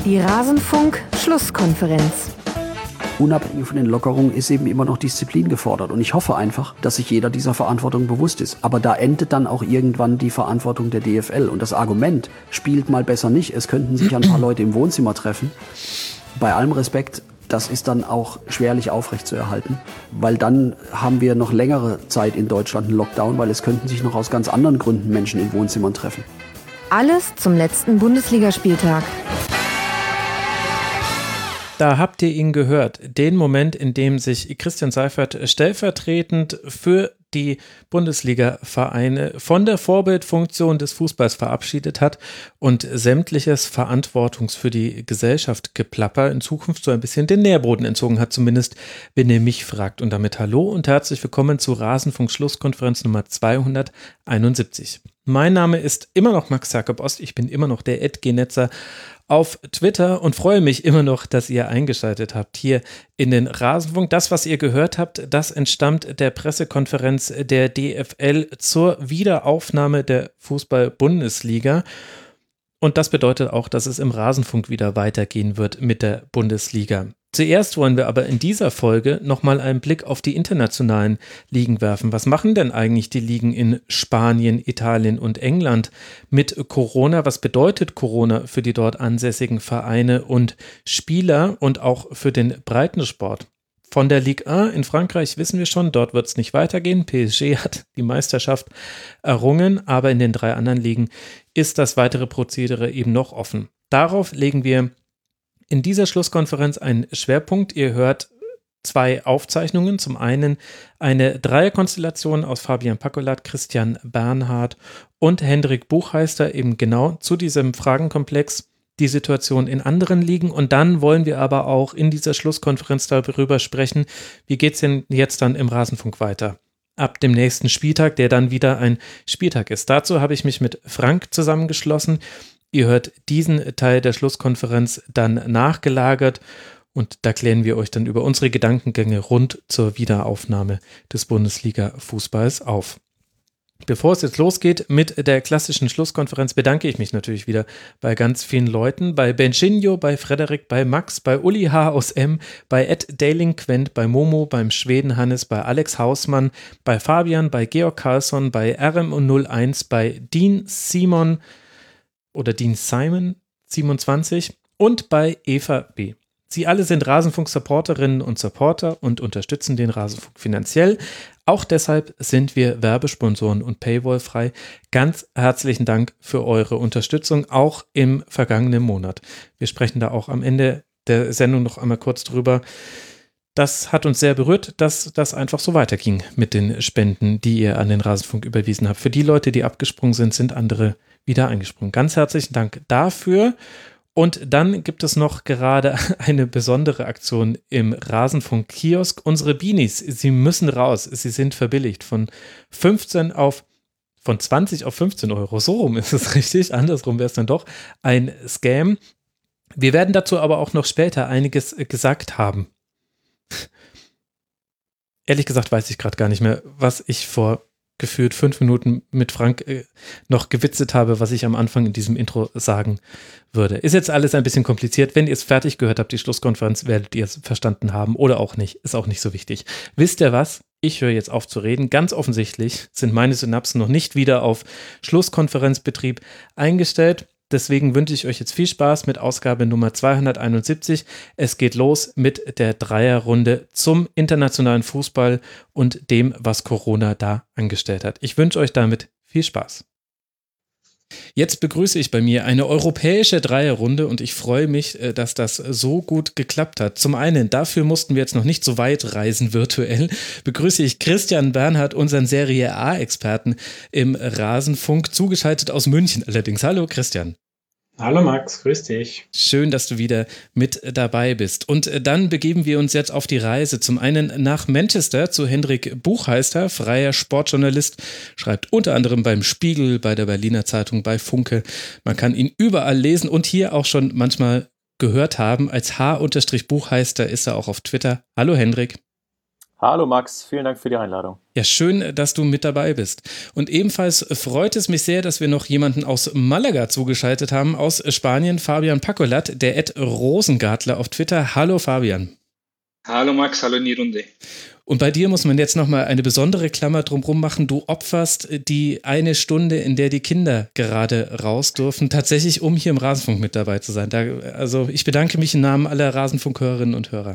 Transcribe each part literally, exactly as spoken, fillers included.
Die Rasenfunk-Schlusskonferenz. Unabhängig von den Lockerungen ist eben immer noch Disziplin gefordert. Und ich hoffe einfach, dass sich jeder dieser Verantwortung bewusst ist. Aber da endet dann auch irgendwann die Verantwortung der D F L. Und das Argument, spielt mal besser nicht, es könnten sich ein paar Leute im Wohnzimmer treffen. Bei allem Respekt, das ist dann auch schwerlich aufrechtzuerhalten. Weil dann haben wir noch längere Zeit in Deutschland einen Lockdown, weil es könnten sich noch aus ganz anderen Gründen Menschen in Wohnzimmern treffen. Alles zum letzten Bundesligaspieltag. Da habt ihr ihn gehört, den Moment, in dem sich Christian Seifert stellvertretend für die Bundesliga-Vereine von der Vorbildfunktion des Fußballs verabschiedet hat und sämtliches Verantwortungs für die Gesellschaft Geplapper in Zukunft so ein bisschen den Nährboden entzogen hat, zumindest wenn ihr mich fragt. Und damit hallo und herzlich willkommen zu Rasenfunk-Schlusskonferenz Nummer zweihunderteinundsiebzig. Mein Name ist immer noch Max Jakob Ost, ich bin immer noch der Ed Genetzer auf Twitter und freue mich immer noch, dass ihr eingeschaltet habt hier in den Rasenfunk. Das, was ihr gehört habt, das entstammt der Pressekonferenz der D F L zur Wiederaufnahme der Fußball-Bundesliga. Und das bedeutet auch, dass es im Rasenfunk wieder weitergehen wird mit der Bundesliga. Zuerst wollen wir aber in dieser Folge nochmal einen Blick auf die internationalen Ligen werfen. Was machen denn eigentlich die Ligen in Spanien, Italien und England mit Corona? Was bedeutet Corona für die dort ansässigen Vereine und Spieler und auch für den Breitensport? Von der Ligue eins in Frankreich wissen wir schon, dort wird es nicht weitergehen. P S G hat die Meisterschaft errungen, aber in den drei anderen Ligen ist das weitere Prozedere eben noch offen. Darauf legen wir in dieser Schlusskonferenz einen Schwerpunkt. Ihr hört zwei Aufzeichnungen. Zum einen eine Dreierkonstellation aus Fabian Packolat, Christian Bernhard und Hendrik Buchheister eben genau zu diesem Fragenkomplex, die Situation in anderen Ligen. Und dann wollen wir aber auch in dieser Schlusskonferenz darüber sprechen, wie geht es denn jetzt dann im Rasenfunk weiter? Ab dem nächsten Spieltag, der dann wieder ein Spieltag ist. Dazu habe ich mich mit Frank zusammengeschlossen. Ihr hört diesen Teil der Schlusskonferenz dann nachgelagert und da klären wir euch dann über unsere Gedankengänge rund zur Wiederaufnahme des Bundesliga-Fußballs auf. Bevor es jetzt losgeht mit der klassischen Schlusskonferenz, bedanke ich mich natürlich wieder bei ganz vielen Leuten, bei Bencinho, bei Frederik, bei Max, bei Uli H. aus M, bei Ed Delinquent, bei Momo, beim Schweden Hannes, bei Alex Hausmann, bei Fabian, bei Georg Carlsson, bei R M null eins, bei Dean Simon oder Dean Simon siebenundzwanzig und bei Eva B. Sie alle sind Rasenfunk-Supporterinnen und Supporter und unterstützen den Rasenfunk finanziell. Auch deshalb sind wir Werbesponsoren und Paywall-frei. Ganz herzlichen Dank für eure Unterstützung, auch im vergangenen Monat. Wir sprechen da auch am Ende der Sendung noch einmal kurz drüber. Das hat uns sehr berührt, dass das einfach so weiterging mit den Spenden, die ihr an den Rasenfunk überwiesen habt. Für die Leute, die abgesprungen sind, sind andere wieder eingesprungen. Ganz herzlichen Dank dafür. Und dann gibt es noch gerade eine besondere Aktion im Rasenfunk-Kiosk. Unsere Beanies, sie müssen raus. Sie sind verbilligt von fünfzehn auf, von zwanzig auf fünfzehn Euro. So rum ist es richtig. Andersrum wäre es dann doch ein Scam. Wir werden dazu aber auch noch später einiges gesagt haben. Ehrlich gesagt weiß ich gerade gar nicht mehr, was ich vor gefühlt fünf Minuten mit Frank äh, noch gewitzelt habe, was ich am Anfang in diesem Intro sagen würde. Ist jetzt alles ein bisschen kompliziert. Wenn ihr es fertig gehört habt, die Schlusskonferenz, werdet ihr es verstanden haben oder auch nicht. Ist auch nicht so wichtig. Wisst ihr was? Ich höre jetzt auf zu reden. Ganz offensichtlich sind meine Synapsen noch nicht wieder auf Schlusskonferenzbetrieb eingestellt. Deswegen wünsche ich euch jetzt viel Spaß mit Ausgabe Nummer zweihunderteinundsiebzig. Es geht los mit der Dreierrunde zum internationalen Fußball und dem, was Corona da angestellt hat. Ich wünsche euch damit viel Spaß. Jetzt begrüße ich bei mir eine europäische Dreierrunde und ich freue mich, dass das so gut geklappt hat. Zum einen, dafür mussten wir jetzt noch nicht so weit reisen virtuell, begrüße ich Christian Bernhard, unseren Serie A-Experten im Rasenfunk, zugeschaltet aus München allerdings. Hallo Christian. Hallo Max, grüß dich. Schön, dass du wieder mit dabei bist. Und dann begeben wir uns jetzt auf die Reise. Zum einen nach Manchester zu Hendrik Buchheister, freier Sportjournalist, schreibt unter anderem beim Spiegel, bei der Berliner Zeitung, bei Funke. Man kann ihn überall lesen und hier auch schon manchmal gehört haben. Als H-Buchheister ist er auch auf Twitter. Hallo Hendrik. Hallo Max, vielen Dank für die Einladung. Ja, schön, dass du mit dabei bist. Und ebenfalls freut es mich sehr, dass wir noch jemanden aus Malaga zugeschaltet haben, aus Spanien, Fabian Pacolat, der Ed Rosengartler auf Twitter. Hallo Fabian. Hallo Max, hallo in die Runde. Und bei dir muss man jetzt nochmal eine besondere Klammer drumherum machen. Du opferst die eine Stunde, in der die Kinder gerade raus dürfen, tatsächlich, um hier im Rasenfunk mit dabei zu sein. Da, also ich bedanke mich im Namen aller Rasenfunkhörerinnen und Hörer.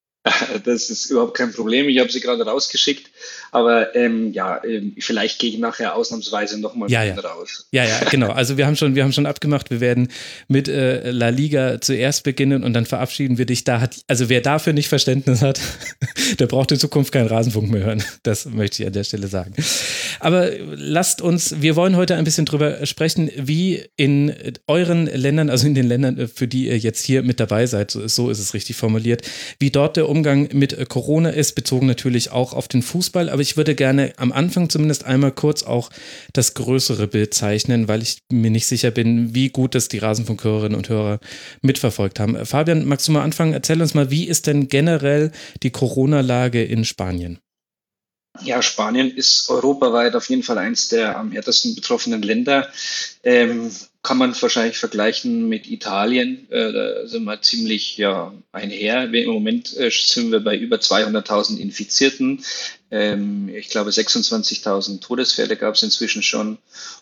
Das ist überhaupt kein Problem. Ich habe sie gerade rausgeschickt. Aber ähm, ja, ähm, vielleicht gehe ich nachher ausnahmsweise nochmal ja, ja. raus. Ja, ja, genau. Also wir haben schon, wir haben schon abgemacht, wir werden mit äh, La Liga zuerst beginnen und dann verabschieden wir dich. Da hat, also wer dafür nicht Verständnis hat, der braucht in Zukunft keinen Rasenfunk mehr hören. Das möchte ich an der Stelle sagen. Aber lasst uns, wir wollen heute ein bisschen drüber sprechen, wie in euren Ländern, also in den Ländern, für die ihr jetzt hier mit dabei seid, so, so ist es richtig formuliert, wie dort der Umgang mit Corona ist, bezogen natürlich auch auf den Fußball. Aber ich würde gerne am Anfang zumindest einmal kurz auch das größere Bild zeichnen, weil ich mir nicht sicher bin, wie gut das die Rasenfunkhörerinnen und Hörer mitverfolgt haben. Fabian, magst du mal anfangen? Erzähl uns mal, wie ist denn generell die Corona-Lage in Spanien? Ja, Spanien ist europaweit auf jeden Fall eins der am härtesten betroffenen Länder. Ähm, kann man wahrscheinlich vergleichen mit Italien. Äh, da sind wir ziemlich ja, einher. Im Moment äh, sind wir bei über zweihunderttausend Infizierten. Ähm, ich glaube, sechsundzwanzigtausend Todesfälle gab es inzwischen schon.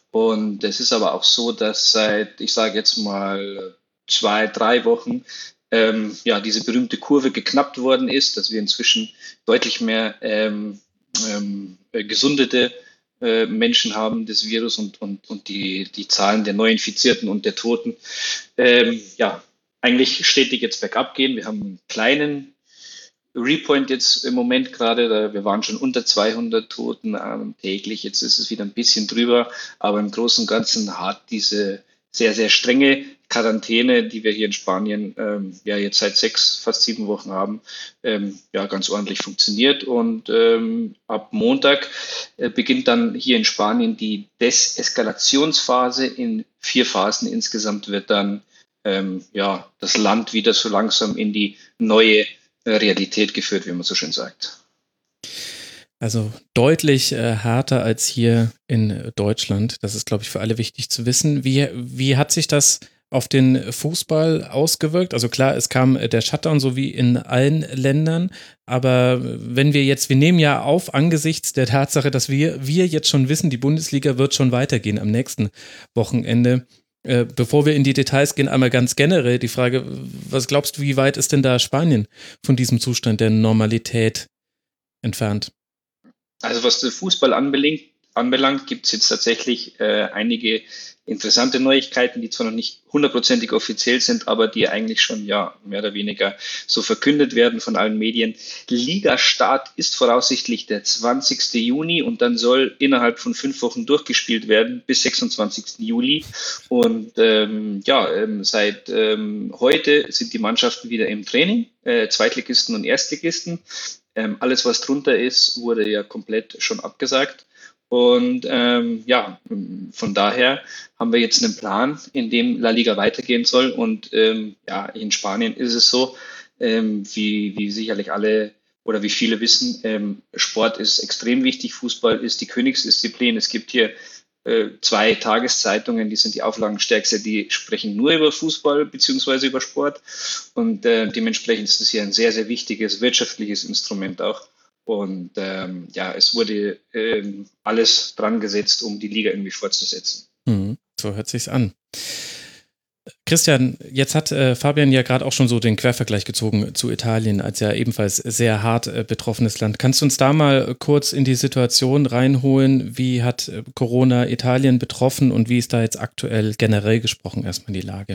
Und es ist aber auch so, dass seit, ich sage jetzt mal, zwei, drei Wochen ähm, ja, diese berühmte Kurve geknappt worden ist, dass wir inzwischen deutlich mehr ähm, ähm, gesundete äh, Menschen haben, das Virus und, und, und die, die Zahlen der Neuinfizierten und der Toten ähm, ja, eigentlich stetig jetzt bergab gehen. Wir haben einen kleinen Repoint jetzt im Moment gerade, wir waren schon unter zweihundert Toten ähm, täglich, jetzt ist es wieder ein bisschen drüber, aber im Großen und Ganzen hat diese sehr, sehr strenge Quarantäne, die wir hier in Spanien ähm, ja jetzt seit sechs, fast sieben Wochen haben, ähm, ja ganz ordentlich funktioniert. Und ähm, ab Montag äh, beginnt dann hier in Spanien die Deseskalationsphase in vier Phasen. Insgesamt wird dann ähm, ja das Land wieder so langsam in die neue äh, Realität geführt, wie man so schön sagt. Also deutlich äh, härter als hier in Deutschland. Das ist, glaube ich, für alle wichtig zu wissen. Wie, wie hat sich das auf den Fußball ausgewirkt? Also klar, es kam der Shutdown so wie in allen Ländern, aber wenn wir jetzt, wir nehmen ja auf angesichts der Tatsache, dass wir, wir jetzt schon wissen, die Bundesliga wird schon weitergehen am nächsten Wochenende. Äh, bevor wir in die Details gehen, einmal ganz generell die Frage, was glaubst du, wie weit ist denn da Spanien von diesem Zustand der Normalität entfernt? Also was den Fußball anbelangt, anbelangt gibt es jetzt tatsächlich äh, einige interessante Neuigkeiten, die zwar noch nicht hundertprozentig offiziell sind, aber die eigentlich schon ja mehr oder weniger so verkündet werden von allen Medien. Ligastart ist voraussichtlich der zwanzigsten Juni und dann soll innerhalb von fünf Wochen durchgespielt werden bis sechsundzwanzigsten Juli. Und ähm, ja, ähm, seit ähm, heute sind die Mannschaften wieder im Training, äh, Zweitligisten und Erstligisten. Ähm, alles, was drunter ist, wurde ja komplett schon abgesagt. Und ähm, ja, von daher haben wir jetzt einen Plan, in dem La Liga weitergehen soll. Und ähm, ja, in Spanien ist es so, ähm, wie, wie sicherlich alle oder wie viele wissen, ähm, Sport ist extrem wichtig. Fußball ist die Königsdisziplin. Es gibt hier äh, zwei Tageszeitungen, die sind die auflagenstärkste, die sprechen nur über Fußball beziehungsweise über Sport. Und äh, dementsprechend ist es hier ein sehr, sehr wichtiges wirtschaftliches Instrument auch. Und ähm, ja, es wurde ähm, alles dran gesetzt, um die Liga irgendwie fortzusetzen. Mhm, so hört sich's an. Christian, jetzt hat äh, Fabian ja gerade auch schon so den Quervergleich gezogen zu Italien als ja ebenfalls sehr hart äh, betroffenes Land. Kannst du uns da mal kurz in die Situation reinholen? Wie hat äh, Corona Italien betroffen und wie ist da jetzt aktuell generell gesprochen erstmal die Lage?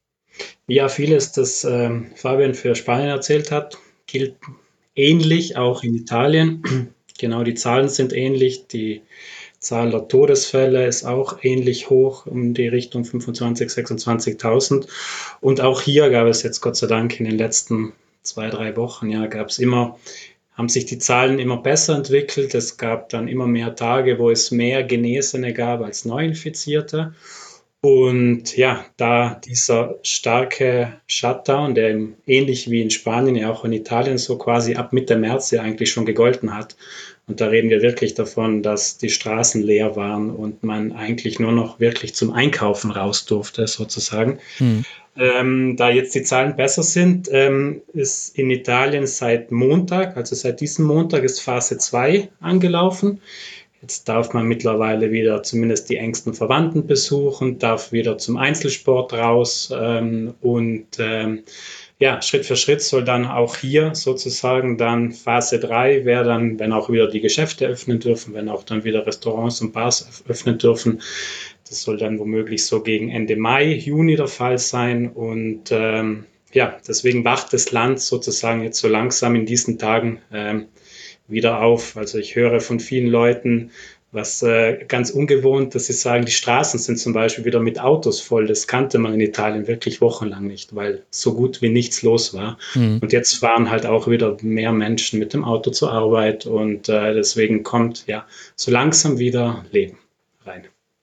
Ja, vieles, das ähm, Fabian für Spanien erzählt hat, gilt ähnlich auch in Italien. Genau, die Zahlen sind ähnlich, die Zahl der Todesfälle ist auch ähnlich hoch, um die Richtung fünfundzwanzigtausend, sechsundzwanzigtausend. Und auch hier gab es jetzt Gott sei Dank in den letzten zwei, drei Wochen, ja, gab es immer, haben sich die Zahlen immer besser entwickelt. Es gab dann immer mehr Tage, wo es mehr Genesene gab als Neuinfizierte. Und ja, da dieser starke Shutdown, der ähnlich wie in Spanien, ja auch in Italien so quasi ab Mitte März ja eigentlich schon gegolten hat. Und da reden wir wirklich davon, dass die Straßen leer waren und man eigentlich nur noch wirklich zum Einkaufen raus durfte, sozusagen. Hm. Ähm, da jetzt die Zahlen besser sind, ähm, ist in Italien seit Montag, also seit diesem Montag, ist Phase zwei angelaufen. Jetzt darf man mittlerweile wieder zumindest die engsten Verwandten besuchen, darf wieder zum Einzelsport raus ähm, und ähm, ja, Schritt für Schritt soll dann auch hier sozusagen dann Phase drei wäre dann, wenn auch wieder die Geschäfte öffnen dürfen, wenn auch dann wieder Restaurants und Bars öffnen dürfen. Das soll dann womöglich so gegen Ende Mai, Juni der Fall sein und ähm, ja, deswegen wacht das Land sozusagen jetzt so langsam in diesen Tagen ähm, wieder auf. Also ich höre von vielen Leuten, was äh, ganz ungewohnt, dass sie sagen, die Straßen sind zum Beispiel wieder mit Autos voll. Das kannte man in Italien wirklich wochenlang nicht, weil so gut wie nichts los war. Mhm. Und jetzt fahren halt auch wieder mehr Menschen mit dem Auto zur Arbeit und äh, deswegen kommt ja so langsam wieder Leben rein.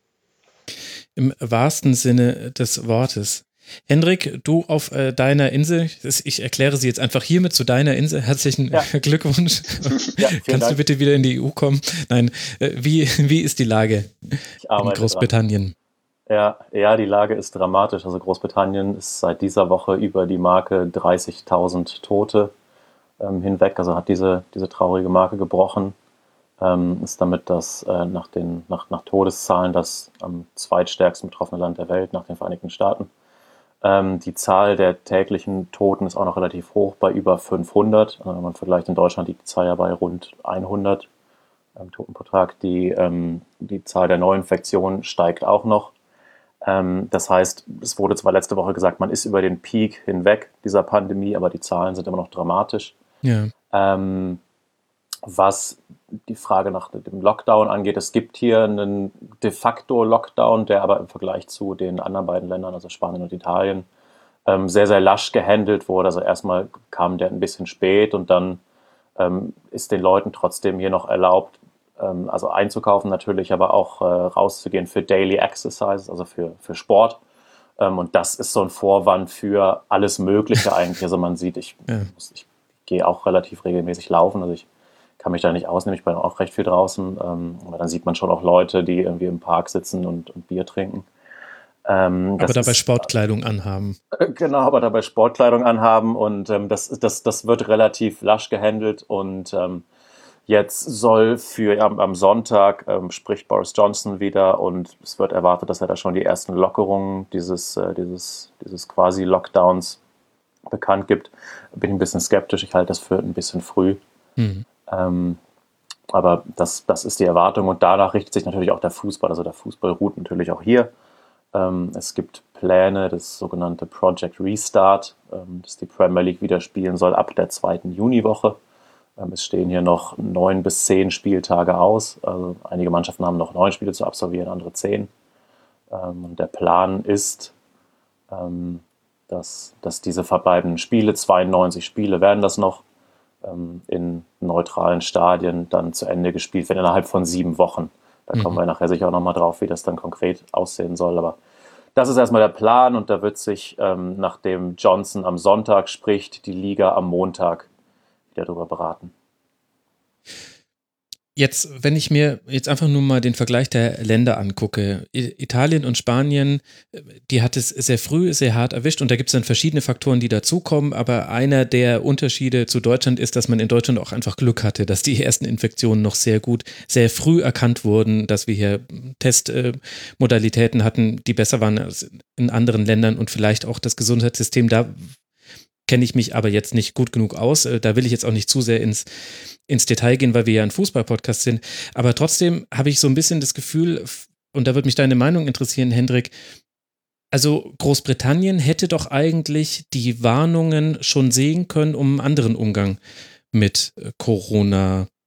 Im wahrsten Sinne des Wortes. Hendrik, du auf äh, deiner Insel, ich erkläre sie jetzt einfach hiermit zu deiner Insel, herzlichen Ja. Glückwunsch. Ja, Kannst Dank. du bitte wieder in die E U kommen? Nein, äh, wie, wie ist die Lage Ich in arbeite Großbritannien? dran. Ja, ja, die Lage ist dramatisch. Also Großbritannien ist seit dieser Woche über die Marke dreißigtausend Tote ähm, hinweg, also hat diese, diese traurige Marke gebrochen. Ähm, ist damit das äh, nach, den, nach, nach Todeszahlen das am zweitstärksten betroffene Land der Welt, nach den Vereinigten Staaten. Ähm, die Zahl der täglichen Toten ist auch noch relativ hoch, bei über fünfhundert. Also wenn man vergleicht, in Deutschland liegt die Zahl ja bei rund hundert ähm, Toten pro Tag. Die, ähm, die Zahl der Neuinfektionen steigt auch noch. Ähm, das heißt, es wurde zwar letzte Woche gesagt, man ist über den Peak hinweg dieser Pandemie, aber die Zahlen sind immer noch dramatisch. Ja. Ähm, was die Frage nach dem Lockdown angeht, es gibt hier einen de facto Lockdown, der aber im Vergleich zu den anderen beiden Ländern, also Spanien und Italien, ähm, sehr, sehr lasch gehandelt wurde. Also erstmal kam der ein bisschen spät und dann ähm, ist den Leuten trotzdem hier noch erlaubt, ähm, also einzukaufen natürlich, aber auch äh, rauszugehen für Daily Exercise, also für, für Sport. Ähm, und das ist so ein Vorwand für alles Mögliche eigentlich. Also man sieht, ich, Ja. ich gehe auch relativ regelmäßig laufen, also ich kann mich da nicht ausnehmen, ich bin auch recht viel draußen, ähm, aber dann sieht man schon auch Leute, die irgendwie im Park sitzen und, und Bier trinken. Ähm, Aber das dabei ist, Sportkleidung anhaben. äh, Genau, aber dabei Sportkleidung anhaben und ähm, das, das, das wird relativ lasch gehandelt und ähm, jetzt soll für am, am Sonntag ähm, spricht Boris Johnson wieder und es wird erwartet, dass er da schon die ersten Lockerungen dieses, äh, dieses, dieses quasi Lockdowns bekannt gibt. Bin ein bisschen skeptisch, ich halte das für ein bisschen früh. Mhm. Ähm, aber das, das ist die Erwartung und danach richtet sich natürlich auch der Fußball. Also der Fußball ruht natürlich auch hier. Ähm, es gibt Pläne, das sogenannte Project Restart, ähm, dass die Premier League wieder spielen soll ab der zweiten Juniwoche. Ähm, es stehen hier noch neun bis zehn Spieltage aus. Also einige Mannschaften haben noch neun Spiele zu absolvieren, andere zehn. Ähm, und der Plan ist, ähm, dass, dass diese verbleibenden Spiele, zweiundneunzig Spiele werden das noch, in neutralen Stadien dann zu Ende gespielt werden, innerhalb von sieben Wochen. Da mhm. kommen wir nachher sicher auch nochmal drauf, wie das dann konkret aussehen soll. Aber das ist erstmal der Plan und da wird sich, ähm, nachdem Johnson am Sonntag spricht, die Liga am Montag wieder darüber beraten. Jetzt, wenn ich mir jetzt einfach nur mal den Vergleich der Länder angucke, Italien und Spanien, die hat es sehr früh, sehr hart erwischt und da gibt es dann verschiedene Faktoren, die dazukommen, aber einer der Unterschiede zu Deutschland ist, dass man in Deutschland auch einfach Glück hatte, dass die ersten Infektionen noch sehr gut, sehr früh erkannt wurden, dass wir hier Testmodalitäten hatten, die besser waren als in anderen Ländern und vielleicht auch das Gesundheitssystem, da kenne ich mich aber jetzt nicht gut genug aus, da will ich jetzt auch nicht zu sehr ins ins Detail gehen, weil wir ja ein Fußball-Podcast sind. Aber trotzdem habe ich so ein bisschen das Gefühl, und da würde mich deine Meinung interessieren, Hendrik, also Großbritannien hätte doch eigentlich die Warnungen schon sehen können, um einen anderen Umgang mit Corona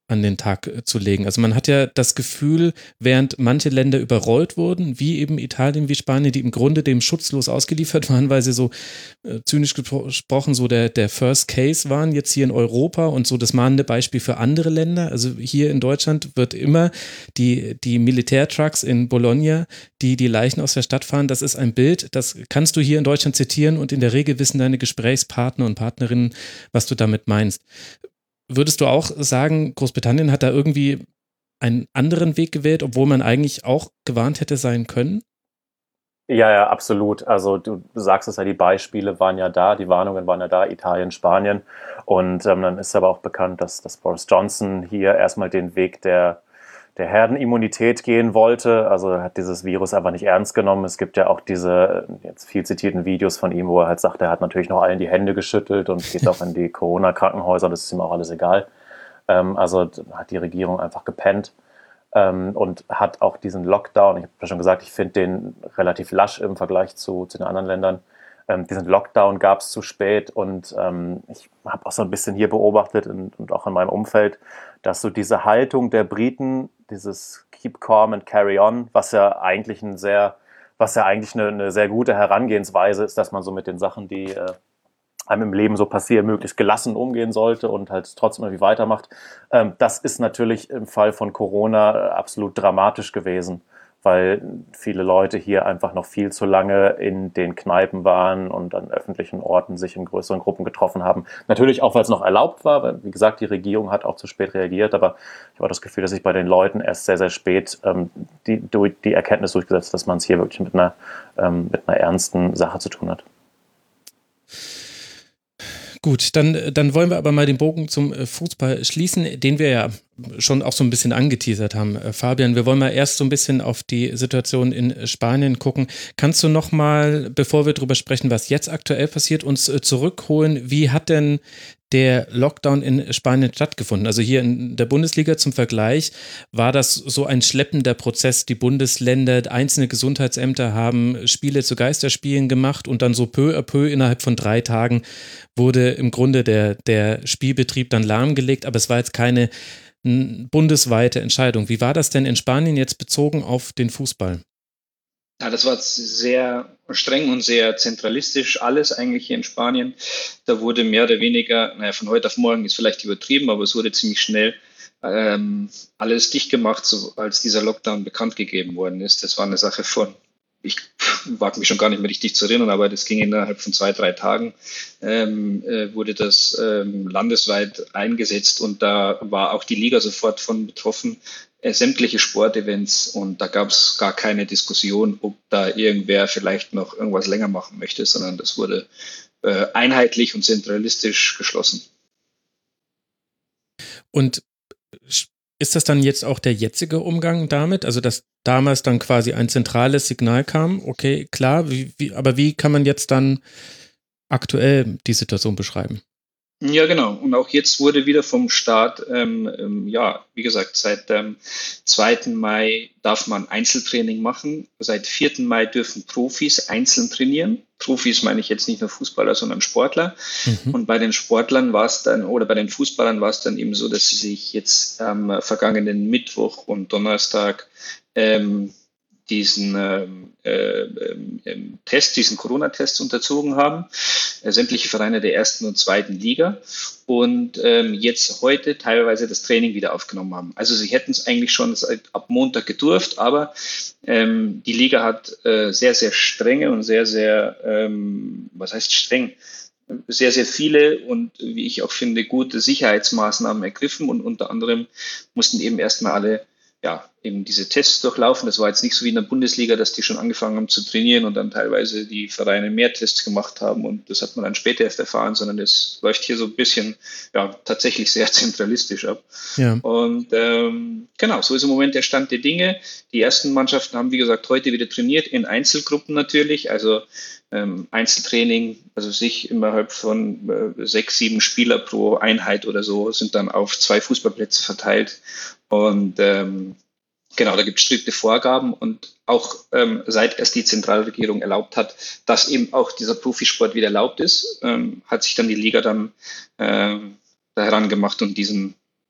an den Tag äh, zu legen. Also man hat ja das Gefühl, während manche Länder überrollt wurden, wie eben Italien, wie Spanien, die im Grunde dem schutzlos ausgeliefert waren, weil sie so äh, zynisch gesprochen so der, der First Case waren jetzt hier in Europa und so das mahnende Beispiel für andere Länder. Also hier in Deutschland wird immer die, die Militärtrucks in Bologna, die die Leichen aus der Stadt fahren, das ist ein Bild, das kannst du hier in Deutschland zitieren und in der Regel wissen deine Gesprächspartner und Partnerinnen, was du damit meinst. Würdest du auch sagen, Großbritannien hat da irgendwie einen anderen Weg gewählt, obwohl man eigentlich auch gewarnt hätte sein können? Ja, ja, absolut. Also du sagst es ja, die Beispiele waren ja da, die Warnungen waren ja da, Italien, Spanien. Und ähm, dann ist aber auch bekannt, dass, dass Boris Johnson hier erstmal den Weg der, der Herdenimmunität gehen wollte. Also er hat dieses Virus einfach nicht ernst genommen. Es gibt ja auch diese jetzt viel zitierten Videos von ihm, wo er halt sagt, er hat natürlich noch allen die Hände geschüttelt und geht auch in die Corona-Krankenhäuser, das ist ihm auch alles egal. Ähm, also hat die Regierung einfach gepennt. Ähm, und hat auch diesen Lockdown, ich habe ja schon gesagt, ich finde den relativ lasch im Vergleich zu, zu den anderen Ländern. Ähm, diesen Lockdown gab es zu spät und ähm, ich habe auch so ein bisschen hier beobachtet und, und auch in meinem Umfeld, dass so diese Haltung der Briten, dieses Keep calm and carry on, was ja eigentlich ein sehr, was ja eigentlich eine, eine sehr gute Herangehensweise ist, dass man so mit den Sachen, die äh, einem im Leben so passieren, möglichst gelassen umgehen sollte und halt trotzdem irgendwie weitermacht. Ähm, das ist natürlich im Fall von Corona absolut dramatisch gewesen, weil viele Leute hier einfach noch viel zu lange in den Kneipen waren und an öffentlichen Orten sich in größeren Gruppen getroffen haben. Natürlich auch, weil es noch erlaubt war, weil, wie gesagt, die Regierung hat auch zu spät reagiert, aber ich habe das Gefühl, dass sich bei den Leuten erst sehr, sehr spät ähm, die, die Erkenntnis durchgesetzt, dass man es hier wirklich mit einer, ähm, mit einer ernsten Sache zu tun hat. Gut, dann, dann wollen wir aber mal den Bogen zum Fußball schließen, den wir ja schon auch so ein bisschen angeteasert haben, Fabian. Wir wollen mal erst so ein bisschen auf die Situation in Spanien gucken. Kannst du noch mal, bevor wir drüber sprechen, was jetzt aktuell passiert, uns zurückholen? Wie hat denn der Lockdown in Spanien stattgefunden? Also hier in der Bundesliga zum Vergleich war das so ein schleppender Prozess. Die Bundesländer, einzelne Gesundheitsämter haben Spiele zu Geisterspielen gemacht und dann so peu à peu innerhalb von drei Tagen wurde im Grunde der, der Spielbetrieb dann lahmgelegt, aber es war jetzt keine bundesweite Entscheidung. Wie war das denn in Spanien jetzt bezogen auf den Fußball? Ja, das war sehr streng und sehr zentralistisch, alles eigentlich hier in Spanien. Da wurde mehr oder weniger, naja, von heute auf morgen ist vielleicht übertrieben, aber es wurde ziemlich schnell ähm, alles dicht gemacht, so, als dieser Lockdown bekannt gegeben worden ist. Das war eine Sache von, ich wage mich schon gar nicht mehr richtig zu erinnern, aber das ging innerhalb von zwei, drei Tagen, ähm, äh, wurde das ähm, landesweit eingesetzt und da war auch die Liga sofort von betroffen. Sämtliche Sportevents und da gab es gar keine Diskussion, ob da irgendwer vielleicht noch irgendwas länger machen möchte, sondern das wurde äh, einheitlich und zentralistisch geschlossen. Und ist das dann jetzt auch der jetzige Umgang damit? Also dass damals dann quasi ein zentrales Signal kam, okay, klar, wie, wie, aber wie kann man jetzt dann aktuell die Situation beschreiben? Ja, genau. Und auch jetzt wurde wieder vom Staat, ähm, ähm, ja, wie gesagt, seit dem zweiten Mai darf man Einzeltraining machen. Seit vierten Mai dürfen Profis einzeln trainieren. Profis meine ich jetzt nicht nur Fußballer, sondern Sportler. Mhm. Und bei den Sportlern war es dann, oder bei den Fußballern war es dann eben so, dass sie sich jetzt am ähm, vergangenen Mittwoch und Donnerstag ähm, diesen ähm, äh, ähm, Test, diesen Corona-Test unterzogen haben, äh, sämtliche Vereine der ersten und zweiten Liga und ähm, jetzt heute teilweise das Training wieder aufgenommen haben. Also sie hätten es eigentlich schon seit, ab Montag gedurft, aber ähm, die Liga hat äh, sehr, sehr strenge und sehr, sehr, ähm, was heißt streng? sehr, sehr viele und wie ich auch finde, gute Sicherheitsmaßnahmen ergriffen und unter anderem mussten eben erstmal alle ja, eben diese Tests durchlaufen. Das war jetzt nicht so wie in der Bundesliga, dass die schon angefangen haben zu trainieren und dann teilweise die Vereine mehr Tests gemacht haben und das hat man dann später erst erfahren, sondern das läuft hier so ein bisschen, ja, tatsächlich sehr zentralistisch ab. Ja. Und ähm, genau, so ist im Moment der Stand der Dinge. Die ersten Mannschaften haben, wie gesagt, heute wieder trainiert, in Einzelgruppen natürlich, also ähm, Einzeltraining, also sich innerhalb von äh, sechs, sieben Spieler pro Einheit oder so sind dann auf zwei Fußballplätze verteilt. Und ähm, genau, da gibt es strikte Vorgaben und auch ähm, seit erst die Zentralregierung erlaubt hat, dass eben auch dieser Profisport wieder erlaubt ist, ähm, hat sich dann die Liga dann ähm, da herangemacht und diesen,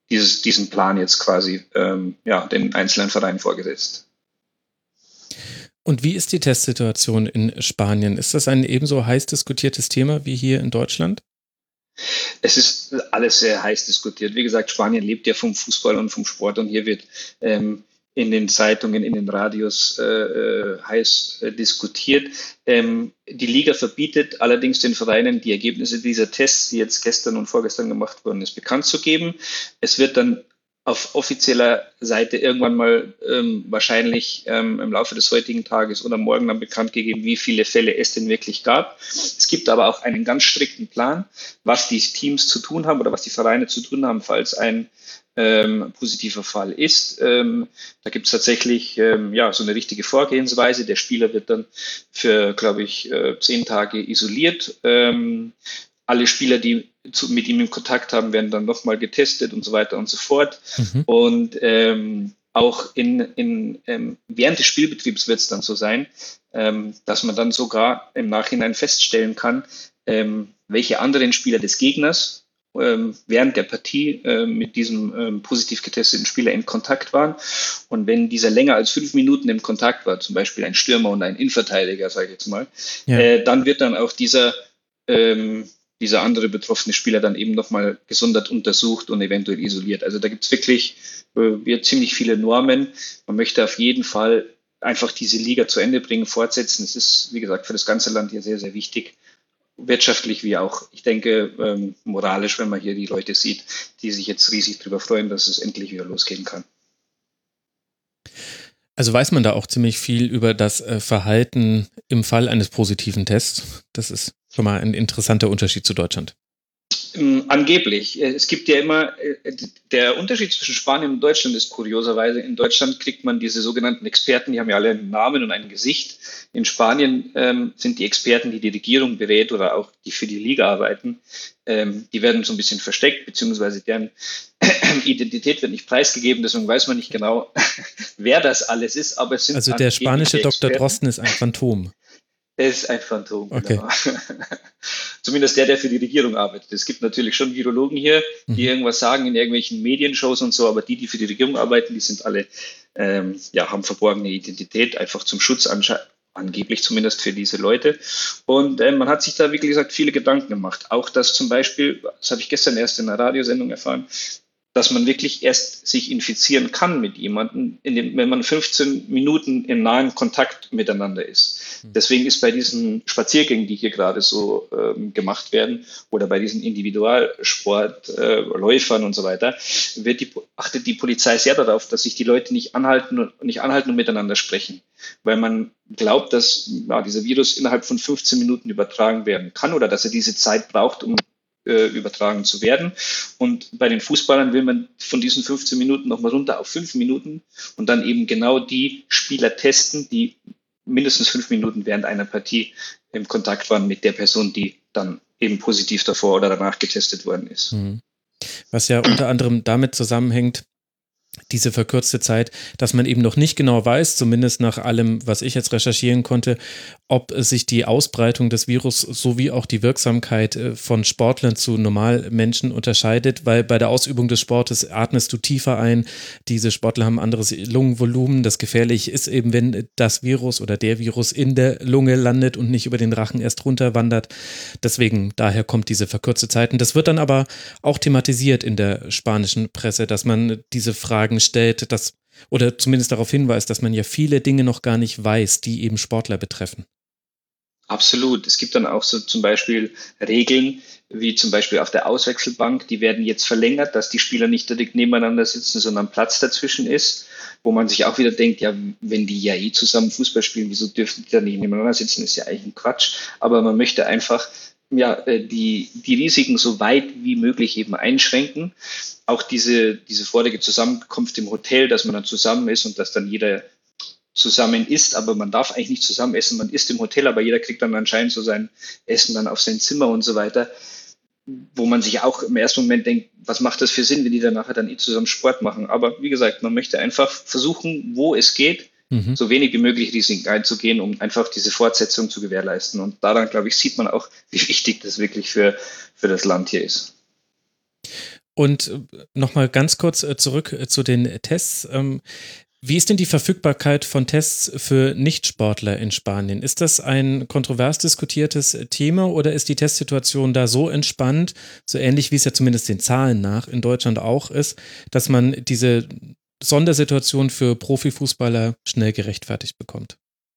dieses, diesen Plan jetzt quasi ähm, ja, den einzelnen Vereinen vorgesetzt. Und wie ist die Testsituation in Spanien? Ist das ein ebenso heiß diskutiertes Thema wie hier in Deutschland? Es ist alles sehr heiß diskutiert. Wie gesagt, Spanien lebt ja vom Fußball und vom Sport und hier wird ähm, in den Zeitungen, in den Radios äh, heiß äh, diskutiert. Ähm, die Liga verbietet allerdings den Vereinen, die Ergebnisse dieser Tests, die jetzt gestern und vorgestern gemacht wurden, ist bekannt zu geben. Es wird dann auf offizieller Seite irgendwann mal ähm, wahrscheinlich ähm, im Laufe des heutigen Tages oder morgen dann bekannt gegeben, wie viele Fälle es denn wirklich gab. Es gibt aber auch einen ganz strikten Plan, was die Teams zu tun haben oder was die Vereine zu tun haben, falls ein ähm, positiver Fall ist. Ähm, da gibt es tatsächlich ähm, ja, so eine richtige Vorgehensweise. Der Spieler wird dann für, glaube ich, äh, zehn Tage isoliert. Ähm, alle Spieler, die zu, mit ihm in Kontakt haben, werden dann nochmal getestet und so weiter und so fort. Mhm. Und ähm, auch in, in, ähm, während des Spielbetriebs wird es dann so sein, ähm, dass man dann sogar im Nachhinein feststellen kann, ähm, welche anderen Spieler des Gegners ähm, während der Partie äh, mit diesem ähm, positiv getesteten Spieler in Kontakt waren. Und wenn dieser länger als fünf Minuten im Kontakt war, zum Beispiel ein Stürmer und ein Innenverteidiger, sage ich jetzt mal, ja. äh, dann wird dann auch dieser ähm, dieser andere betroffene Spieler dann eben nochmal gesondert untersucht und eventuell isoliert. Also da gibt es wirklich äh, ziemlich viele Normen. Man möchte auf jeden Fall einfach diese Liga zu Ende bringen, fortsetzen. Es ist, wie gesagt, für das ganze Land hier sehr, sehr wichtig, wirtschaftlich wie auch, ich denke, ähm, moralisch, wenn man hier die Leute sieht, die sich jetzt riesig darüber freuen, dass es endlich wieder losgehen kann. Also weiß man da auch ziemlich viel über das äh, Verhalten im Fall eines positiven Tests. Das ist schon mal ein interessanter Unterschied zu Deutschland. Ähm, angeblich. Es gibt ja immer, äh, der Unterschied zwischen Spanien und Deutschland ist kurioserweise, in Deutschland kriegt man diese sogenannten Experten, die haben ja alle einen Namen und ein Gesicht. In Spanien ähm, sind die Experten, die die Regierung berät oder auch die für die Liga arbeiten, ähm, die werden so ein bisschen versteckt, beziehungsweise deren Identität wird nicht preisgegeben, deswegen weiß man nicht genau, wer das alles ist. Aber es sind also der spanische Doktor Drosten ist ein Phantom. Er ist ein Phantom, okay. Genau. Zumindest der, der für die Regierung arbeitet. Es gibt natürlich schon Virologen hier, die mhm. irgendwas sagen in irgendwelchen Medienshows und so, aber die, die für die Regierung arbeiten, die sind alle, ähm, ja, haben verborgene Identität, einfach zum Schutz ansche- angeblich zumindest für diese Leute. Und äh, man hat sich da, wie gesagt, viele Gedanken gemacht. Auch, dass zum Beispiel, das habe ich gestern erst in einer Radiosendung erfahren, dass man wirklich erst sich infizieren kann mit jemandem, in dem, wenn man fünfzehn Minuten in nahem Kontakt miteinander ist. Deswegen ist bei diesen Spaziergängen, die hier gerade so ähm, gemacht werden, oder bei diesen Individualsportläufern äh, und so weiter, wird die, achtet die Polizei sehr darauf, dass sich die Leute nicht anhalten und, nicht anhalten und miteinander sprechen. Weil man glaubt, dass ja, dieser Virus innerhalb von fünfzehn Minuten übertragen werden kann oder dass er diese Zeit braucht, um übertragen zu werden. Und bei den Fußballern will man von diesen fünfzehn Minuten nochmal runter auf fünf Minuten und dann eben genau die Spieler testen, die mindestens fünf Minuten während einer Partie im Kontakt waren mit der Person, die dann eben positiv davor oder danach getestet worden ist. Was ja unter anderem damit zusammenhängt, diese verkürzte Zeit, dass man eben noch nicht genau weiß, zumindest nach allem, was ich jetzt recherchieren konnte, ob sich die Ausbreitung des Virus sowie auch die Wirksamkeit von Sportlern zu Normalmenschen unterscheidet, weil bei der Ausübung des Sportes atmest du tiefer ein, diese Sportler haben anderes Lungenvolumen, das gefährlich ist eben, wenn das Virus oder der Virus in der Lunge landet und nicht über den Rachen erst runterwandert, deswegen, daher kommt diese verkürzte Zeit und das wird dann aber auch thematisiert in der spanischen Presse, dass man diese Fragen stellt, dass, oder zumindest darauf hinweist, dass man ja viele Dinge noch gar nicht weiß, die eben Sportler betreffen. Absolut. Es gibt dann auch so zum Beispiel Regeln, wie zum Beispiel auf der Auswechselbank, die werden jetzt verlängert, dass die Spieler nicht direkt nebeneinander sitzen, sondern Platz dazwischen ist, wo man sich auch wieder denkt, ja, wenn die ja eh zusammen Fußball spielen, wieso dürfen die da nicht nebeneinander sitzen, ist ja eigentlich ein Quatsch. Aber man möchte einfach ja, die, die Risiken so weit wie möglich eben einschränken. Auch diese, diese vorige Zusammenkunft im Hotel, dass man dann zusammen ist und dass dann jeder zusammen isst, aber man darf eigentlich nicht zusammen essen. Man isst im Hotel, aber jeder kriegt dann anscheinend so sein Essen dann auf sein Zimmer und so weiter, wo man sich auch im ersten Moment denkt, was macht das für Sinn, wenn die dann nachher dann eh zusammen Sport machen. Aber wie gesagt, man möchte einfach versuchen, wo es geht, mhm. so wenig wie möglich Risiken einzugehen, um einfach diese Fortsetzung zu gewährleisten. Und daran, glaube ich, sieht man auch, wie wichtig das wirklich für, für das Land hier ist. Und nochmal ganz kurz zurück zu den Tests. Wie ist denn die Verfügbarkeit von Tests für Nichtsportler in Spanien? Ist das ein kontrovers diskutiertes Thema oder ist die Testsituation da so entspannt, so ähnlich wie es ja zumindest den Zahlen nach in Deutschland auch ist, dass man diese Sondersituation für Profifußballer schnell gerechtfertigt bekommt?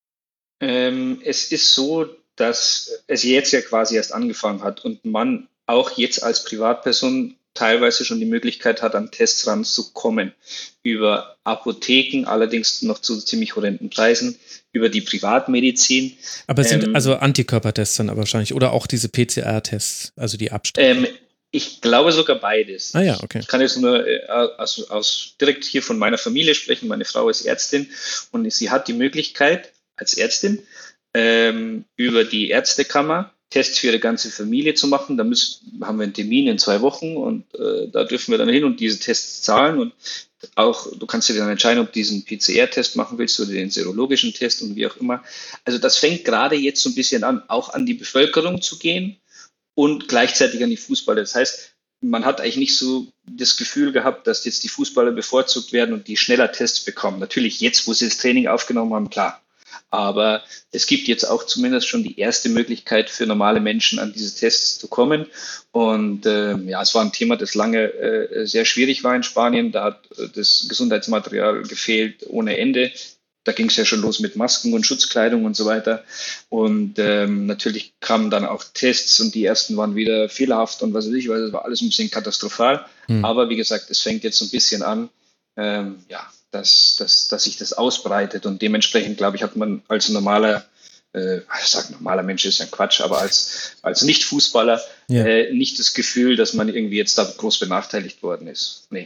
Ähm, es ist so, dass es jetzt ja quasi erst angefangen hat und man auch jetzt als Privatperson teilweise schon die Möglichkeit hat, an Tests ranzukommen. Über Apotheken, allerdings noch zu ziemlich horrenden Preisen, über die Privatmedizin. Aber es sind Ähm, also Antikörpertests dann aber wahrscheinlich oder auch diese P C R-Tests, also die Abstriche. ähm, ich glaube sogar beides. Ah ja, okay. Ich kann jetzt nur äh, aus, aus direkt hier von meiner Familie sprechen. Meine Frau ist Ärztin und sie hat die Möglichkeit als Ärztin ähm, über die Ärztekammer Tests für ihre ganze Familie zu machen. Da müssen, haben wir einen Termin in zwei Wochen und äh, da dürfen wir dann hin und diese Tests zahlen und auch, du kannst dir dann entscheiden, ob du diesen P C R-Test machen willst oder den serologischen Test und wie auch immer. Also das fängt gerade jetzt so ein bisschen an, auch an die Bevölkerung zu gehen und gleichzeitig an die Fußballer. Das heißt, man hat eigentlich nicht so das Gefühl gehabt, dass jetzt die Fußballer bevorzugt werden und die schneller Tests bekommen. Natürlich jetzt, wo sie das Training aufgenommen haben, klar. Aber es gibt jetzt auch zumindest schon die erste Möglichkeit für normale Menschen an diese Tests zu kommen. Und äh, ja, es war ein Thema, das lange äh, sehr schwierig war in Spanien. Da hat äh, das Gesundheitsmaterial gefehlt ohne Ende. Da ging es ja schon los mit Masken und Schutzkleidung und so weiter. Und ähm, natürlich kamen dann auch Tests und die ersten waren wieder fehlerhaft und was weiß ich, weil das war alles ein bisschen katastrophal. Mhm. Aber wie gesagt, es fängt jetzt so ein bisschen an, ähm, ja, dass, dass, dass sich das ausbreitet und dementsprechend, glaube ich, hat man als normaler, äh, ich sage normaler Mensch ist ja Quatsch, aber als, als Nicht-Fußballer ja. äh, nicht das Gefühl, dass man irgendwie jetzt da groß benachteiligt worden ist. Nee.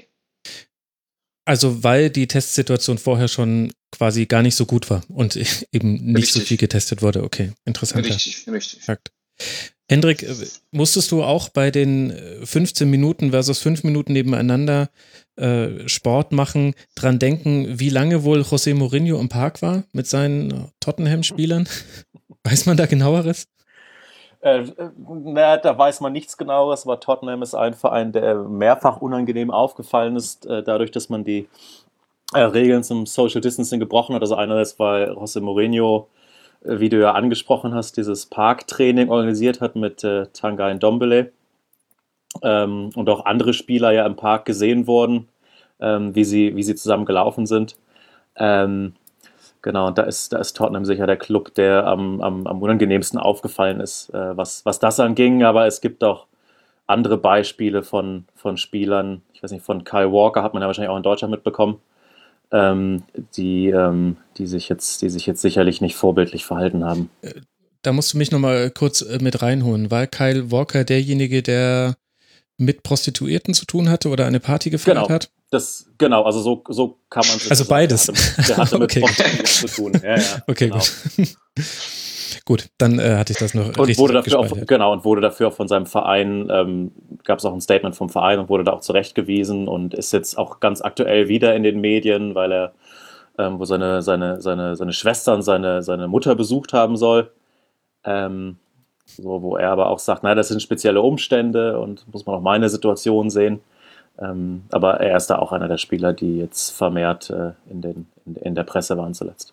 Also weil die Testsituation vorher schon quasi gar nicht so gut war und eben nicht richtig. so viel getestet wurde. Okay, interessant. Richtig, richtig. Fakt. Hendrik, musstest du auch bei den fünfzehn Minuten versus fünf Minuten nebeneinander äh, Sport machen, dran denken, wie lange wohl José Mourinho im Park war mit seinen Tottenham-Spielern? Weiß man da genaueres? Äh, na, da weiß man nichts Genaues, aber Tottenham ist ein Verein, der mehrfach unangenehm aufgefallen ist, äh, dadurch, dass man die äh, Regeln zum Social Distancing gebrochen hat. Also einerseits, weil José Mourinho, äh, wie du ja angesprochen hast, dieses Parktraining organisiert hat mit äh, Tanguy Ndombele ähm, und auch andere Spieler ja im Park gesehen wurden, ähm, wie sie, wie sie zusammen gelaufen sind. Ähm, Genau, und da ist, da ist Tottenham sicher der Club, der am, am, am unangenehmsten aufgefallen ist, äh, was, was das anging. Aber es gibt auch andere Beispiele von, von Spielern, ich weiß nicht, von Kyle Walker hat man ja wahrscheinlich auch in Deutschland mitbekommen, ähm, die, ähm, die, sich jetzt, die sich jetzt sicherlich nicht vorbildlich verhalten haben. Da musst du mich nochmal kurz mit reinholen. War Kyle Walker derjenige, der mit Prostituierten zu tun hatte oder eine Party gefeiert genau. hat? Das, genau, also so, so kann man es Also sagen. beides. Der hatte, der hatte okay. mit Prostituierten zu tun. Ja, ja, okay, genau. gut. Gut, dann äh, hatte ich das noch und richtig wurde dafür auch, Genau, und wurde dafür auch von seinem Verein, ähm, gab es auch ein Statement vom Verein und wurde da auch zurechtgewiesen und ist jetzt auch ganz aktuell wieder in den Medien, weil er, ähm, wo seine, seine, seine, seine Schwester und seine, seine Mutter besucht haben soll. Ähm, so, wo er aber auch sagt, naja, das sind spezielle Umstände und muss man auch meine Situation sehen. Ähm, aber er ist da auch einer der Spieler, die jetzt vermehrt äh, in, den, in, in der Presse waren zuletzt.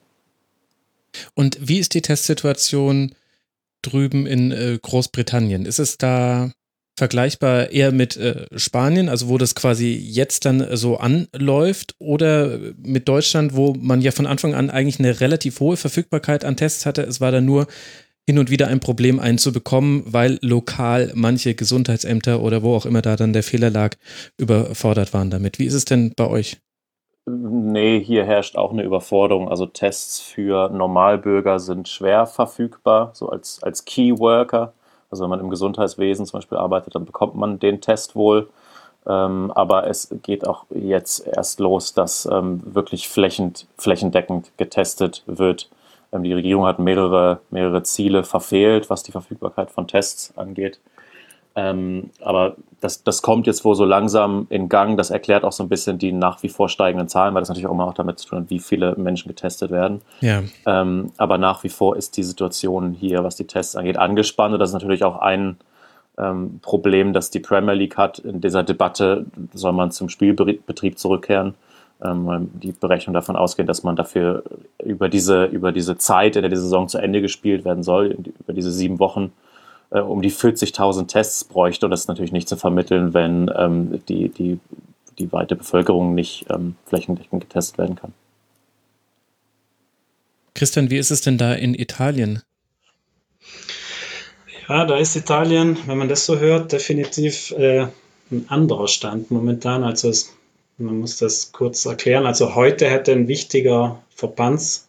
Und wie ist die Testsituation drüben in äh, Großbritannien? Ist es da vergleichbar eher mit äh, Spanien, also wo das quasi jetzt dann so anläuft, oder mit Deutschland, wo man ja von Anfang an eigentlich eine relativ hohe Verfügbarkeit an Tests hatte? Es war dann nur hin und wieder ein Problem, einen zu bekommen, weil lokal manche Gesundheitsämter oder wo auch immer da dann der Fehler lag, überfordert waren damit. Wie ist es denn bei euch? Nee, hier herrscht auch eine Überforderung. Also Tests für Normalbürger sind schwer verfügbar, so als, als Key Worker. Also wenn man im Gesundheitswesen zum Beispiel arbeitet, dann bekommt man den Test wohl. Ähm, aber es geht auch jetzt erst los, dass ähm, wirklich flächend, flächendeckend getestet wird. Die Regierung hat mehrere, mehrere Ziele verfehlt, was die Verfügbarkeit von Tests angeht. Ähm, aber das, das kommt jetzt wohl so langsam in Gang. Das erklärt auch so ein bisschen die nach wie vor steigenden Zahlen, weil das natürlich auch immer auch damit zu tun hat, wie viele Menschen getestet werden. Ja. Ähm, aber nach wie vor ist die Situation hier, was die Tests angeht, angespannt. Und das ist natürlich auch ein, ähm, Problem, das die Premier League hat. In dieser Debatte soll man zum Spielbetrieb zurückkehren. Ähm, die Berechnung davon ausgeht, dass man dafür über diese, über diese Zeit, in der die Saison zu Ende gespielt werden soll, über diese sieben Wochen, äh, um die vierzigtausend Tests bräuchte. Und das ist natürlich nicht zu vermitteln, wenn ähm, die, die, die weite Bevölkerung nicht ähm, flächendeckend getestet werden kann. Christian, wie ist es denn da in Italien? Ja, da ist Italien, wenn man das so hört, definitiv äh, ein anderer Stand momentan. Also es, man muss das kurz erklären. Also heute hätte ein wichtiger Verbandstag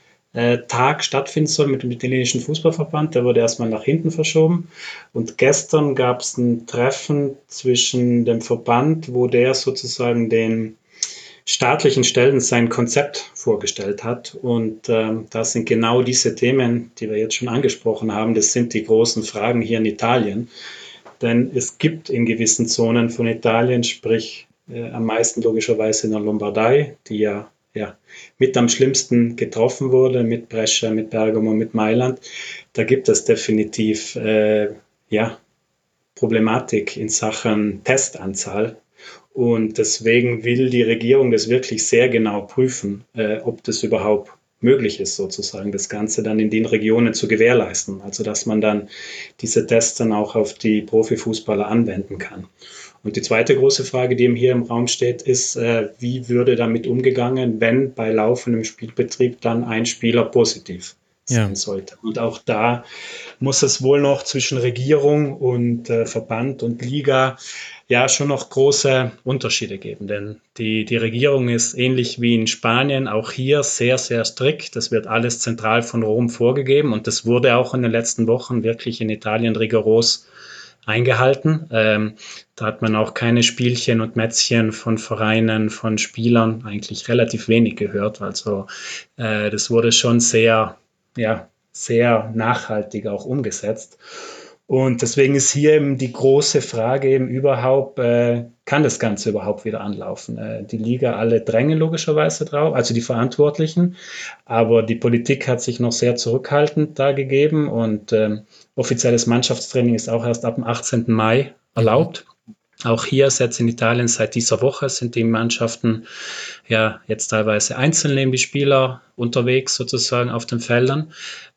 stattfinden sollen mit dem italienischen Fußballverband. Der wurde erstmal nach hinten verschoben. Und gestern gab es ein Treffen zwischen dem Verband, wo der sozusagen den staatlichen Stellen sein Konzept vorgestellt hat. Und ähm, das sind genau diese Themen, die wir jetzt schon angesprochen haben. Das sind die großen Fragen hier in Italien. Denn es gibt in gewissen Zonen von Italien, sprich äh, am meisten logischerweise in der Lombardei, die ja, ja mit am schlimmsten getroffen wurde, mit Brescia, mit Bergamo, mit Mailand. Da gibt es definitiv äh, ja, Problematik in Sachen Testanzahl. Und deswegen will die Regierung das wirklich sehr genau prüfen, äh, ob das überhaupt möglich ist, sozusagen das Ganze dann in den Regionen zu gewährleisten. Also dass man dann diese Tests dann auch auf die Profifußballer anwenden kann. Und die zweite große Frage, die eben hier im Raum steht, ist, äh, wie würde damit umgegangen, wenn bei laufendem Spielbetrieb dann ein Spieler positiv sein ja. sollte. Und auch da muss es wohl noch zwischen Regierung und äh, Verband und Liga ja schon noch große Unterschiede geben, denn die, die Regierung ist ähnlich wie in Spanien auch hier sehr, sehr strikt. Das wird alles zentral von Rom vorgegeben und das wurde auch in den letzten Wochen wirklich in Italien rigoros eingehalten. Ähm, da hat man auch keine Spielchen und Mätzchen von Vereinen, von Spielern, eigentlich relativ wenig gehört. Also äh, das wurde schon sehr, ja, sehr nachhaltig auch umgesetzt. Und deswegen ist hier eben die große Frage eben überhaupt, äh, kann das Ganze überhaupt wieder anlaufen? Äh, die Liga alle drängen logischerweise drauf, also die Verantwortlichen, aber die Politik hat sich noch sehr zurückhaltend da gegeben und ähm, offizielles Mannschaftstraining ist auch erst ab dem achtzehnten Mai erlaubt. Auch hier ist jetzt in Italien seit dieser Woche sind die Mannschaften ja jetzt teilweise einzeln neben die Spieler unterwegs sozusagen auf den Feldern.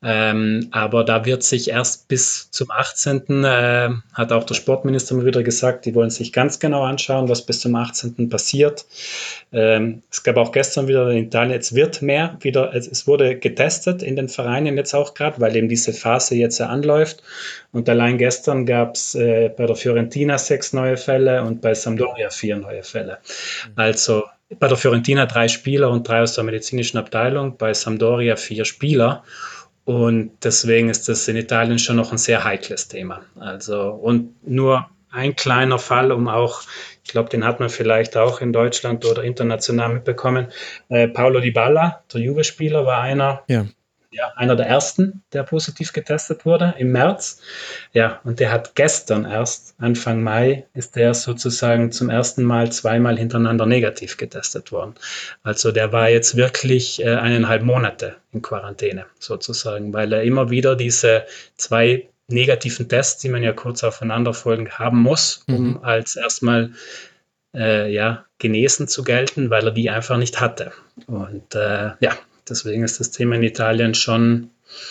Ähm, aber da wird sich erst bis zum achtzehnten Äh, hat auch der Sportminister mal wieder gesagt, die wollen sich ganz genau anschauen, was bis zum achtzehnten passiert. Ähm, es gab auch gestern wieder in Italien, jetzt wird mehr wieder, es, es wurde getestet in den Vereinen jetzt auch gerade, weil eben diese Phase jetzt ja anläuft. Und allein gestern gab es äh, bei der Fiorentina sechs neue Fälle und bei Sampdoria vier neue Fälle. Also bei der Fiorentina drei Spieler und drei aus der medizinischen Abteilung, bei Sampdoria vier Spieler. Und deswegen ist das in Italien schon noch ein sehr heikles Thema. Also, und nur ein kleiner Fall, um auch, ich glaube, den hat man vielleicht auch in Deutschland oder international mitbekommen. Äh, Paulo Dybala, der Juve-Spieler, war einer, ja. Ja, einer der ersten, der positiv getestet wurde im März. Ja, und der hat gestern erst, Anfang Mai, ist der sozusagen zum ersten Mal zweimal hintereinander negativ getestet worden. Also der war jetzt wirklich äh, eineinhalb Monate in Quarantäne sozusagen, weil er immer wieder diese zwei negativen Tests, die man ja kurz aufeinanderfolgend haben muss, um mhm. als erstmal äh, ja, genesen zu gelten, weil er die einfach nicht hatte. Und äh, ja, deswegen ist das Thema in Italien schon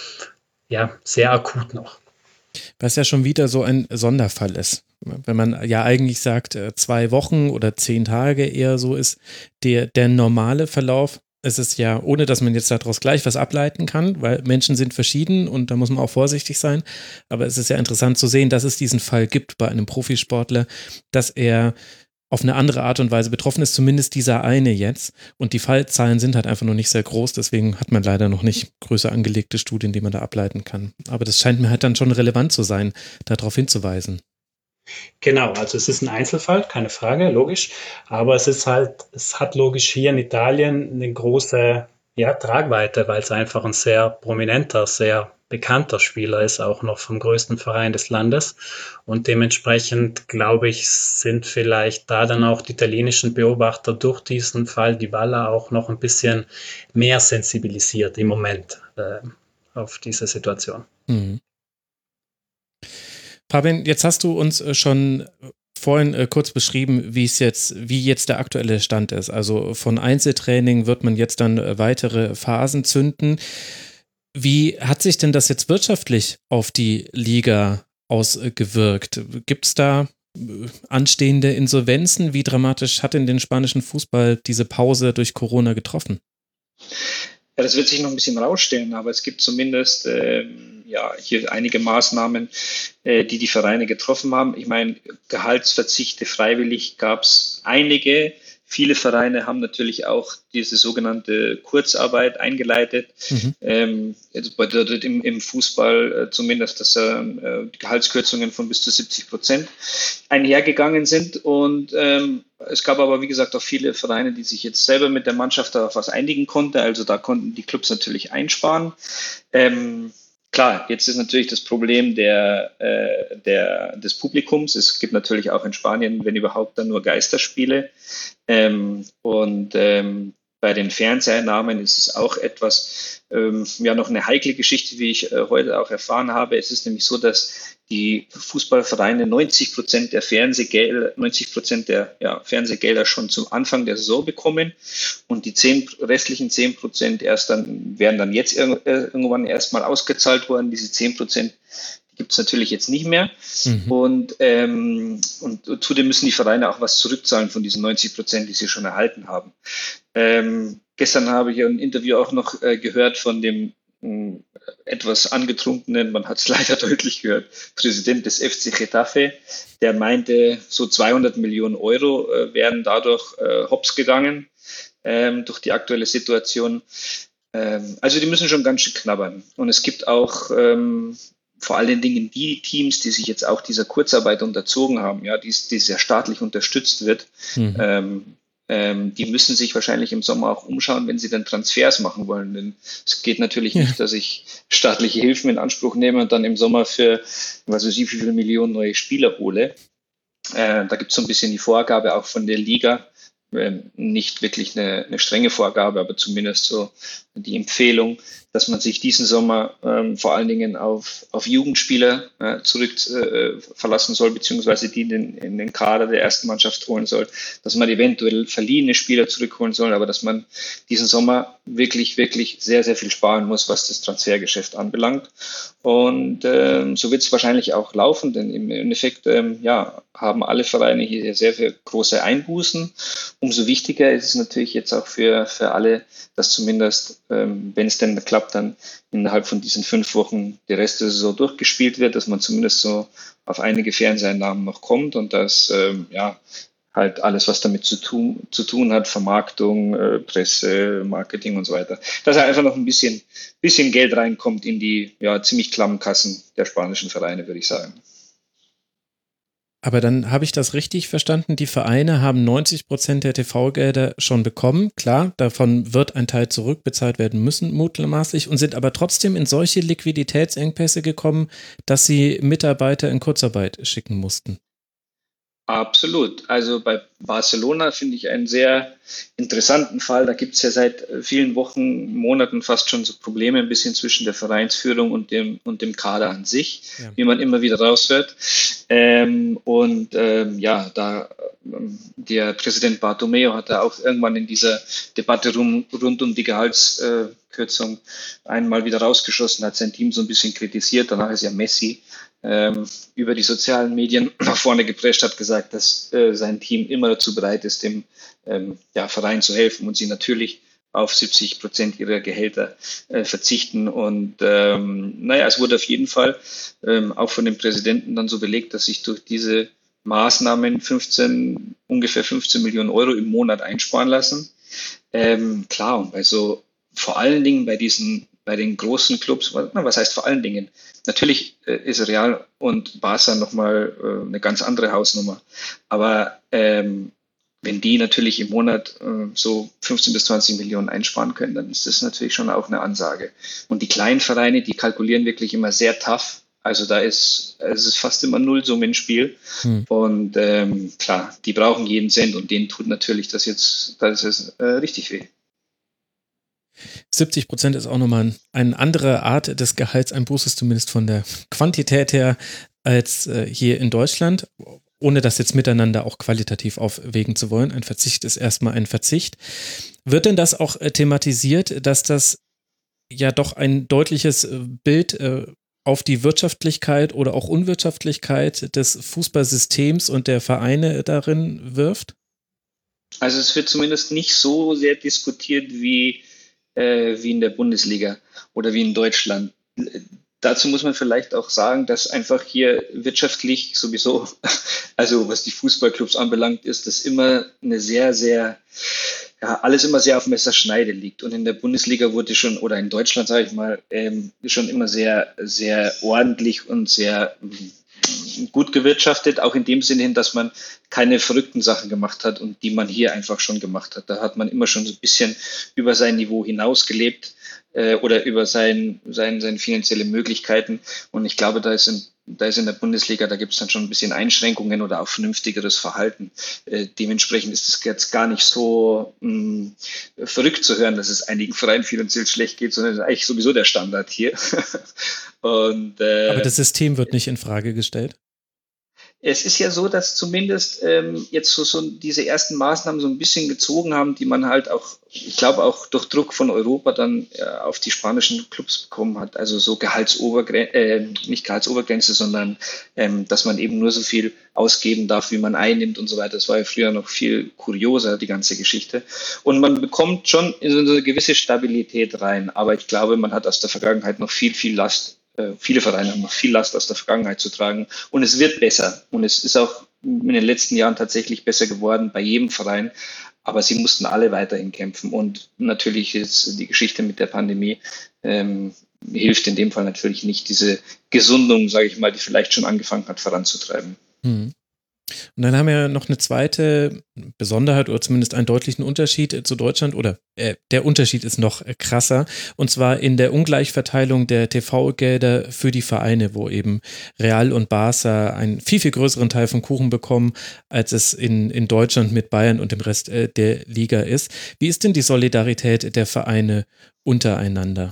ja, sehr akut noch. Was ja schon wieder so ein Sonderfall ist. Wenn man ja eigentlich sagt, zwei Wochen oder zehn Tage eher so ist, der, der normale Verlauf. Es ist ja, ohne dass man jetzt daraus gleich was ableiten kann, weil Menschen sind verschieden und da muss man auch vorsichtig sein. Aber es ist ja interessant zu sehen, dass es diesen Fall gibt bei einem Profisportler, dass er auf eine andere Art und Weise betroffen ist, zumindest dieser eine jetzt. Und die Fallzahlen sind halt einfach noch nicht sehr groß, deswegen hat man leider noch nicht größer angelegte Studien, die man da ableiten kann. Aber das scheint mir halt dann schon relevant zu sein, darauf hinzuweisen. Genau, also es ist ein Einzelfall, keine Frage, logisch. Aber es ist halt, es hat logisch hier in Italien eine große ja, Tragweite, weil es einfach ein sehr prominenter, sehr bekannter Spieler ist, auch noch vom größten Verein des Landes. Und dementsprechend, glaube ich, sind vielleicht da dann auch die italienischen Beobachter durch diesen Fall Dybala auch noch ein bisschen mehr sensibilisiert im Moment äh, auf diese Situation. Mhm. Fabian, jetzt hast du uns schon vorhin äh, kurz beschrieben, wie es jetzt, wie jetzt der aktuelle Stand ist. Also von Einzeltraining wird man jetzt dann äh, weitere Phasen zünden. Wie hat sich denn das jetzt wirtschaftlich auf die Liga ausgewirkt? Gibt es da äh, anstehende Insolvenzen? Wie dramatisch hat denn den spanischen Fußball diese Pause durch Corona getroffen? Ja, das wird sich noch ein bisschen rausstellen, aber es gibt zumindest äh, ja, hier einige Maßnahmen, äh, die die Vereine getroffen haben. Ich meine, Gehaltsverzichte freiwillig gab es einige. Viele Vereine haben natürlich auch diese sogenannte Kurzarbeit eingeleitet. Mhm. Ähm, jetzt bedeutet im, im Fußball äh, zumindest, dass äh, Gehaltskürzungen von bis zu siebzig Prozent einhergegangen sind. Und ähm, es gab aber, wie gesagt, auch viele Vereine, die sich jetzt selber mit der Mannschaft darauf was einigen konnten. Also da konnten die Clubs natürlich einsparen. Ähm, Klar, jetzt ist natürlich das Problem der, äh, der, des Publikums. Es gibt natürlich auch in Spanien, wenn überhaupt, dann nur Geisterspiele. Ähm, und ähm, bei den Fernseheinnahmen ist es auch etwas, ähm, ja, noch eine heikle Geschichte, wie ich äh, heute auch erfahren habe. Es ist nämlich so, dass die Fußballvereine neunzig Prozent der Fernsehgelder, neunzig Prozent der ja, Fernsehgelder schon zum Anfang der Saison bekommen und die zehn, restlichen zehn Prozent erst dann, werden dann jetzt ir- irgendwann erstmal ausgezahlt worden. Diese zehn Prozent gibt es natürlich jetzt nicht mehr. Mhm. Und, ähm, und zudem müssen die Vereine auch was zurückzahlen von diesen neunzig Prozent, die sie schon erhalten haben. Ähm, gestern habe ich ein Interview auch noch äh, gehört von dem mh, etwas angetrunkenen, man hat es leider deutlich gehört, Präsident des F C Getafe, der meinte, so zweihundert Millionen Euro äh, werden dadurch äh, hops gegangen ähm, durch die aktuelle Situation. Ähm, also die müssen schon ganz schön knabbern. Und es gibt auch ähm, vor allen Dingen die Teams, die sich jetzt auch dieser Kurzarbeit unterzogen haben, ja, die, die sehr staatlich unterstützt wird, mhm. ähm, ähm, die müssen sich wahrscheinlich im Sommer auch umschauen, wenn sie dann Transfers machen wollen. Denn es geht natürlich ja. nicht, dass ich staatliche Hilfen in Anspruch nehme und dann im Sommer für, was weiß ich, wie viele Millionen neue Spieler hole. Äh, da gibt es so ein bisschen die Vorgabe auch von der Liga, äh, nicht wirklich eine, eine strenge Vorgabe, aber zumindest so die Empfehlung, dass man sich diesen Sommer ähm, vor allen Dingen auf, auf Jugendspieler äh, zurück äh, verlassen soll, beziehungsweise die in den, in den Kader der ersten Mannschaft holen soll, dass man eventuell verliehene Spieler zurückholen soll, aber dass man diesen Sommer wirklich, wirklich sehr, sehr viel sparen muss, was das Transfergeschäft anbelangt. Und ähm, so wird es wahrscheinlich auch laufen, denn im Endeffekt ähm, ja, haben alle Vereine hier sehr, sehr große Einbußen. Umso wichtiger ist es natürlich jetzt auch für, für alle, dass zumindest, ähm, wenn es denn klappt, dann innerhalb von diesen fünf Wochen die Rest der Saison durchgespielt wird, dass man zumindest so auf einige Fernseheinnahmen noch kommt und dass ähm, ja halt alles, was damit zu tun, zu tun hat, Vermarktung, äh, Presse, Marketing und so weiter, dass einfach noch ein bisschen, bisschen Geld reinkommt in die ja ziemlich klammen Kassen der spanischen Vereine, würde ich sagen. Aber dann habe ich das richtig verstanden, die Vereine haben neunzig Prozent der T V-Gelder schon bekommen. Klar, davon wird ein Teil zurückbezahlt werden müssen, mutmaßlich, und sind aber trotzdem in solche Liquiditätsengpässe gekommen, dass sie Mitarbeiter in Kurzarbeit schicken mussten. Absolut. Also bei Barcelona finde ich einen sehr interessanten Fall. Da gibt es ja seit vielen Wochen, Monaten fast schon so Probleme ein bisschen zwischen der Vereinsführung und dem, und dem Kader an sich, ja. wie man immer wieder raushört. Ähm, und ähm, ja, da ähm, der Präsident Bartomeu hat da auch irgendwann in dieser Debatte rum, rund um die Gehaltskürzung einmal wieder rausgeschossen, hat sein Team so ein bisschen kritisiert. Danach ist ja Messi ähm, über die sozialen Medien nach vorne geprescht, hat gesagt, dass äh, sein Team immer dazu bereit ist, dem ähm, ja, Verein zu helfen und sie natürlich auf siebzig Prozent ihrer Gehälter äh, verzichten. Und ähm, naja, es wurde auf jeden Fall ähm, auch von dem Präsidenten dann so belegt, dass sich durch diese Maßnahmen fünfzehn, ungefähr fünfzehn Millionen Euro im Monat einsparen lassen. Ähm, klar, und bei so vor allen Dingen bei diesen bei den großen Clubs, na, was heißt vor allen Dingen? Natürlich äh, ist Real und Barca nochmal äh, eine ganz andere Hausnummer. Aber ähm, wenn die natürlich im Monat äh, so fünfzehn bis zwanzig Millionen einsparen können, dann ist das natürlich schon auch eine Ansage. Und die kleinen Vereine, die kalkulieren wirklich immer sehr tough. Also da ist es ist fast immer Nullsummenspiel. Hm. Und ähm, klar, die brauchen jeden Cent und denen tut natürlich das jetzt das ist, äh, richtig weh. siebzig Prozent ist auch nochmal eine andere Art des Gehaltseinbußes, zumindest von der Quantität her. als äh, hier in Deutschland, ohne das jetzt miteinander auch qualitativ aufwägen zu wollen. Ein Verzicht ist erstmal ein Verzicht. Wird denn das auch äh, thematisiert, dass das ja doch ein deutliches äh, Bild äh, auf die Wirtschaftlichkeit oder auch Unwirtschaftlichkeit des Fußballsystems und der Vereine darin wirft? Also es wird zumindest nicht so sehr diskutiert wie, äh, wie in der Bundesliga oder wie in Deutschland. Dazu muss man vielleicht auch sagen, dass einfach hier wirtschaftlich sowieso, also was die Fußballclubs anbelangt, ist das immer eine sehr, sehr, ja, alles immer sehr auf Messerschneide liegt. Und in der Bundesliga wurde schon, oder in Deutschland, sage ich mal, ähm, schon immer sehr, sehr ordentlich und sehr ähm, gut gewirtschaftet, auch in dem Sinne hin, dass man keine verrückten Sachen gemacht hat und die man hier einfach schon gemacht hat. Da hat man immer schon so ein bisschen über sein Niveau hinaus gelebt oder über sein, sein, seine finanzielle Möglichkeiten. Und ich glaube, da ist in, da ist in der Bundesliga, da gibt es dann schon ein bisschen Einschränkungen oder auch vernünftigeres Verhalten. Äh, dementsprechend ist es jetzt gar nicht so mh, verrückt zu hören, dass es einigen Vereinen finanziell schlecht geht, sondern das ist eigentlich sowieso der Standard hier. Und, äh, Aber das System wird nicht in Frage gestellt? Es ist ja so, dass zumindest ähm, jetzt so, so diese ersten Maßnahmen so ein bisschen gezogen haben, die man halt auch, ich glaube auch durch Druck von Europa dann äh, auf die spanischen Clubs bekommen hat. Also so Gehaltsobergrenze, äh, nicht Gehaltsobergrenze, sondern ähm, dass man eben nur so viel ausgeben darf, wie man einnimmt und so weiter. Das war ja früher noch viel kurioser, die ganze Geschichte. Und man bekommt schon in so eine gewisse Stabilität rein. Aber ich glaube, man hat aus der Vergangenheit noch viel, viel Last. Viele Vereine haben noch viel Last aus der Vergangenheit zu tragen und es wird besser und es ist auch in den letzten Jahren tatsächlich besser geworden bei jedem Verein, aber sie mussten alle weiterhin kämpfen und natürlich ist die Geschichte mit der Pandemie ähm, hilft in dem Fall natürlich nicht, diese Gesundung, sage ich mal, die vielleicht schon angefangen hat, voranzutreiben. Hm. Und dann haben wir noch eine zweite Besonderheit oder zumindest einen deutlichen Unterschied zu Deutschland oder äh, der Unterschied ist noch krasser und zwar in der Ungleichverteilung der T V-Gelder für die Vereine, wo eben Real und Barca einen viel, viel größeren Teil vom Kuchen bekommen, als es in, in Deutschland mit Bayern und dem Rest äh, der Liga ist. Wie ist denn die Solidarität der Vereine untereinander?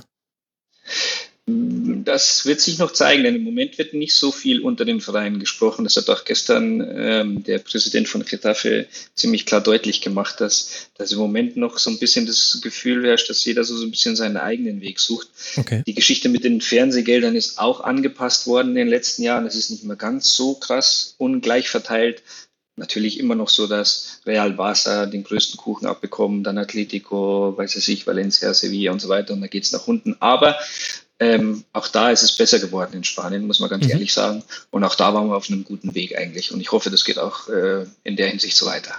Das wird sich noch zeigen, denn im Moment wird nicht so viel unter den Vereinen gesprochen. Das hat auch gestern ähm, der Präsident von Getafe ziemlich klar deutlich gemacht, dass, dass im Moment noch so ein bisschen das Gefühl herrscht, dass jeder so, so ein bisschen seinen eigenen Weg sucht. Okay. Die Geschichte mit den Fernsehgeldern ist auch angepasst worden in den letzten Jahren. Es ist nicht mehr ganz so krass ungleich verteilt. Natürlich immer noch so, dass Real Barca den größten Kuchen abbekommen, dann Atletico, weiß ich nicht, Valencia, Sevilla und so weiter und da geht es nach unten. Aber Ähm, auch da ist es besser geworden in Spanien, muss man ganz mhm. ehrlich sagen. Und auch da waren wir auf einem guten Weg eigentlich. Und ich hoffe, das geht auch äh, in der Hinsicht so weiter.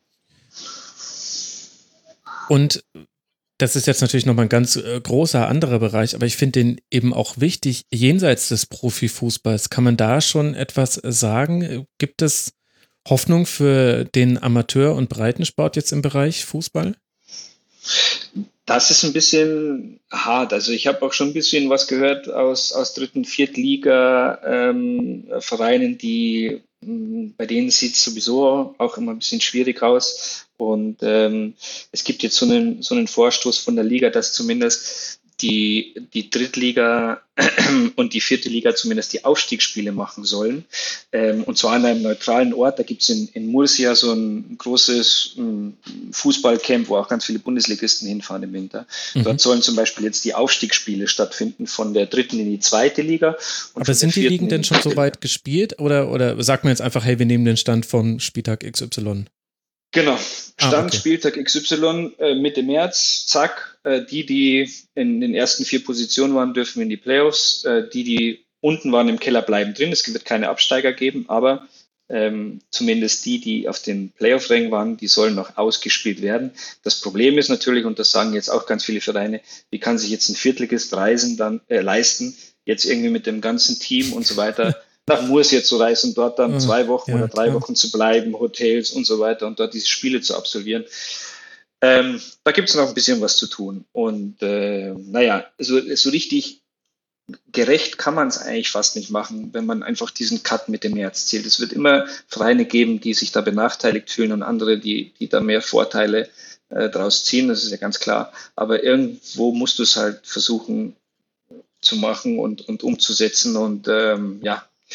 Und das ist jetzt natürlich nochmal ein ganz äh, großer anderer Bereich, aber ich finde den eben auch wichtig, jenseits des Profifußballs. Kann man da schon etwas sagen? Gibt es Hoffnung für den Amateur- und Breitensport jetzt im Bereich Fußball? Das ist ein bisschen hart. Also ich habe auch schon ein bisschen was gehört aus, aus dritten, Viertliga ähm, Vereinen, die mh, bei denen sieht es sowieso auch immer ein bisschen schwierig aus. Und ähm, es gibt jetzt so einen, so einen Vorstoß von der Liga, dass zumindest die, die Drittliga und die vierte Liga zumindest die Aufstiegsspiele machen sollen. Ähm, und zwar an einem neutralen Ort. Da gibt es in, in Murcia so ein großes ähm, Fußballcamp, wo auch ganz viele Bundesligisten hinfahren im Winter. Mhm. Dort sollen zum Beispiel jetzt die Aufstiegsspiele stattfinden von der dritten in die zweite Liga. Und aber sind die Ligen denn schon so weit gespielt? Oder, oder sagt man jetzt einfach, hey, wir nehmen den Stand von Spieltag X Y? Genau, Stand ah, okay. Spieltag X Y äh, Mitte März, zack, äh, die, die in den ersten vier Positionen waren, dürfen in die Playoffs, äh, die, die unten waren im Keller, bleiben drin, es wird keine Absteiger geben, aber ähm, zumindest die, die auf den Playoff-Rängen waren, die sollen noch ausgespielt werden. Das Problem ist natürlich, und das sagen jetzt auch ganz viele Vereine, wie kann sich jetzt ein Viertligist Reisen dann äh, leisten, jetzt irgendwie mit dem ganzen Team und so weiter, nach Murcia zu reisen, dort dann ja, zwei Wochen ja, oder drei klar. Wochen zu bleiben, Hotels und so weiter und dort diese Spiele zu absolvieren. Ähm, da gibt es noch ein bisschen was zu tun. Und äh, naja, so, so richtig gerecht kann man es eigentlich fast nicht machen, wenn man einfach diesen Cut mit dem März zählt. Es wird immer Vereine geben, die sich da benachteiligt fühlen und andere, die, die da mehr Vorteile äh, draus ziehen, das ist ja ganz klar. Aber irgendwo musst du es halt versuchen zu machen und, und umzusetzen und ähm, ja,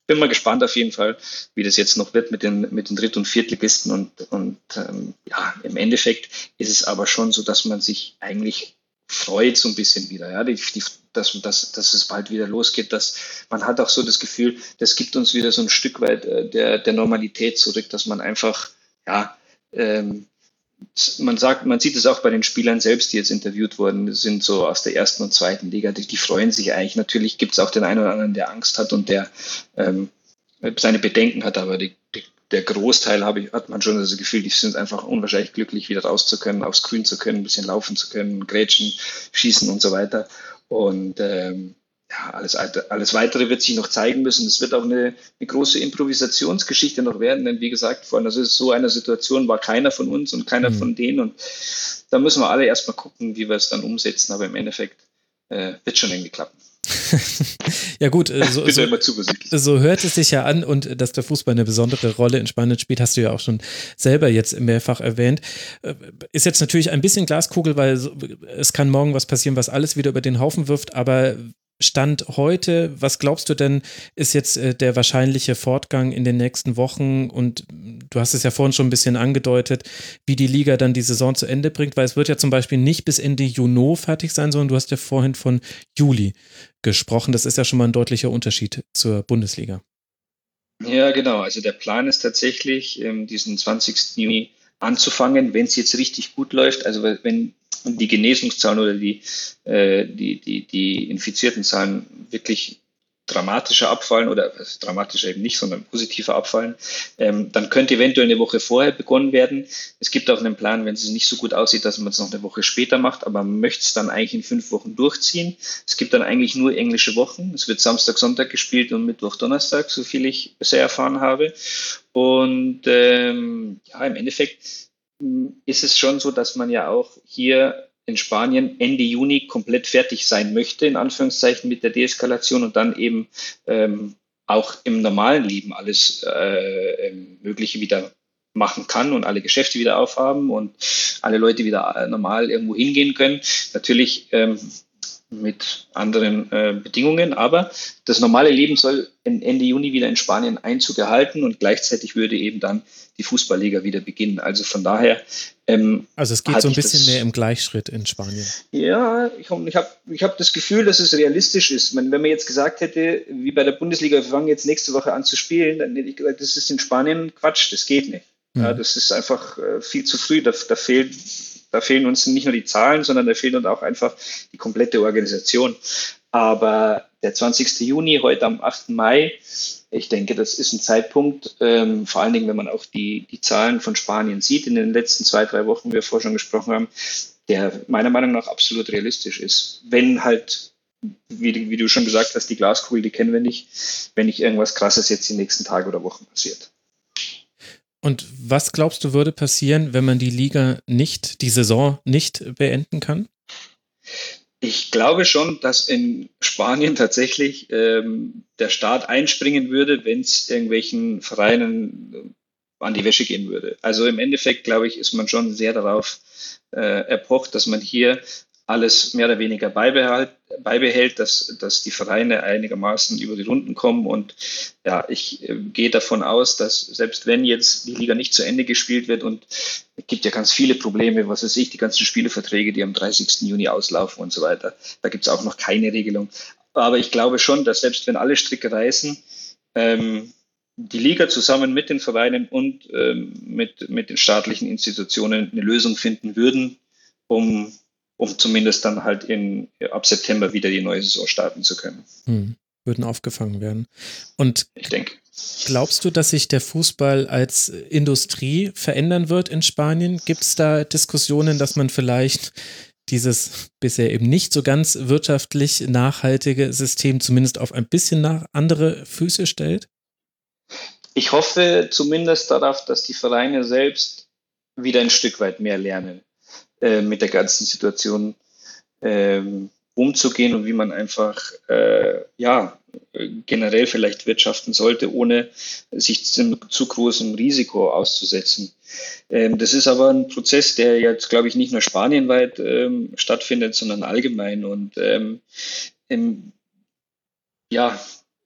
bin mal gespannt auf jeden Fall, wie das jetzt noch wird mit den, mit den Dritt- und Viertligisten. Und, und ähm, ja, im Endeffekt ist es aber schon so, dass man sich eigentlich freut so ein bisschen wieder, ja, die, die, dass, dass, dass es bald wieder losgeht, dass man hat auch so das Gefühl, das gibt uns wieder so ein Stück weit äh, der, der Normalität zurück, dass man einfach, ja, ähm, man sagt, man sieht es auch bei den Spielern selbst, die jetzt interviewt worden sind, so aus der ersten und zweiten Liga, die, die freuen sich eigentlich. Natürlich gibt es auch den einen oder anderen, der Angst hat und der ähm, seine Bedenken hat, aber die, die, der Großteil habe ich, hat man schon das Gefühl, die sind einfach unwahrscheinlich glücklich, wieder raus zu können, aufs Grün zu können, ein bisschen laufen zu können, grätschen, schießen und so weiter. Und ähm, ja, alles, alles Weitere wird sich noch zeigen müssen. Es wird auch eine, eine große Improvisationsgeschichte noch werden, denn wie gesagt, vor einer, so einer Situation war keiner von uns und keiner mhm. von denen. Und da müssen wir alle erstmal gucken, wie wir es dann umsetzen. Aber im Endeffekt äh, wird schon irgendwie klappen. Ja gut, so, so, so, so hört es sich ja an, und dass der Fußball eine besondere Rolle in Spanien spielt, hast du ja auch schon selber jetzt mehrfach erwähnt. Ist jetzt natürlich ein bisschen Glaskugel, weil es kann morgen was passieren, was alles wieder über den Haufen wirft, aber Stand heute, was glaubst du denn, ist jetzt äh, der wahrscheinliche Fortgang in den nächsten Wochen? Und du hast es ja vorhin schon ein bisschen angedeutet, wie die Liga dann die Saison zu Ende bringt, weil es wird ja zum Beispiel nicht bis Ende Juni fertig sein, sondern du hast ja vorhin von Juli gesprochen. Das ist ja schon mal ein deutlicher Unterschied zur Bundesliga. Ja, genau. Also der Plan ist tatsächlich, ähm, diesen zwanzigsten Juni anzufangen, wenn es jetzt richtig gut läuft. Also wenn die Genesungszahlen oder die, äh, die, die, die infizierten Zahlen wirklich dramatischer abfallen oder also dramatischer eben nicht, sondern positiver abfallen, ähm, dann könnte eventuell eine Woche vorher begonnen werden. Es gibt auch einen Plan, wenn es nicht so gut aussieht, dass man es noch eine Woche später macht, aber man möchte es dann eigentlich in fünf Wochen durchziehen. Es gibt dann eigentlich nur englische Wochen. Es wird Samstag, Sonntag gespielt und Mittwoch, Donnerstag, so viel ich bisher erfahren habe. Und ähm, ja, im Endeffekt ist es schon so, dass man ja auch hier in Spanien Ende Juni komplett fertig sein möchte, in Anführungszeichen mit der Deeskalation und dann eben ähm, auch im normalen Leben alles äh, Mögliche wieder machen kann und alle Geschäfte wieder aufhaben und alle Leute wieder normal irgendwo hingehen können. Natürlich ähm, mit anderen äh, Bedingungen, aber das normale Leben soll Ende Juni wieder in Spanien Einzug erhalten und gleichzeitig würde eben dann die Fußballliga wieder beginnen. Also von daher ähm, also es geht so ein bisschen das, mehr im Gleichschritt in Spanien. Ja, ich, ich habe ich hab das Gefühl, dass es realistisch ist. Wenn man jetzt gesagt hätte, wie bei der Bundesliga, wir fangen jetzt nächste Woche an zu spielen, dann hätte ich gesagt, das ist in Spanien Quatsch, das geht nicht. Mhm. Ja, das ist einfach äh, viel zu früh, da, da fehlt Da fehlen uns nicht nur die Zahlen, sondern da fehlt uns auch einfach die komplette Organisation. Aber der zwanzigsten Juni, heute am achten Mai, ich denke, das ist ein Zeitpunkt, ähm, vor allen Dingen, wenn man auch die, die Zahlen von Spanien sieht in den letzten zwei, drei Wochen, wie wir vorher schon gesprochen haben, der meiner Meinung nach absolut realistisch ist. Wenn halt, wie, wie du schon gesagt hast, die Glaskugel, die kennen wir nicht, wenn nicht irgendwas Krasses jetzt die nächsten Tage oder Wochen passiert. Und was glaubst du, würde passieren, wenn man die Liga nicht, die Saison nicht beenden kann? Ich glaube schon, dass in Spanien tatsächlich ähm, der Staat einspringen würde, wenn es irgendwelchen Vereinen an die Wäsche gehen würde. Also im Endeffekt, glaube ich, ist man schon sehr darauf äh, erpocht, dass man hier alles mehr oder weniger beibehält, beibehält dass, dass die Vereine einigermaßen über die Runden kommen. Und ja, ich äh, gehe davon aus, dass selbst wenn jetzt die Liga nicht zu Ende gespielt wird und es gibt ja ganz viele Probleme, was weiß ich, die ganzen Spieleverträge, die am dreißigsten Juni auslaufen und so weiter, da gibt es auch noch keine Regelung. Aber ich glaube schon, dass selbst wenn alle Stricke reißen, ähm, die Liga zusammen mit den Vereinen und ähm, mit, mit den staatlichen Institutionen eine Lösung finden würden, um um zumindest dann halt in, ab September wieder die neue Saison starten zu können. Hm, würden aufgefangen werden. Und ich denke. Glaubst du, dass sich der Fußball als Industrie verändern wird in Spanien? Gibt es da Diskussionen, dass man vielleicht dieses bisher eben nicht so ganz wirtschaftlich nachhaltige System zumindest auf ein bisschen nach andere Füße stellt? Ich hoffe zumindest darauf, dass die Vereine selbst wieder ein Stück weit mehr lernen, mit der ganzen Situation ähm, umzugehen und wie man einfach äh, ja generell vielleicht wirtschaften sollte, ohne sich zu, zu großem Risiko auszusetzen. Ähm, das ist aber ein Prozess, der jetzt, glaube ich, nicht nur spanienweit ähm, stattfindet, sondern allgemein. Und ähm, ähm, ja, ich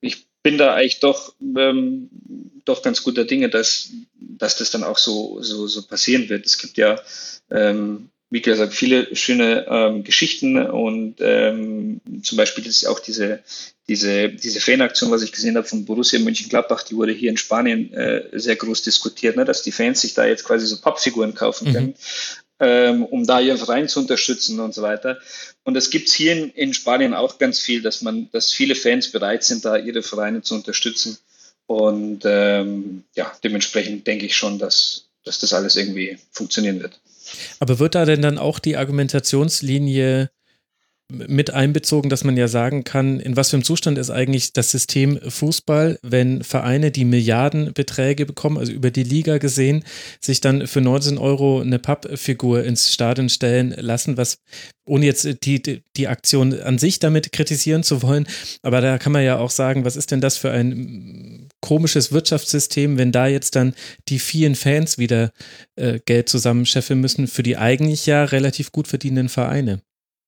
bin da eigentlich doch, ähm, doch ganz guter Dinge, dass, dass das dann auch so, so, so passieren wird. Es gibt ja, ähm, wie gesagt, viele schöne ähm, Geschichten und ähm, zum Beispiel ist auch diese, diese, diese Fanaktion, was ich gesehen habe von Borussia Mönchengladbach, die wurde hier in Spanien äh, sehr groß diskutiert, ne, dass die Fans sich da jetzt quasi so Pappfiguren kaufen können, mhm. ähm, um da ihren Verein zu unterstützen und so weiter. Und das gibt es hier in, in Spanien auch ganz viel, dass man, dass viele Fans bereit sind, da ihre Vereine zu unterstützen. Und ähm, ja, dementsprechend denke ich schon, dass, dass das alles irgendwie funktionieren wird. Aber wird da denn dann auch die Argumentationslinie mit einbezogen, dass man ja sagen kann, in was für einem Zustand ist eigentlich das System Fußball, wenn Vereine, die Milliardenbeträge bekommen, also über die Liga gesehen, sich dann für neunzehn Euro eine Pappfigur ins Stadion stellen lassen, was, ohne jetzt die, die Aktion an sich damit kritisieren zu wollen, aber da kann man ja auch sagen, was ist denn das für ein komisches Wirtschaftssystem, wenn da jetzt dann die vielen Fans wieder äh, Geld zusammenscheffeln müssen für die eigentlich ja relativ gut verdienenden Vereine.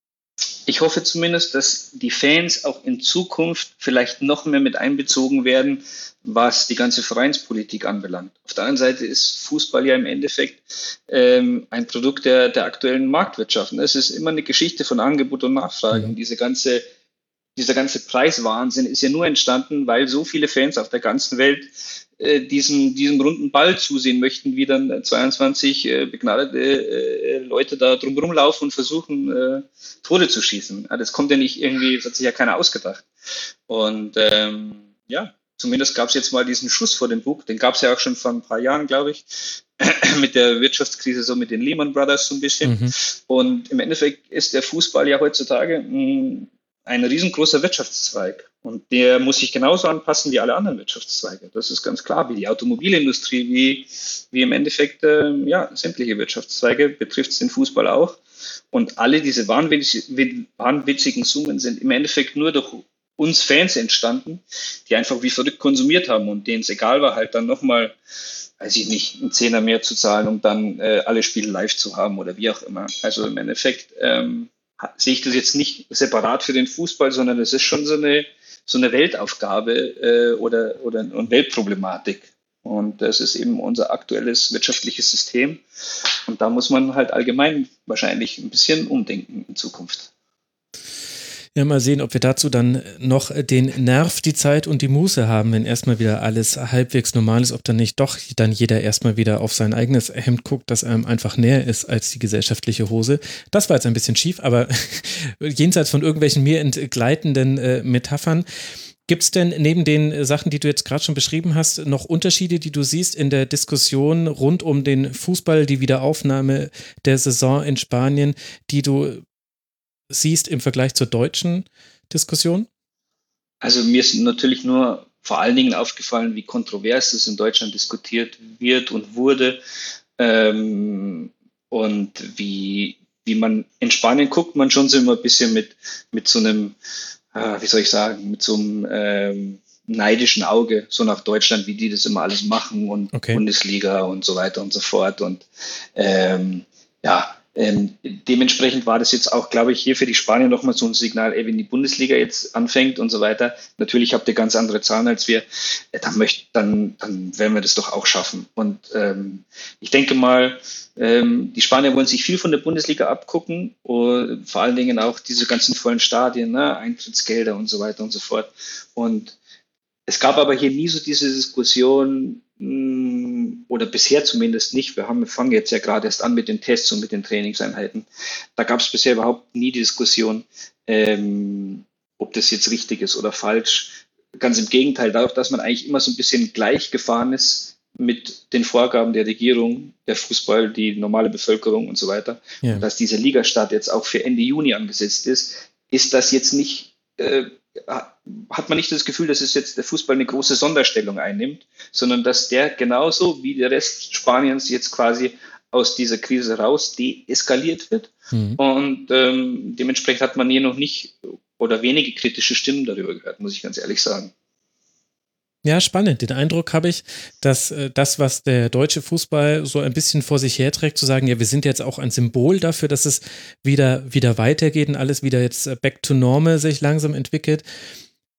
Ich hoffe zumindest, dass die Fans auch in Zukunft vielleicht noch mehr mit einbezogen werden, was die ganze Vereinspolitik anbelangt. Auf der anderen Seite ist Fußball ja im Endeffekt ähm, ein Produkt der, der aktuellen Marktwirtschaft. Es ist immer eine Geschichte von Angebot und Nachfrage. Und diese ganze, dieser ganze Preiswahnsinn ist ja nur entstanden, weil so viele Fans auf der ganzen Welt äh, diesem, diesem runden Ball zusehen möchten, wie dann zweiundzwanzig äh, begnadete äh, Leute da drumherum laufen und versuchen, äh, Tore zu schießen. Ja, das kommt ja nicht irgendwie, das hat sich ja keiner ausgedacht. Und ähm, ja, zumindest gab es jetzt mal diesen Schuss vor dem Bug. Den gab es ja auch schon vor ein paar Jahren, glaube ich, mit der Wirtschaftskrise, so mit den Lehman Brothers so ein bisschen. Mhm. Und im Endeffekt ist der Fußball ja heutzutage mh, ein riesengroßer Wirtschaftszweig. Und der muss sich genauso anpassen wie alle anderen Wirtschaftszweige. Das ist ganz klar, wie die Automobilindustrie, wie, wie im Endeffekt äh, ja, sämtliche Wirtschaftszweige, betrifft es den Fußball auch. Und alle diese wahnwitzigen, wahnwitzigen Summen sind im Endeffekt nur durch uns Fans entstanden, die einfach wie verrückt konsumiert haben und denen es egal war, halt dann nochmal, weiß ich nicht, einen Zehner mehr zu zahlen, um dann äh, alle Spiele live zu haben oder wie auch immer. Also im Endeffekt ähm, sehe ich das jetzt nicht separat für den Fußball, sondern es ist schon so eine, so eine Weltaufgabe äh, oder, oder eine Weltproblematik. Und das ist eben unser aktuelles wirtschaftliches System. Und da muss man halt allgemein wahrscheinlich ein bisschen umdenken in Zukunft. Ja, mal sehen, ob wir dazu dann noch den Nerv, die Zeit und die Muße haben, wenn erstmal wieder alles halbwegs normal ist, ob dann nicht doch dann jeder erstmal wieder auf sein eigenes Hemd guckt, das einem einfach näher ist als die gesellschaftliche Hose. Das war jetzt ein bisschen schief, aber jenseits von irgendwelchen mir entgleitenden äh, Metaphern. Gibt es denn neben den Sachen, die du jetzt gerade schon beschrieben hast, noch Unterschiede, die du siehst in der Diskussion rund um den Fußball, die Wiederaufnahme der Saison in Spanien, die du siehst im Vergleich zur deutschen Diskussion? Also mir ist natürlich nur vor allen Dingen aufgefallen, wie kontrovers es in Deutschland diskutiert wird und wurde ähm, und wie, wie man in Spanien guckt, man schon so immer ein bisschen mit, mit so einem wie soll ich sagen, mit so einem ähm, neidischen Auge, so nach Deutschland, wie die das immer alles machen und okay. Bundesliga und so weiter und so fort. Und ähm, ja, ähm, dementsprechend war das jetzt auch, glaube ich, hier für die Spanier nochmal so ein Signal, ey, wenn die Bundesliga jetzt anfängt und so weiter, natürlich habt ihr ganz andere Zahlen als wir, äh, dann, möcht, dann, dann werden wir das doch auch schaffen. Und ähm, ich denke mal, ähm, die Spanier wollen sich viel von der Bundesliga abgucken, und vor allen Dingen auch diese ganzen vollen Stadien, ne, Eintrittsgelder und so weiter und so fort. Und es gab aber hier nie so diese Diskussion, mh, oder bisher zumindest nicht. Wir haben, wir fangen jetzt ja gerade erst an mit den Tests und mit den Trainingseinheiten. Da gab es bisher überhaupt nie die Diskussion, ähm, ob das jetzt richtig ist oder falsch. Ganz im Gegenteil, dadurch, dass man eigentlich immer so ein bisschen gleich gefahren ist mit den Vorgaben der Regierung, der Fußball, die normale Bevölkerung und so weiter, ja. Und dass dieser Ligastart jetzt auch für Ende Juni angesetzt ist, ist das jetzt nicht, äh, hat man nicht das Gefühl, dass es jetzt der Fußball eine große Sonderstellung einnimmt, sondern dass der genauso wie der Rest Spaniens jetzt quasi aus dieser Krise raus deeskaliert wird. Mhm. Und ähm, dementsprechend hat man hier noch nicht oder wenige kritische Stimmen darüber gehört, muss ich ganz ehrlich sagen. Ja, spannend. Den Eindruck habe ich, dass äh, das, was der deutsche Fußball so ein bisschen vor sich herträgt, zu sagen, ja, wir sind jetzt auch ein Symbol dafür, dass es wieder, wieder weitergeht und alles wieder jetzt back to normal sich langsam entwickelt.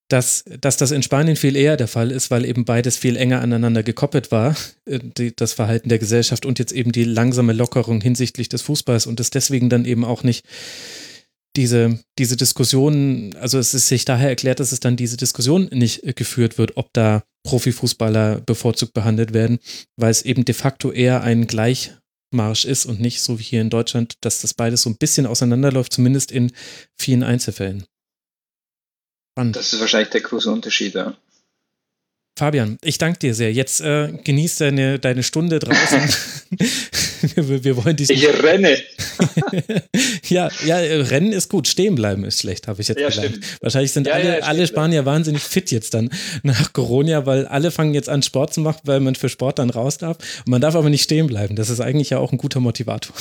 dass, dass das in Spanien viel eher der Fall ist, weil eben beides viel enger aneinander gekoppelt war, die, das Verhalten der Gesellschaft und jetzt eben die langsame Lockerung hinsichtlich des Fußballs und es deswegen dann eben auch nicht diese, diese Diskussion, also es ist sich daher erklärt, dass es dann diese Diskussion nicht geführt wird, ob da Profifußballer bevorzugt behandelt werden, weil es eben de facto eher ein Gleichmarsch ist und nicht so wie hier in Deutschland, dass das beides so ein bisschen auseinanderläuft, zumindest in vielen Einzelfällen. Spannend. Das ist wahrscheinlich der große Unterschied, ja. Fabian, ich danke dir sehr. Jetzt äh, genieß deine, deine Stunde draußen. wir, wir wollen dich. Ich renne. ja, ja, Rennen ist gut. Stehen bleiben ist schlecht, habe ich jetzt ja, gelernt. Stimmt. Wahrscheinlich sind ja, alle, ja, alle Spanier wahnsinnig fit jetzt dann nach Corona, weil alle fangen jetzt an, Sport zu machen, weil man für Sport dann raus darf. Und man darf aber nicht stehen bleiben. Das ist eigentlich ja auch ein guter Motivator.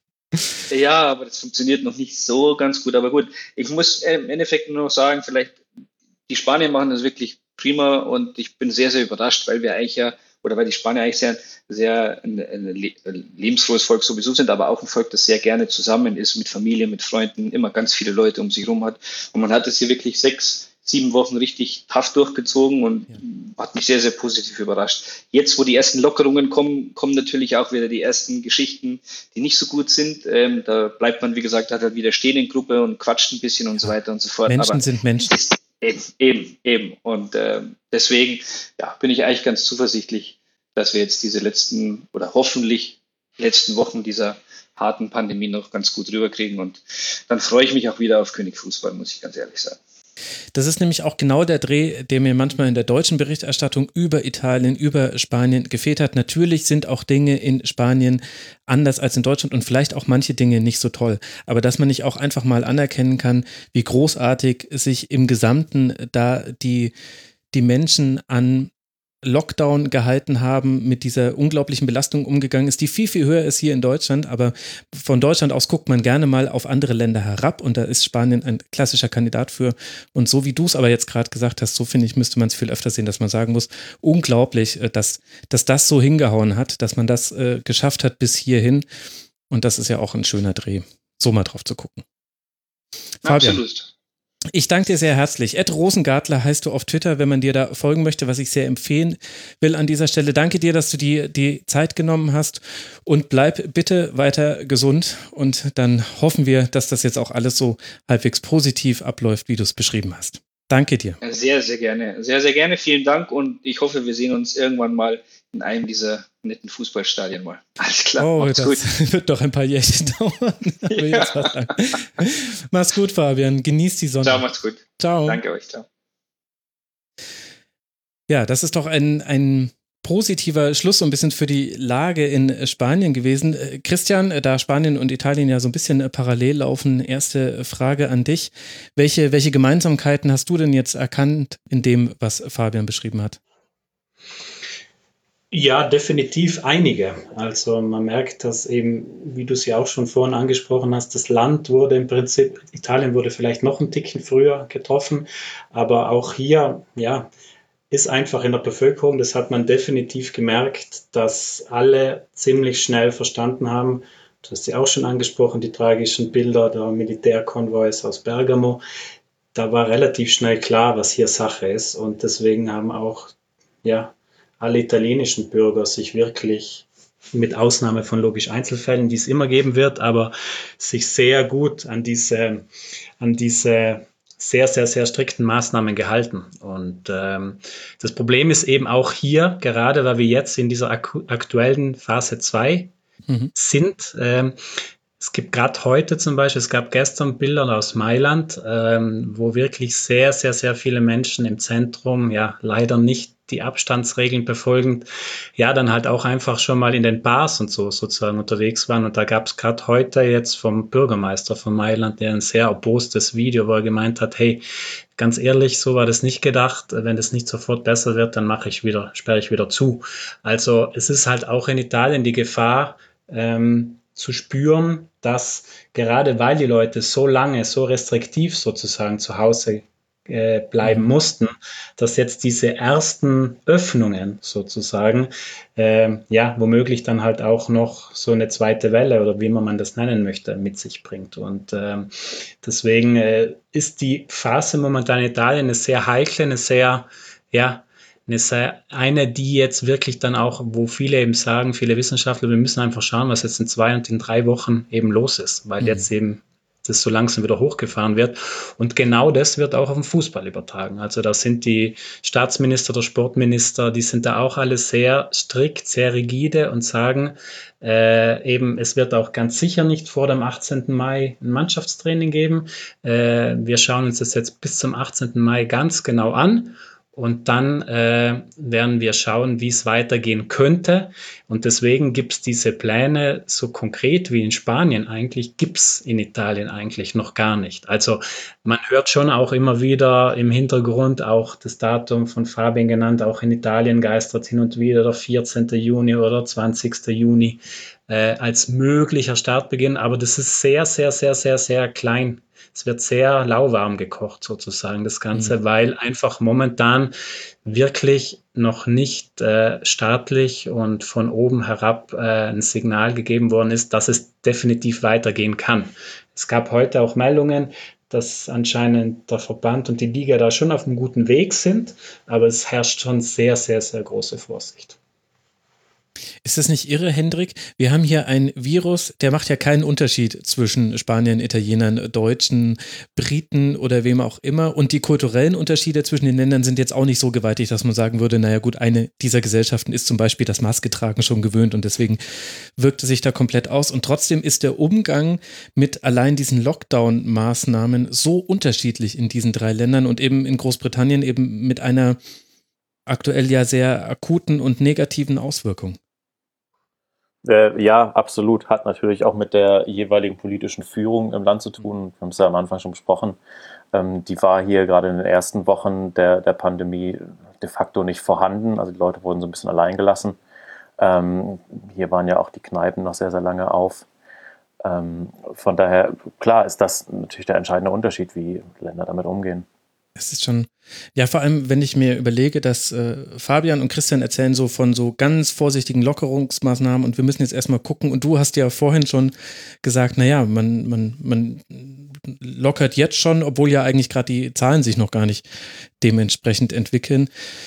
Ja, aber das funktioniert noch nicht so ganz gut. Aber gut, ich muss im Endeffekt nur noch sagen, vielleicht die Spanier machen das wirklich prima und ich bin sehr, sehr überrascht, weil wir eigentlich ja, oder weil die Spanier eigentlich sehr, sehr ein, ein lebensfrohes Volk sowieso sind, aber auch ein Volk, das sehr gerne zusammen ist, mit Familie, mit Freunden, immer ganz viele Leute um sich herum hat. Und man hat es hier wirklich sechs, sieben Wochen richtig tough durchgezogen und ja. hat mich sehr, sehr positiv überrascht. Jetzt, wo die ersten Lockerungen kommen, kommen natürlich auch wieder die ersten Geschichten, die nicht so gut sind. Ähm, da bleibt man, wie gesagt, hat halt wieder stehen in Gruppe und quatscht ein bisschen und so weiter und so fort. Menschen aber sind Menschen. Eben, eben, eben. Und äh, deswegen ja, bin ich eigentlich ganz zuversichtlich, dass wir jetzt diese letzten oder hoffentlich letzten Wochen dieser harten Pandemie noch ganz gut rüberkriegen. Und dann freue ich mich auch wieder auf König Fußball, muss ich ganz ehrlich sagen. Das ist nämlich auch genau der Dreh, der mir manchmal in der deutschen Berichterstattung über Italien, über Spanien gefehlt hat. Natürlich sind auch Dinge in Spanien anders als in Deutschland und vielleicht auch manche Dinge nicht so toll. Aber dass man nicht auch einfach mal anerkennen kann, wie großartig sich im Gesamten da die, die Menschen an Lockdown gehalten haben, mit dieser unglaublichen Belastung umgegangen ist, die viel, viel höher ist hier in Deutschland, aber von Deutschland aus guckt man gerne mal auf andere Länder herab und da ist Spanien ein klassischer Kandidat für und so wie du es aber jetzt gerade gesagt hast, so finde ich, müsste man es viel öfter sehen, dass man sagen muss, unglaublich, dass, dass das so hingehauen hat, dass man das äh, geschafft hat bis hierhin und das ist ja auch ein schöner Dreh, so mal drauf zu gucken. Fabian. Absolut. Ich danke dir sehr herzlich. Ed Rosengartler heißt du auf Twitter, wenn man dir da folgen möchte, was ich sehr empfehlen will an dieser Stelle. Danke dir, dass du die, die Zeit genommen hast und bleib bitte weiter gesund und dann hoffen wir, dass das jetzt auch alles so halbwegs positiv abläuft, wie du es beschrieben hast. Danke dir. Sehr, sehr gerne. Sehr, sehr gerne. Vielen Dank und ich hoffe, wir sehen uns irgendwann mal in einem dieser netten Fußballstadien mal. Alles klar. Oh, Macht's das gut. wird doch ein paar Jährchen dauern. Ja. Mach's gut, Fabian. Genieß die Sonne. Ciao, macht's gut. Ciao. Danke euch. Ciao. Ja, das ist doch ein, ein positiver Schluss so ein bisschen für die Lage in Spanien gewesen. Christian, da Spanien und Italien ja so ein bisschen parallel laufen, erste Frage an dich. Welche, welche Gemeinsamkeiten hast du denn jetzt erkannt in dem, was Fabian beschrieben hat? Ja, definitiv einige. Also man merkt, dass eben, wie du es ja auch schon vorhin angesprochen hast, das Land wurde im Prinzip, Italien wurde vielleicht noch ein Ticken früher getroffen, aber auch hier, ja, ist einfach in der Bevölkerung, das hat man definitiv gemerkt, dass alle ziemlich schnell verstanden haben, du hast ja auch schon angesprochen, die tragischen Bilder der Militärkonvois aus Bergamo, da war relativ schnell klar, was hier Sache ist und deswegen haben auch, ja, alle italienischen Bürger sich wirklich, mit Ausnahme von logisch Einzelfällen, die es immer geben wird, aber sich sehr gut an diese, an diese sehr, sehr, sehr strikten Maßnahmen gehalten. Und ähm, das Problem ist eben auch hier, gerade weil wir jetzt in dieser ak- aktuellen Phase zwei mhm. sind, ähm, es gibt gerade heute zum Beispiel, es gab gestern Bilder aus Mailand, ähm, wo wirklich sehr, sehr, sehr viele Menschen im Zentrum, ja, leider nicht die Abstandsregeln befolgend, ja, dann halt auch einfach schon mal in den Bars und so sozusagen unterwegs waren. Und da gab es gerade heute jetzt vom Bürgermeister von Mailand, der ein sehr erbosstes Video, wo er gemeint hat, hey, ganz ehrlich, so war das nicht gedacht. Wenn das nicht sofort besser wird, dann mache ich wieder, sperre ich wieder zu. Also es ist halt auch in Italien die Gefahr, ähm, zu spüren, dass gerade weil die Leute so lange, so restriktiv sozusagen zu Hause äh, bleiben mussten, dass jetzt diese ersten Öffnungen sozusagen, äh, ja, womöglich dann halt auch noch so eine zweite Welle oder wie man das nennen möchte, mit sich bringt. Und ähm, deswegen äh, ist die Phase momentan in Italien eine sehr heikle, eine sehr, ja, eine, sehr, eine, die jetzt wirklich dann auch, wo viele eben sagen, viele Wissenschaftler, wir müssen einfach schauen, was jetzt in zwei und in drei Wochen eben los ist, weil mhm. jetzt eben das so langsam wieder hochgefahren wird. Und genau das wird auch auf den Fußball übertragen. Also da sind die Staatsminister, der Sportminister, die sind da auch alle sehr strikt, sehr rigide und sagen, äh, eben, es wird auch ganz sicher nicht vor dem achtzehnten Mai ein Mannschaftstraining geben. Äh, wir schauen uns das jetzt bis zum achtzehnten Mai ganz genau an. Und dann äh, werden wir schauen, wie es weitergehen könnte. Und deswegen gibt es diese Pläne so konkret wie in Spanien eigentlich, gibt es in Italien eigentlich noch gar nicht. Also man hört schon auch immer wieder im Hintergrund auch das Datum von Fabian genannt, auch in Italien geistert hin und wieder der vierzehnten Juni oder zwanzigsten Juni äh, als möglicher Startbeginn. Aber das ist sehr, sehr, sehr, sehr, sehr klein. Es wird sehr lauwarm gekocht sozusagen, das Ganze, mhm. weil einfach momentan wirklich noch nicht äh, staatlich und von oben herab äh, ein Signal gegeben worden ist, dass es definitiv weitergehen kann. Es gab heute auch Meldungen, dass anscheinend der Verband und die Liga da schon auf einem guten Weg sind, aber es herrscht schon sehr, sehr, sehr große Vorsicht. Ist das nicht irre, Hendrik? Wir haben hier ein Virus, der macht ja keinen Unterschied zwischen Spaniern, Italienern, Deutschen, Briten oder wem auch immer. Und die kulturellen Unterschiede zwischen den Ländern sind jetzt auch nicht so gewaltig, dass man sagen würde, naja gut, eine dieser Gesellschaften ist zum Beispiel das Masketragen schon gewöhnt und deswegen wirkt es sich da komplett aus. Und trotzdem ist der Umgang mit allein diesen Lockdown-Maßnahmen so unterschiedlich in diesen drei Ländern und eben in Großbritannien eben mit einer aktuell ja sehr akuten und negativen Auswirkung. Äh, ja, absolut. Hat natürlich auch mit der jeweiligen politischen Führung im Land zu tun. Wir haben es ja am Anfang schon besprochen. Ähm, die war hier gerade in den ersten Wochen der, der Pandemie de facto nicht vorhanden. Also die Leute wurden so ein bisschen allein gelassen. Ähm, hier waren ja auch die Kneipen noch sehr, sehr lange auf. Ähm, von daher, klar, ist das natürlich der entscheidende Unterschied, wie Länder damit umgehen. Es ist schon, ja, vor allem, wenn ich mir überlege, dass äh, Fabian und Christian erzählen so von so ganz vorsichtigen Lockerungsmaßnahmen und wir müssen jetzt erstmal gucken und du hast ja vorhin schon gesagt, naja, man, man, man lockert jetzt schon, obwohl ja eigentlich gerade die Zahlen sich noch gar nicht dementsprechend entwickeln.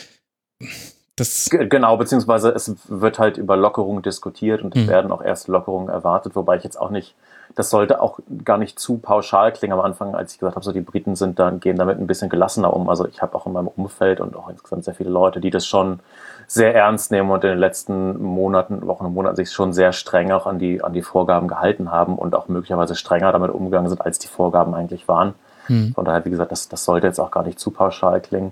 Das genau, beziehungsweise es wird halt über Lockerungen diskutiert und es mhm. werden auch erste Lockerungen erwartet, wobei ich jetzt auch nicht, das sollte auch gar nicht zu pauschal klingen am Anfang, als ich gesagt habe, so die Briten sind dann, gehen damit ein bisschen gelassener um. Also ich habe auch in meinem Umfeld und auch insgesamt sehr viele Leute, die das schon sehr ernst nehmen und in den letzten Monaten, Wochen und Monaten sich schon sehr streng auch an die, an die Vorgaben gehalten haben und auch möglicherweise strenger damit umgegangen sind, als die Vorgaben eigentlich waren. Mhm. Von daher, wie gesagt, das, das sollte jetzt auch gar nicht zu pauschal klingen.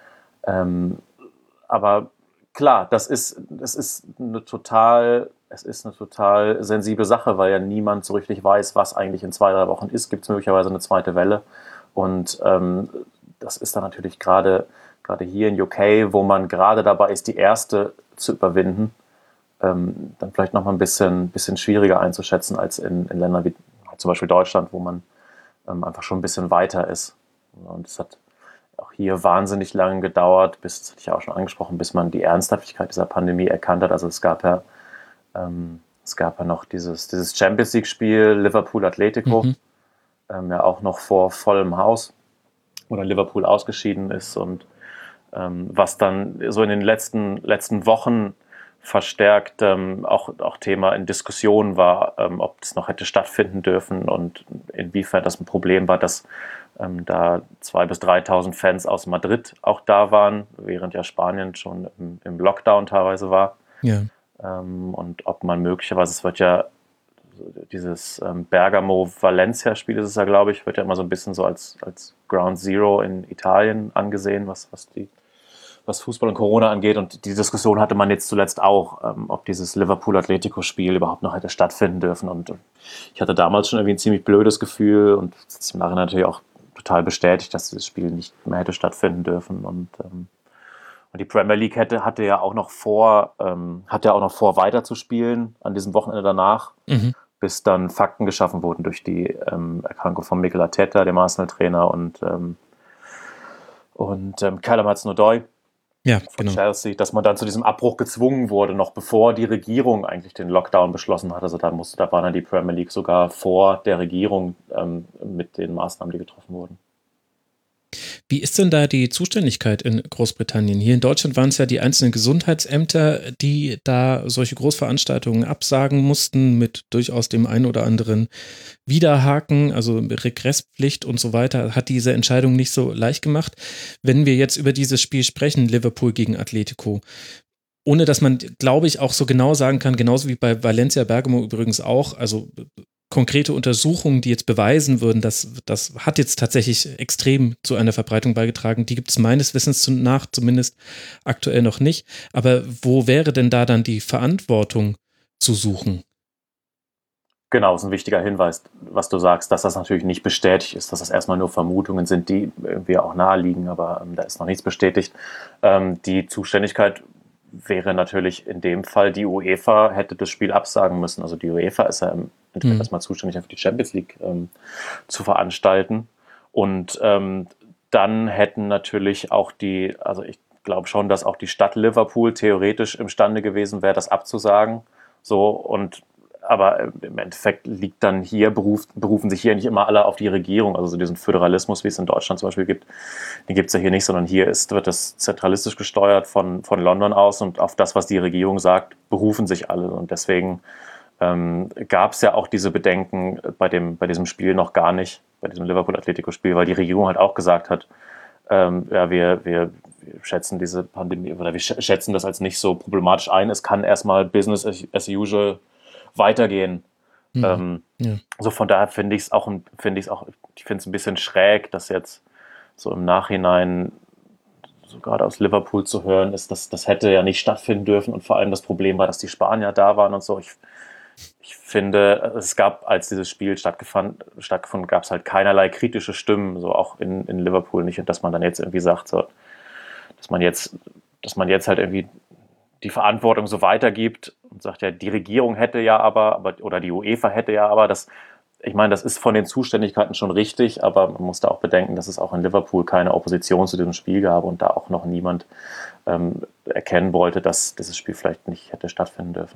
Ähm, aber klar, das ist, das ist eine total, es ist eine total sensible Sache, weil ja niemand so richtig weiß, was eigentlich in zwei, drei Wochen ist. Gibt es möglicherweise eine zweite Welle? Und ähm, das ist dann natürlich gerade, gerade hier in U K, wo man gerade dabei ist, die erste zu überwinden, ähm, dann vielleicht noch mal ein bisschen, bisschen schwieriger einzuschätzen als in, in Ländern wie zum Beispiel Deutschland, wo man ähm, einfach schon ein bisschen weiter ist. Und es hat auch hier wahnsinnig lange gedauert, bis, das hatte ich ja auch schon angesprochen, bis man die Ernsthaftigkeit dieser Pandemie erkannt hat. Also es gab ja, ähm, es gab ja noch dieses, dieses Champions League-Spiel Liverpool-Atletico, mhm. ähm, ja auch noch vor vollem Haus, wo dann Liverpool ausgeschieden ist und ähm, was dann so in den letzten, letzten Wochen verstärkt ähm, auch, auch Thema in Diskussion war, ähm, ob es noch hätte stattfinden dürfen und inwiefern das ein Problem war, dass ähm, da zweitausend bis dreitausend Fans aus Madrid auch da waren, während ja Spanien schon im, im Lockdown teilweise war. Ja. Ähm, und ob man möglicherweise, es wird ja dieses ähm, Bergamo-Valencia-Spiel ist es ja, glaube ich, wird ja immer so ein bisschen so als, als Ground Zero in Italien angesehen, was, was die was Fußball und Corona angeht. Und die Diskussion hatte man jetzt zuletzt auch, ähm, ob dieses Liverpool-Atletico-Spiel überhaupt noch hätte stattfinden dürfen. Und äh, ich hatte damals schon irgendwie ein ziemlich blödes Gefühl und das ist im Nachhinein natürlich auch total bestätigt, dass dieses Spiel nicht mehr hätte stattfinden dürfen. Und, ähm, und die Premier League hätte, hatte ja auch noch vor, ähm, hatte ja auch noch vor, weiterzuspielen an diesem Wochenende danach, mhm. bis dann Fakten geschaffen wurden durch die ähm, Erkrankung von Mikel Arteta, dem Arsenal-Trainer, und ähm, und ähm, Callum Hudson-Odoi Ja, von genau. Chelsea, dass man dann zu diesem Abbruch gezwungen wurde, noch bevor die Regierung eigentlich den Lockdown beschlossen hat. Also da musste, da war dann die Premier League sogar vor der Regierung ähm, mit den Maßnahmen, die getroffen wurden. Wie ist denn da die Zuständigkeit in Großbritannien? Hier in Deutschland waren es ja die einzelnen Gesundheitsämter, die da solche Großveranstaltungen absagen mussten, mit durchaus dem einen oder anderen Widerhaken, also Regresspflicht und so weiter, hat diese Entscheidung nicht so leicht gemacht. Wenn wir jetzt über dieses Spiel sprechen, Liverpool gegen Atletico, ohne dass man, glaube ich, auch so genau sagen kann, genauso wie bei Valencia Bergamo übrigens auch, also konkrete Untersuchungen, die jetzt beweisen würden, dass das hat jetzt tatsächlich extrem zu einer Verbreitung beigetragen. Die gibt es meines Wissens nach zumindest aktuell noch nicht. Aber wo wäre denn da dann die Verantwortung zu suchen? Genau, das ist ein wichtiger Hinweis, was du sagst, dass das natürlich nicht bestätigt ist, dass das erstmal nur Vermutungen sind, die irgendwie auch naheliegen, aber ähm, da ist noch nichts bestätigt. Ähm, die Zuständigkeit wäre natürlich in dem Fall, die UEFA hätte das Spiel absagen müssen. Also die UEFA ist ja im Endeffekt mhm. erstmal zuständig, für die Champions League ähm, zu veranstalten. Und ähm, dann hätten natürlich auch die, also ich glaube schon, dass auch die Stadt Liverpool theoretisch imstande gewesen wäre, das abzusagen. So, und aber im Endeffekt liegt dann hier, beruf, berufen sich hier nicht immer alle auf die Regierung, also so diesen Föderalismus, wie es in Deutschland zum Beispiel gibt, den gibt es ja hier nicht, sondern hier ist, wird das zentralistisch gesteuert von, von London aus und auf das, was die Regierung sagt, berufen sich alle. Und deswegen ähm, gab es ja auch diese Bedenken bei, dem, bei diesem Spiel noch gar nicht, bei diesem Liverpool-Atletico-Spiel, weil die Regierung halt auch gesagt hat, ähm, ja, wir, wir, wir schätzen diese Pandemie, oder wir schätzen das als nicht so problematisch ein. Es kann erstmal Business as usual weitergehen. Mhm. Ähm, ja. So von daher finde ich es auch, finde ich es auch, ich finde es ein bisschen schräg, dass jetzt so im Nachhinein so gerade aus Liverpool zu hören ist, dass das hätte ja nicht stattfinden dürfen und vor allem das Problem war, dass die Spanier da waren und so. Ich, ich finde, es gab, als dieses Spiel stattgefunden, stattgefunden gab es halt keinerlei kritische Stimmen, so auch in, in Liverpool nicht, und dass man dann jetzt irgendwie sagt, so, dass man jetzt, dass man jetzt halt irgendwie die Verantwortung so weitergibt und sagt, ja, die Regierung hätte ja aber, aber oder die UEFA hätte ja aber, das, ich meine, das ist von den Zuständigkeiten schon richtig, aber man muss da auch bedenken, dass es auch in Liverpool keine Opposition zu diesem Spiel gab und da auch noch niemand ähm, erkennen wollte, dass dieses Spiel vielleicht nicht hätte stattfinden dürfen.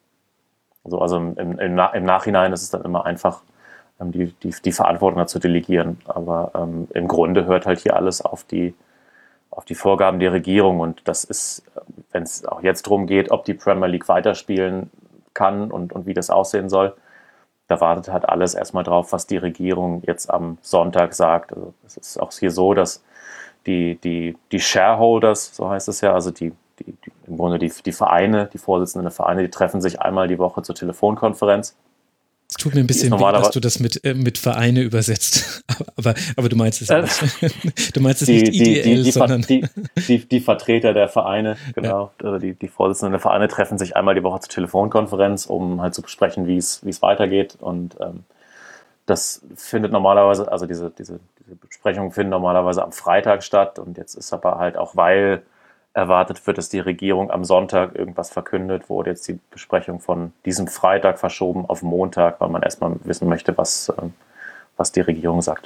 Also, also im, im, im Nachhinein ist es dann immer einfach, ähm, die, die, die Verantwortung dazu delegieren, aber ähm, im Grunde hört halt hier alles auf die auf die Vorgaben der Regierung, und das ist, wenn es auch jetzt darum geht, ob die Premier League weiterspielen kann und, und wie das aussehen soll, da wartet halt alles erstmal drauf, was die Regierung jetzt am Sonntag sagt. Also es ist auch hier so, dass die, die, die Shareholders, so heißt es ja, also die, die, die im Grunde die, die Vereine, die Vorsitzenden der Vereine, die treffen sich einmal die Woche zur Telefonkonferenz. Es tut mir ein bisschen weh, dass du das mit, äh, mit Vereine übersetzt, aber, aber du meinst es äh, nicht. Du meinst es die, nicht ideell, die, die, sondern... Die, die, die Vertreter der Vereine, genau, ja. die, die Vorsitzenden der Vereine treffen sich einmal die Woche zur Telefonkonferenz, um halt zu besprechen, wie es, wie es weitergeht, und ähm, das findet normalerweise, also diese, diese, diese Besprechungen finden normalerweise am Freitag statt, und jetzt ist aber halt auch, weil erwartet wird, dass die Regierung am Sonntag irgendwas verkündet, wurde jetzt die Besprechung von diesem Freitag verschoben auf Montag, weil man erstmal wissen möchte, was, was die Regierung sagt.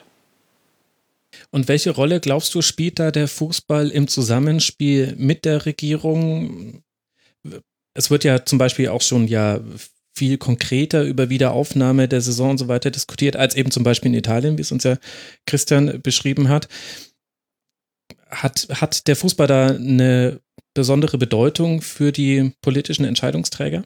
Und welche Rolle, glaubst du, spielt da der Fußball im Zusammenspiel mit der Regierung? Es wird ja zum Beispiel auch schon ja viel konkreter über Wiederaufnahme der Saison und so weiter diskutiert, als eben zum Beispiel in Italien, wie es uns ja Christian beschrieben hat. Hat, hat der Fußball da eine besondere Bedeutung für die politischen Entscheidungsträger?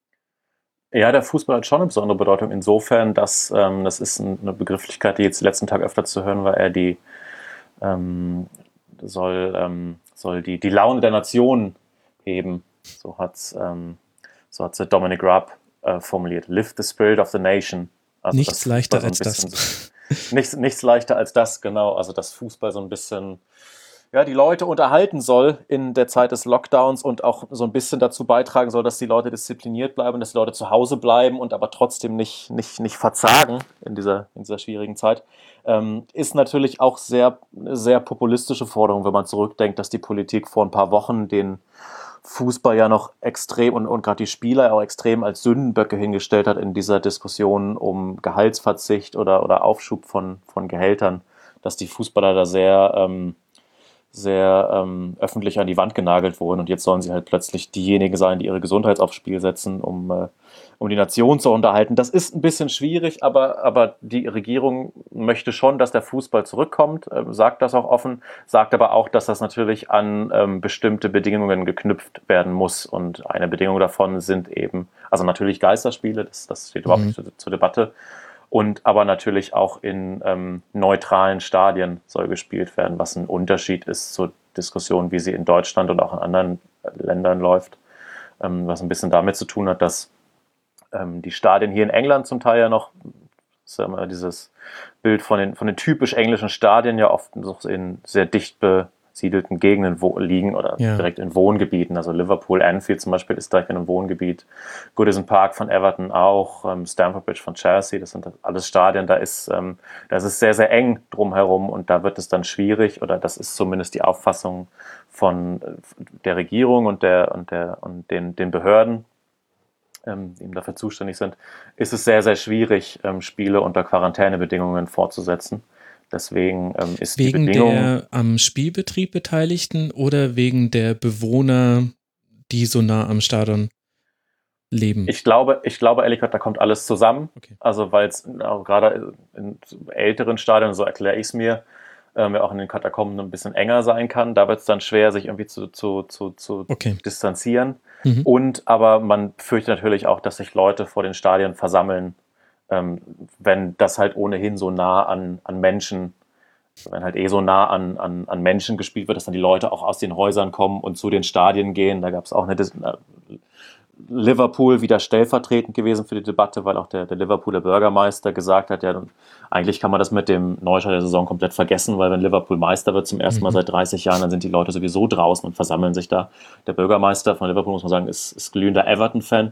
Ja, der Fußball hat schon eine besondere Bedeutung insofern, dass ähm, das ist eine Begrifflichkeit, die jetzt letzten Tag öfter zu hören war, er die ähm, soll, ähm, soll die, die Laune der Nation heben. So hat es ähm, so hat's Dominic Raab äh, formuliert. Lift the spirit of the nation. Also nichts leichter so als das. So, nichts, nichts leichter als das, genau. Also dass Fußball so ein bisschen ja, die Leute unterhalten soll in der Zeit des Lockdowns und auch so ein bisschen dazu beitragen soll, dass die Leute diszipliniert bleiben, dass die Leute zu Hause bleiben und aber trotzdem nicht, nicht, nicht verzagen in dieser, in dieser schwierigen Zeit, ähm, ist natürlich auch sehr, eine sehr populistische Forderung, wenn man zurückdenkt, dass die Politik vor ein paar Wochen den Fußball ja noch extrem und, und gerade die Spieler auch extrem als Sündenböcke hingestellt hat in dieser Diskussion um Gehaltsverzicht oder, oder Aufschub von, von Gehältern, dass die Fußballer da sehr... Ähm, sehr ähm, öffentlich an die Wand genagelt wurden und jetzt sollen sie halt plötzlich diejenigen sein, die ihre Gesundheit aufs Spiel setzen, um, äh, um die Nation zu unterhalten. Das ist ein bisschen schwierig, aber, aber die Regierung möchte schon, dass der Fußball zurückkommt, äh, sagt das auch offen, sagt aber auch, dass das natürlich an ähm, bestimmte Bedingungen geknüpft werden muss und eine Bedingung davon sind eben, also natürlich Geisterspiele, das, das steht überhaupt nicht mhm. zur, zur Debatte, und aber natürlich auch in ähm, neutralen Stadien soll gespielt werden, was ein Unterschied ist zur Diskussion, wie sie in Deutschland und auch in anderen Ländern läuft, ähm, was ein bisschen damit zu tun hat, dass ähm, die Stadien hier in England zum Teil ja noch, sagen wir, dieses Bild von den, von den typisch englischen Stadien ja oft so in sehr dicht besiedelten Gegenden wo, liegen oder ja. direkt in Wohngebieten. Also Liverpool, Anfield zum Beispiel ist direkt in einem Wohngebiet. Goodison Park von Everton auch, ähm, Stamford Bridge von Chelsea, das sind alles Stadien, da ist, ähm, das ist sehr, sehr eng drumherum und da wird es dann schwierig, oder das ist zumindest die Auffassung von der Regierung und, der, und, der, und den, den Behörden, ähm, die eben dafür zuständig sind, ist es sehr, sehr schwierig, ähm, Spiele unter Quarantänebedingungen fortzusetzen. Deswegen ähm, ist wegen die Bedingung... Wegen der am Spielbetrieb Beteiligten oder wegen der Bewohner, die so nah am Stadion leben? Ich glaube, ich glaube ehrlich gesagt, da kommt alles zusammen. Okay. Also weil es gerade in älteren Stadien, so erkläre ich es mir, ähm, ja auch in den Katakomben ein bisschen enger sein kann. Da wird es dann schwer, sich irgendwie zu, zu, zu, zu okay. distanzieren. Mhm. Und aber man fürchtet natürlich auch, dass sich Leute vor den Stadien versammeln, Ähm, wenn das halt ohnehin so nah an, an Menschen, wenn halt eh so nah an, an, an Menschen gespielt wird, dass dann die Leute auch aus den Häusern kommen und zu den Stadien gehen. Da gab es auch eine Dis- Liverpool wieder stellvertretend gewesen für die Debatte, weil auch der, der Liverpooler Bürgermeister gesagt hat, ja, eigentlich kann man das mit dem Neustart der Saison komplett vergessen, weil wenn Liverpool Meister wird zum ersten Mal seit dreißig Jahren, dann sind die Leute sowieso draußen und versammeln sich da. Der Bürgermeister von Liverpool, muss man sagen, ist, ist glühender Everton-Fan.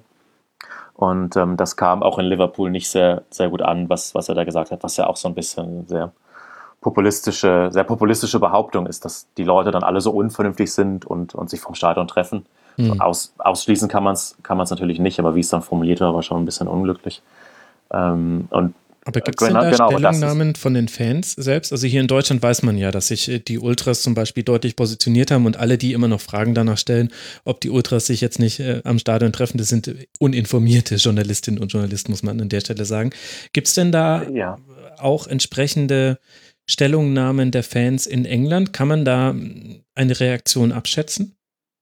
Und ähm, das kam auch in Liverpool nicht sehr, sehr gut an, was, was er da gesagt hat, was ja auch so ein bisschen sehr populistische, sehr populistische Behauptung ist, dass die Leute dann alle so unvernünftig sind und, und sich vom Stadion treffen. Mhm. So aus, ausschließen kann man es kann man's natürlich nicht, aber wie es dann formuliert war, war schon ein bisschen unglücklich. Ähm, und Aber gibt es denn da genau, Stellungnahmen von den Fans selbst? Also hier in Deutschland weiß man ja, dass sich die Ultras zum Beispiel deutlich positioniert haben und alle, die immer noch Fragen danach stellen, ob die Ultras sich jetzt nicht äh, am Stadion treffen, das sind uninformierte Journalistinnen und Journalisten, muss man an der Stelle sagen. Gibt es denn da ja. auch entsprechende Stellungnahmen der Fans in England? Kann man da eine Reaktion abschätzen?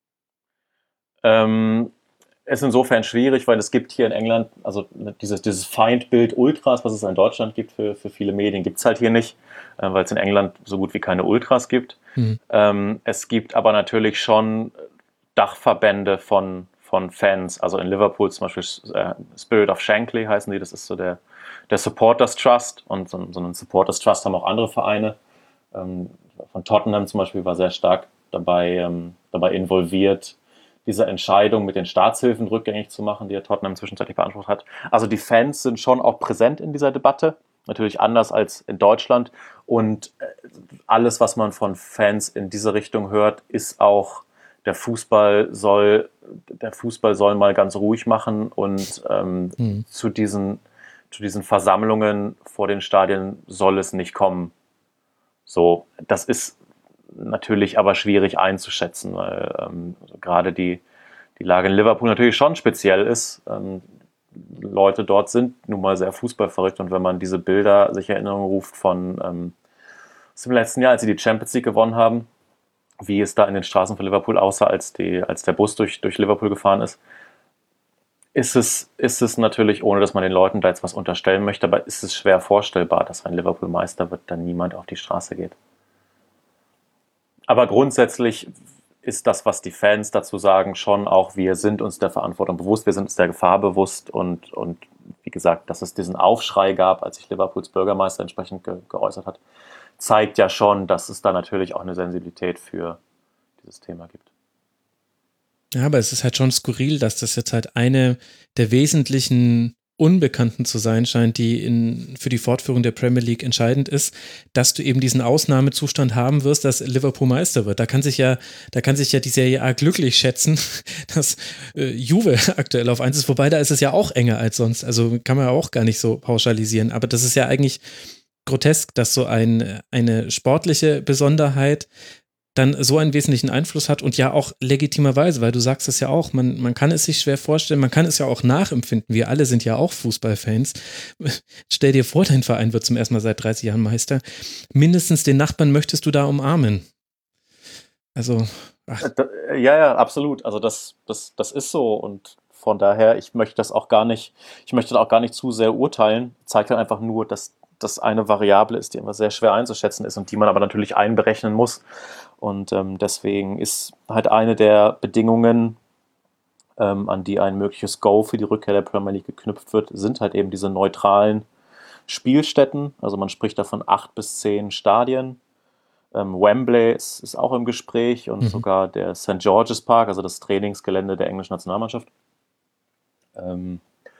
Ähm Es ist insofern schwierig, weil es gibt hier in England, also dieses, dieses Feindbild Ultras, was es in Deutschland gibt für, für viele Medien, gibt es halt hier nicht, äh, weil es in England so gut wie keine Ultras gibt. Mhm. Ähm, es gibt aber natürlich schon Dachverbände von, von Fans, also in Liverpool zum Beispiel äh, Spirit of Shankly heißen die, das ist so der, der Supporters Trust, und so, so einen Supporters Trust haben auch andere Vereine. Ähm, von Tottenham zum Beispiel war sehr stark dabei, ähm, dabei involviert, diese Entscheidung mit den Staatshilfen rückgängig zu machen, die ja Tottenham zwischenzeitlich beansprucht hat. Also die Fans sind schon auch präsent in dieser Debatte, natürlich anders als in Deutschland. Und alles, was man von Fans in diese Richtung hört, ist auch, der Fußball soll, der Fußball soll mal ganz ruhig machen und ähm, mhm. zu diesen, zu diesen Versammlungen vor den Stadien soll es nicht kommen. So, das ist natürlich aber schwierig einzuschätzen, weil ähm, gerade die, die Lage in Liverpool natürlich schon speziell ist. Ähm, Leute dort sind nun mal sehr fußballverrückt, und wenn man diese Bilder sich in Erinnerung ruft von ähm, aus dem letzten Jahr, als sie die Champions League gewonnen haben, wie es da in den Straßen von Liverpool aussah, als, die, als der Bus durch, durch Liverpool gefahren ist, ist es, ist es natürlich, ohne dass man den Leuten da jetzt was unterstellen möchte, aber ist es schwer vorstellbar, dass wenn Liverpool Meister wird, dann niemand auf die Straße geht. Aber grundsätzlich ist das, was die Fans dazu sagen, schon auch, wir sind uns der Verantwortung bewusst, wir sind uns der Gefahr bewusst, und, und wie gesagt, dass es diesen Aufschrei gab, als sich Liverpools Bürgermeister entsprechend ge- geäußert hat, zeigt ja schon, dass es da natürlich auch eine Sensibilität für dieses Thema gibt. Ja, aber es ist halt schon skurril, dass das jetzt halt eine der wesentlichen Unbekannten zu sein scheint, die in, für die Fortführung der Premier League entscheidend ist, dass du eben diesen Ausnahmezustand haben wirst, dass Liverpool Meister wird. Da kann sich ja, da kann sich ja die Serie A glücklich schätzen, dass äh, Juve aktuell auf eins ist, wobei da ist es ja auch enger als sonst. Also kann man ja auch gar nicht so pauschalisieren. Aber das ist ja eigentlich grotesk, dass so ein, eine sportliche Besonderheit dann so einen wesentlichen Einfluss hat und ja auch legitimerweise, weil du sagst es ja auch, man, man kann es sich schwer vorstellen, man kann es ja auch nachempfinden, wir alle sind ja auch Fußballfans. Stell dir vor, dein Verein wird zum ersten Mal seit dreißig Jahren Meister. Mindestens den Nachbarn möchtest du da umarmen. Also, ach. Ja, ja, absolut. Also das, das, das ist so und von daher, ich möchte das auch gar nicht, ich möchte da auch gar nicht zu sehr urteilen. Zeigt halt einfach nur, dass das eine Variable ist, die immer sehr schwer einzuschätzen ist und die man aber natürlich einberechnen muss. Und ähm, deswegen ist halt eine der Bedingungen, ähm, an die ein mögliches Go für die Rückkehr der Premier League geknüpft wird, sind halt eben diese neutralen Spielstätten. Also man spricht davon acht bis zehn Stadien. Ähm, Wembley ist, ist auch im Gespräch und mhm. sogar der Saint George's Park, also das Trainingsgelände der englischen Nationalmannschaft. Ähm,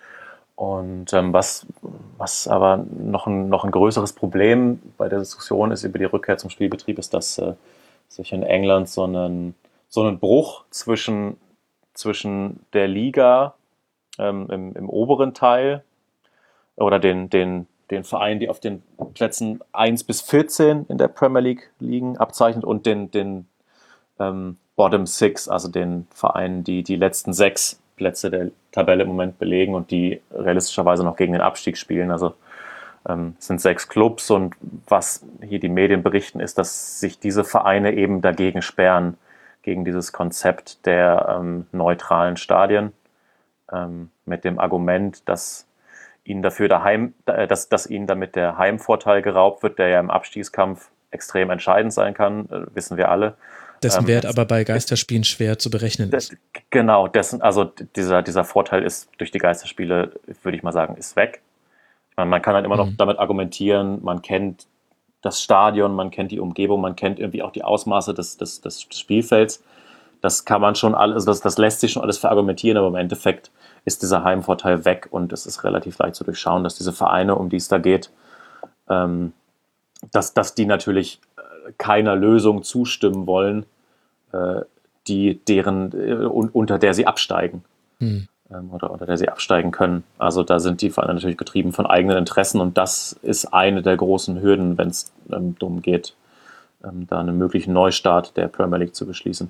und ähm, was, was aber noch ein, noch ein größeres Problem bei der Diskussion ist über die Rückkehr zum Spielbetrieb, ist, dass äh, sich in England so einen, so einen Bruch zwischen, zwischen der Liga ähm, im, im oberen Teil oder den, den, den Vereinen, die auf den Plätzen eins bis vierzehn in der Premier League liegen, abzeichnet und den, den ähm, Bottom Six, also den Vereinen, die die letzten sechs Plätze der Tabelle im Moment belegen und die realistischerweise noch gegen den Abstieg spielen. Also ähm, es sind sechs Clubs und was hier die Medien berichten, ist, dass sich diese Vereine eben dagegen sperren, gegen dieses Konzept der ähm, neutralen Stadien, ähm, mit dem Argument, dass ihnen dafür der Heim, äh, dass, dass ihnen damit der Heimvorteil geraubt wird, der ja im Abstiegskampf extrem entscheidend sein kann, äh, wissen wir alle. Dessen Ähm, Wert aber bei Geisterspielen schwer zu berechnen ist. Genau, dessen, also dieser, dieser Vorteil ist durch die Geisterspiele, würde ich mal sagen, ist weg. Ich meine, man kann halt immer noch Mhm. damit argumentieren, man kennt das Stadion, man kennt die Umgebung, man kennt irgendwie auch die Ausmaße des, des, des Spielfelds. Das kann man schon alles, also das, das lässt sich schon alles verargumentieren, aber im Endeffekt ist dieser Heimvorteil weg und es ist relativ leicht zu durchschauen, dass diese Vereine, um die es da geht, ähm, dass, dass die natürlich keiner Lösung zustimmen wollen, äh, die deren äh, un, unter der sie absteigen Hm. ähm, oder unter der sie absteigen können. Also da sind die Vereine natürlich getrieben von eigenen Interessen und das ist eine der großen Hürden, wenn es ähm, darum geht, ähm, da einen möglichen Neustart der Premier League zu beschließen.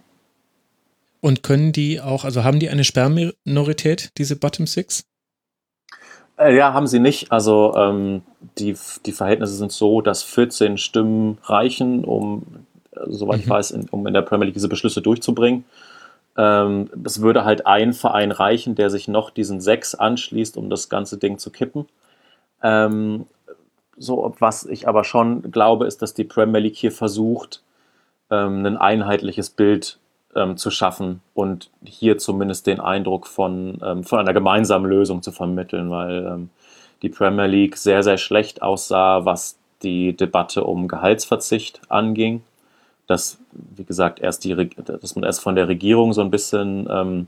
Und können die auch, also haben die eine Sperrminorität, diese Bottom Six? Äh, ja, haben sie nicht. Also ähm, die, die Verhältnisse sind so, dass vierzehn Stimmen reichen, um, äh, soweit Mhm. ich weiß, in, um in der Premier League diese Beschlüsse durchzubringen. Ähm, es würde halt ein Verein reichen, der sich noch diesen sechs anschließt, um das ganze Ding zu kippen. Ähm, so, was ich aber schon glaube, ist, dass die Premier League hier versucht, ähm, ein einheitliches Bild ähm, zu schaffen und hier zumindest den Eindruck von, ähm, von einer gemeinsamen Lösung zu vermitteln, weil ähm, die Premier League sehr, sehr schlecht aussah, was die Debatte um Gehaltsverzicht anging. Dass, wie gesagt, erst die, dass man erst von der Regierung so ein bisschen ähm,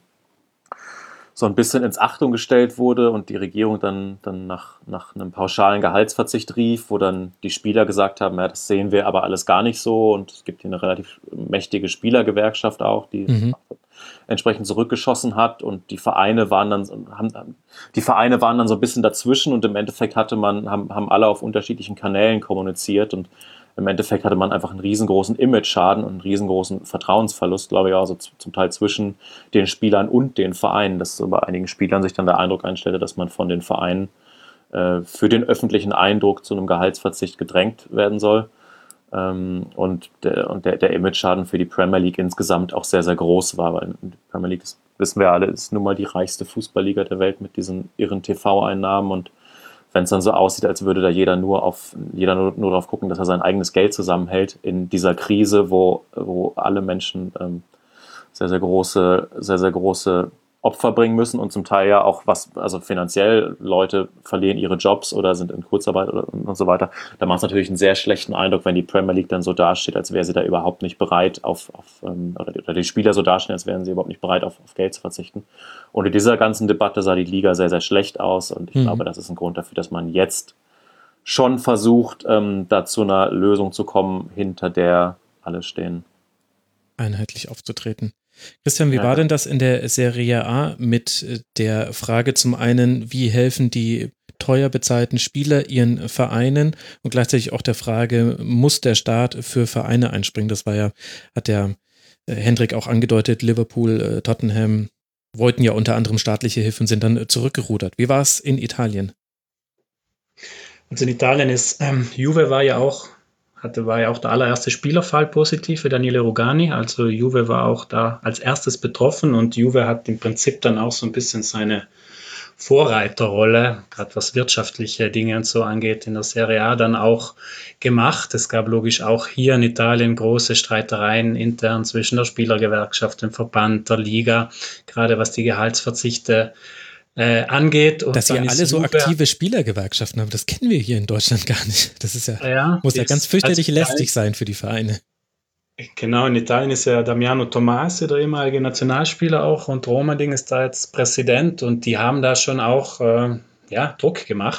so ein bisschen ins Achtung gestellt wurde und die Regierung dann, dann nach, nach einem pauschalen Gehaltsverzicht rief, wo dann die Spieler gesagt haben, ja, das sehen wir aber alles gar nicht so und es gibt hier eine relativ mächtige Spielergewerkschaft auch, die Mhm. entsprechend zurückgeschossen hat und die Vereine waren dann haben, die Vereine waren dann so ein bisschen dazwischen und im Endeffekt hatte man, haben, haben alle auf unterschiedlichen Kanälen kommuniziert und im Endeffekt hatte man einfach einen riesengroßen Image-Schaden und einen riesengroßen Vertrauensverlust, glaube ich, auch so zum Teil zwischen den Spielern und den Vereinen, dass so bei einigen Spielern sich dann der Eindruck einstellte, dass man von den Vereinen äh, für den öffentlichen Eindruck zu einem Gehaltsverzicht gedrängt werden soll. Ähm, und der, und der, der Image-Schaden für die Premier League insgesamt auch sehr, sehr groß war, weil die Premier League, das wissen wir alle, ist nun mal die reichste Fußballliga der Welt mit diesen irren T V-Einnahmen und wenn es dann so aussieht, als würde da jeder nur auf jeder nur, nur darauf gucken, dass er sein eigenes Geld zusammenhält in dieser Krise, wo, wo alle Menschen ähm, sehr, sehr große, sehr, sehr große Opfer bringen müssen und zum Teil ja auch was, also finanziell Leute verlieren ihre Jobs oder sind in Kurzarbeit oder, und so weiter. Da macht es natürlich einen sehr schlechten Eindruck, wenn die Premier League dann so dasteht, als wäre sie da überhaupt nicht bereit auf, auf ähm, oder, die, oder die Spieler so dastehen, als wären sie überhaupt nicht bereit auf, auf Geld zu verzichten. Und in dieser ganzen Debatte sah die Liga sehr, sehr schlecht aus und ich Mhm. glaube, das ist ein Grund dafür, dass man jetzt schon versucht, ähm, da zu einer Lösung zu kommen, hinter der alle stehen. Einheitlich aufzutreten. Christian, wie Ja. war denn das in der Serie A mit der Frage zum einen, wie helfen die teuer bezahlten Spieler ihren Vereinen und gleichzeitig auch der Frage, muss der Staat für Vereine einspringen? Das war ja, hat der äh, Hendrik auch angedeutet, Liverpool, äh, Tottenham wollten ja unter anderem staatliche Hilfe und sind dann äh, zurückgerudert. Wie war es in Italien? Also in Italien ist, ähm, Juve war ja auch, hatte, war ja auch der allererste Spielerfall positiv für Daniele Rugani. Also Juve war auch da als erstes betroffen und Juve hat im Prinzip dann auch so ein bisschen seine Vorreiterrolle, gerade was wirtschaftliche Dinge und so angeht, in der Serie A dann auch gemacht. Es gab logisch auch hier in Italien große Streitereien intern zwischen der Spielergewerkschaft, dem Verband, der Liga, gerade was die Gehaltsverzichte äh, angeht. Und Dass sie dann ja ist alle so Juve- aktive Spielergewerkschaften haben, das kennen wir hier in Deutschland gar nicht. Das ist ja, Ja, muss ja ist- ganz fürchterlich also- lästig sein für die Vereine. Genau, in Italien ist ja Damiano Tommasi, der ehemalige Nationalspieler auch, und Romading ist da jetzt Präsident und die haben da schon auch äh, ja, Druck gemacht.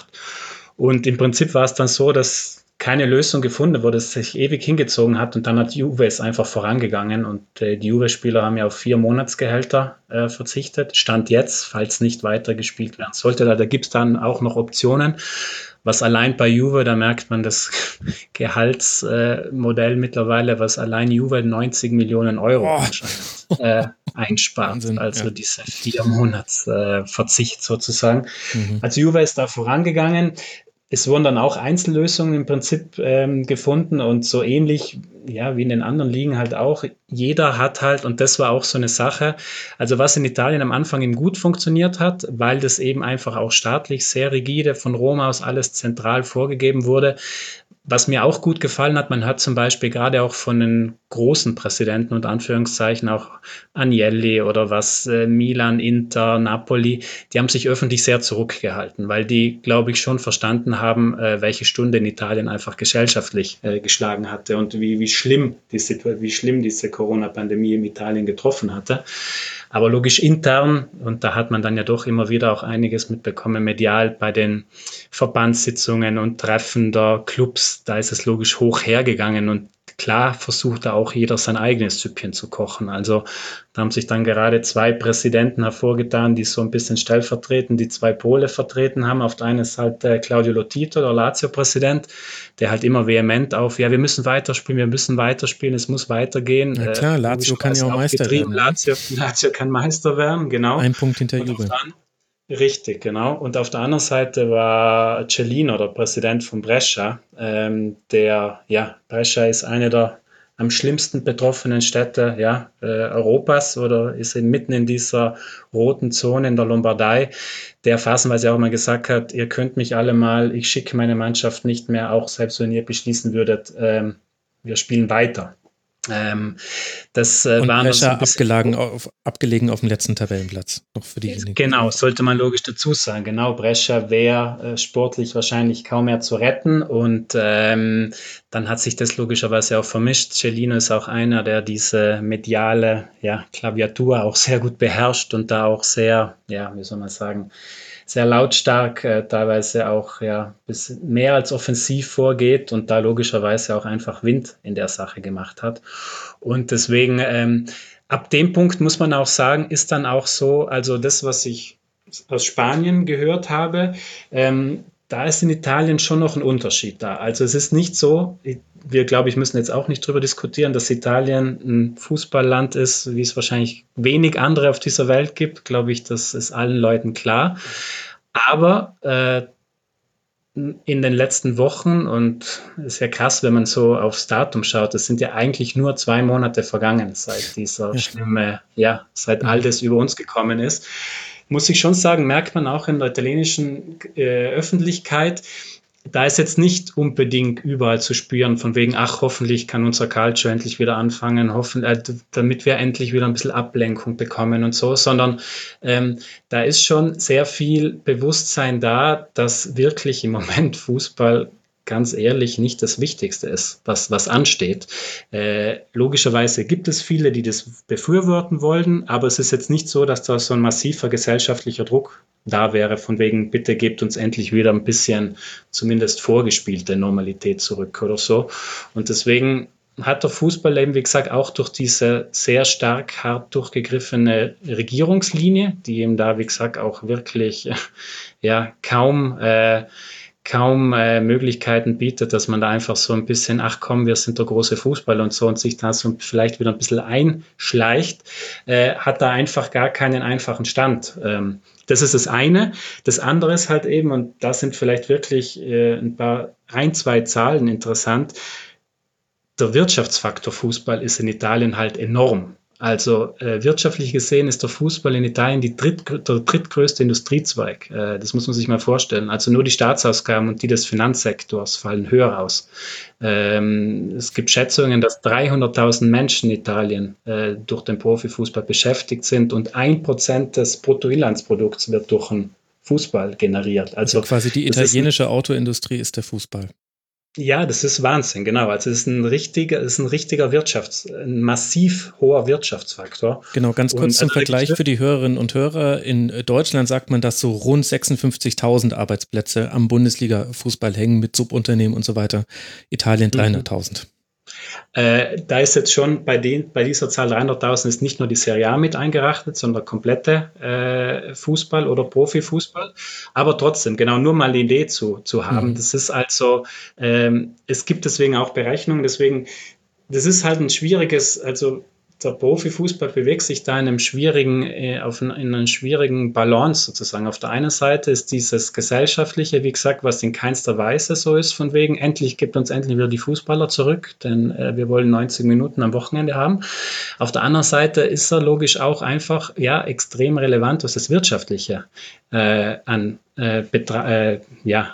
Und im Prinzip war es dann so, dass keine Lösung gefunden wurde, es sich ewig hingezogen hat und dann hat Juve es einfach vorangegangen und äh, die Juve-Spieler haben ja auf vier Monatsgehälter äh, verzichtet. Stand jetzt, falls nicht weiter gespielt werden sollte, da, da gibt es dann auch noch Optionen. Was allein bei Juve, da merkt man das Gehaltsmodell äh, mittlerweile, was allein Juve neunzig Millionen Euro Oh. anscheinend äh, einspart. Wahnsinn, also ja. diese vier Monats äh, Verzicht sozusagen. Mhm. Also Juve ist da vorangegangen. Es wurden dann auch Einzellösungen im Prinzip ähm, gefunden und so ähnlich, ja, wie in den anderen Ligen halt auch. Jeder hat halt, und das war auch so eine Sache, also was in Italien am Anfang eben gut funktioniert hat, weil das eben einfach auch staatlich sehr rigide von Rom aus alles zentral vorgegeben wurde. Was mir auch gut gefallen hat, man hat zum Beispiel gerade auch von den großen Präsidenten und Anführungszeichen auch Agnelli oder was äh, Milan, Inter, Napoli, die haben sich öffentlich sehr zurückgehalten, weil die, glaube ich, schon verstanden haben, äh, welche Stunde in Italien einfach gesellschaftlich äh, geschlagen hatte und wie, wie schlimm die Situ- wie schlimm diese Corona-Pandemie in Italien getroffen hatte. Aber logisch intern, und da hat man dann ja doch immer wieder auch einiges mitbekommen, medial bei den Verbandssitzungen und Treffen der Clubs, da ist es logisch hoch hergegangen und klar versucht da auch jeder sein eigenes Süppchen zu kochen. Also da haben sich dann gerade zwei Präsidenten hervorgetan, die so ein bisschen stellvertretend die zwei Pole vertreten haben. Auf der einen ist halt äh, Claudio Lotito, der Lazio-Präsident, der halt immer vehement auf, ja, wir müssen weiterspielen, wir müssen weiterspielen, es muss weitergehen. Na klar, Äh, Lazio kann ja auch Meister getrieben. werden. Lazio, Lazio kann Meister werden, genau. Ein Punkt hinter Und auf Juve. der an- Richtig, genau. Und auf der anderen Seite war Cellino, der Präsident von Brescia, ähm, der, ja, Brescia ist eine der am schlimmsten betroffenen Städte ja, äh, Europas oder ist eben mitten in dieser roten Zone in der Lombardei, der phasenweise auch mal gesagt hat, ihr könnt mich alle mal, ich schicke meine Mannschaft nicht mehr, auch selbst wenn ihr beschließen würdet, ähm, wir spielen weiter. Ähm, das äh, Und waren dann so Brescia ein bisschen- abgelegen auf, abgelegen auf dem letzten Tabellenplatz. Noch für diejenigen. Genau, sollte man logisch dazu sagen. Genau, Brescia wäre äh, sportlich wahrscheinlich kaum mehr zu retten und ähm, dann hat sich das logischerweise auch vermischt. Cellino ist auch einer, der diese mediale ja, Klaviatur auch sehr gut beherrscht und da auch sehr, ja, wie soll man sagen, sehr lautstark, äh, teilweise auch ja, bis mehr als offensiv vorgeht und da logischerweise auch einfach Wind in der Sache gemacht hat. Und deswegen, ähm, ab dem Punkt muss man auch sagen, ist dann auch so, also das, was ich aus Spanien gehört habe, ähm, da ist in Italien schon noch ein Unterschied da. Also es ist nicht so, wir glaube ich müssen jetzt auch nicht drüber diskutieren, dass Italien ein Fußballland ist, wie es wahrscheinlich wenig andere auf dieser Welt gibt, glaube ich, das ist allen Leuten klar. Aber äh, in den letzten Wochen, und es ist ja krass, wenn man so aufs Datum schaut, es sind ja eigentlich nur zwei Monate vergangen, seit dieser Ja. schlimme, ja, seit all das über uns gekommen ist, muss ich schon sagen, merkt man auch in der italienischen äh, Öffentlichkeit, da ist jetzt nicht unbedingt überall zu spüren, von wegen, ach, hoffentlich kann unser Calcio endlich wieder anfangen, hoffen, äh, damit wir endlich wieder ein bisschen Ablenkung bekommen und so, sondern ähm, da ist schon sehr viel Bewusstsein da, dass wirklich im Moment Fußball ganz ehrlich nicht das Wichtigste ist, was, was ansteht. Äh, logischerweise gibt es viele, die das befürworten wollen, aber es ist jetzt nicht so, dass da so ein massiver gesellschaftlicher Druck da wäre, von wegen, bitte gebt uns endlich wieder ein bisschen zumindest vorgespielte Normalität zurück oder so. Und deswegen hat der Fußball eben, wie gesagt, auch durch diese sehr stark hart durchgegriffene Regierungslinie, die eben da, wie gesagt, auch wirklich ja kaum äh, kaum äh, Möglichkeiten bietet, dass man da einfach so ein bisschen, ach komm, wir sind der große Fußball und so und sich da so vielleicht wieder ein bisschen einschleicht, äh, hat da einfach gar keinen einfachen Stand. Ähm, das ist das eine. Das andere ist halt eben, und da sind vielleicht wirklich äh, ein paar, ein, zwei Zahlen interessant, der Wirtschaftsfaktor Fußball ist in Italien halt enorm. Also äh, wirtschaftlich gesehen ist der Fußball in Italien die dritt, der drittgrößte Industriezweig. Äh, das muss man sich mal vorstellen. Also nur die Staatsausgaben und die des Finanzsektors fallen höher aus. Ähm, es gibt Schätzungen, dass dreihunderttausend Menschen in Italien äh, durch den Profifußball beschäftigt sind und ein Prozent des Bruttoinlandsprodukts wird durch den Fußball generiert. Also, also quasi die italienische ist ein, Autoindustrie ist der Fußball. Ja, das ist Wahnsinn, genau. Also es ist ein richtiger, es ist ein richtiger Wirtschafts-, ein massiv hoher Wirtschaftsfaktor. Genau, ganz kurz und, zum also Vergleich für die Hörerinnen und Hörer. In Deutschland sagt man, dass so rund sechsundfünfzigtausend Arbeitsplätze am Bundesliga-Fußball hängen mit Subunternehmen und so weiter. Italien dreihunderttausend. Äh, da ist jetzt schon bei, den, bei dieser Zahl dreihunderttausend ist nicht nur die Serie A mit eingerechnet, sondern komplette äh, Fußball oder Profifußball. Aber trotzdem, genau, nur mal die Idee zu, zu haben. Mhm. Das ist also, ähm, es gibt deswegen auch Berechnungen, deswegen, das ist halt ein schwieriges, also der Profifußball bewegt sich da in einem schwierigen, äh, auf ein, in einer schwierigen Balance sozusagen. Auf der einen Seite ist dieses Gesellschaftliche, wie gesagt, was in keinster Weise so ist, von wegen, endlich gibt uns endlich wieder die Fußballer zurück, denn äh, wir wollen neunzig Minuten am Wochenende haben. Auf der anderen Seite ist er logisch auch einfach, ja, extrem relevant, was das Wirtschaftliche äh, an, äh, betra- äh, ja,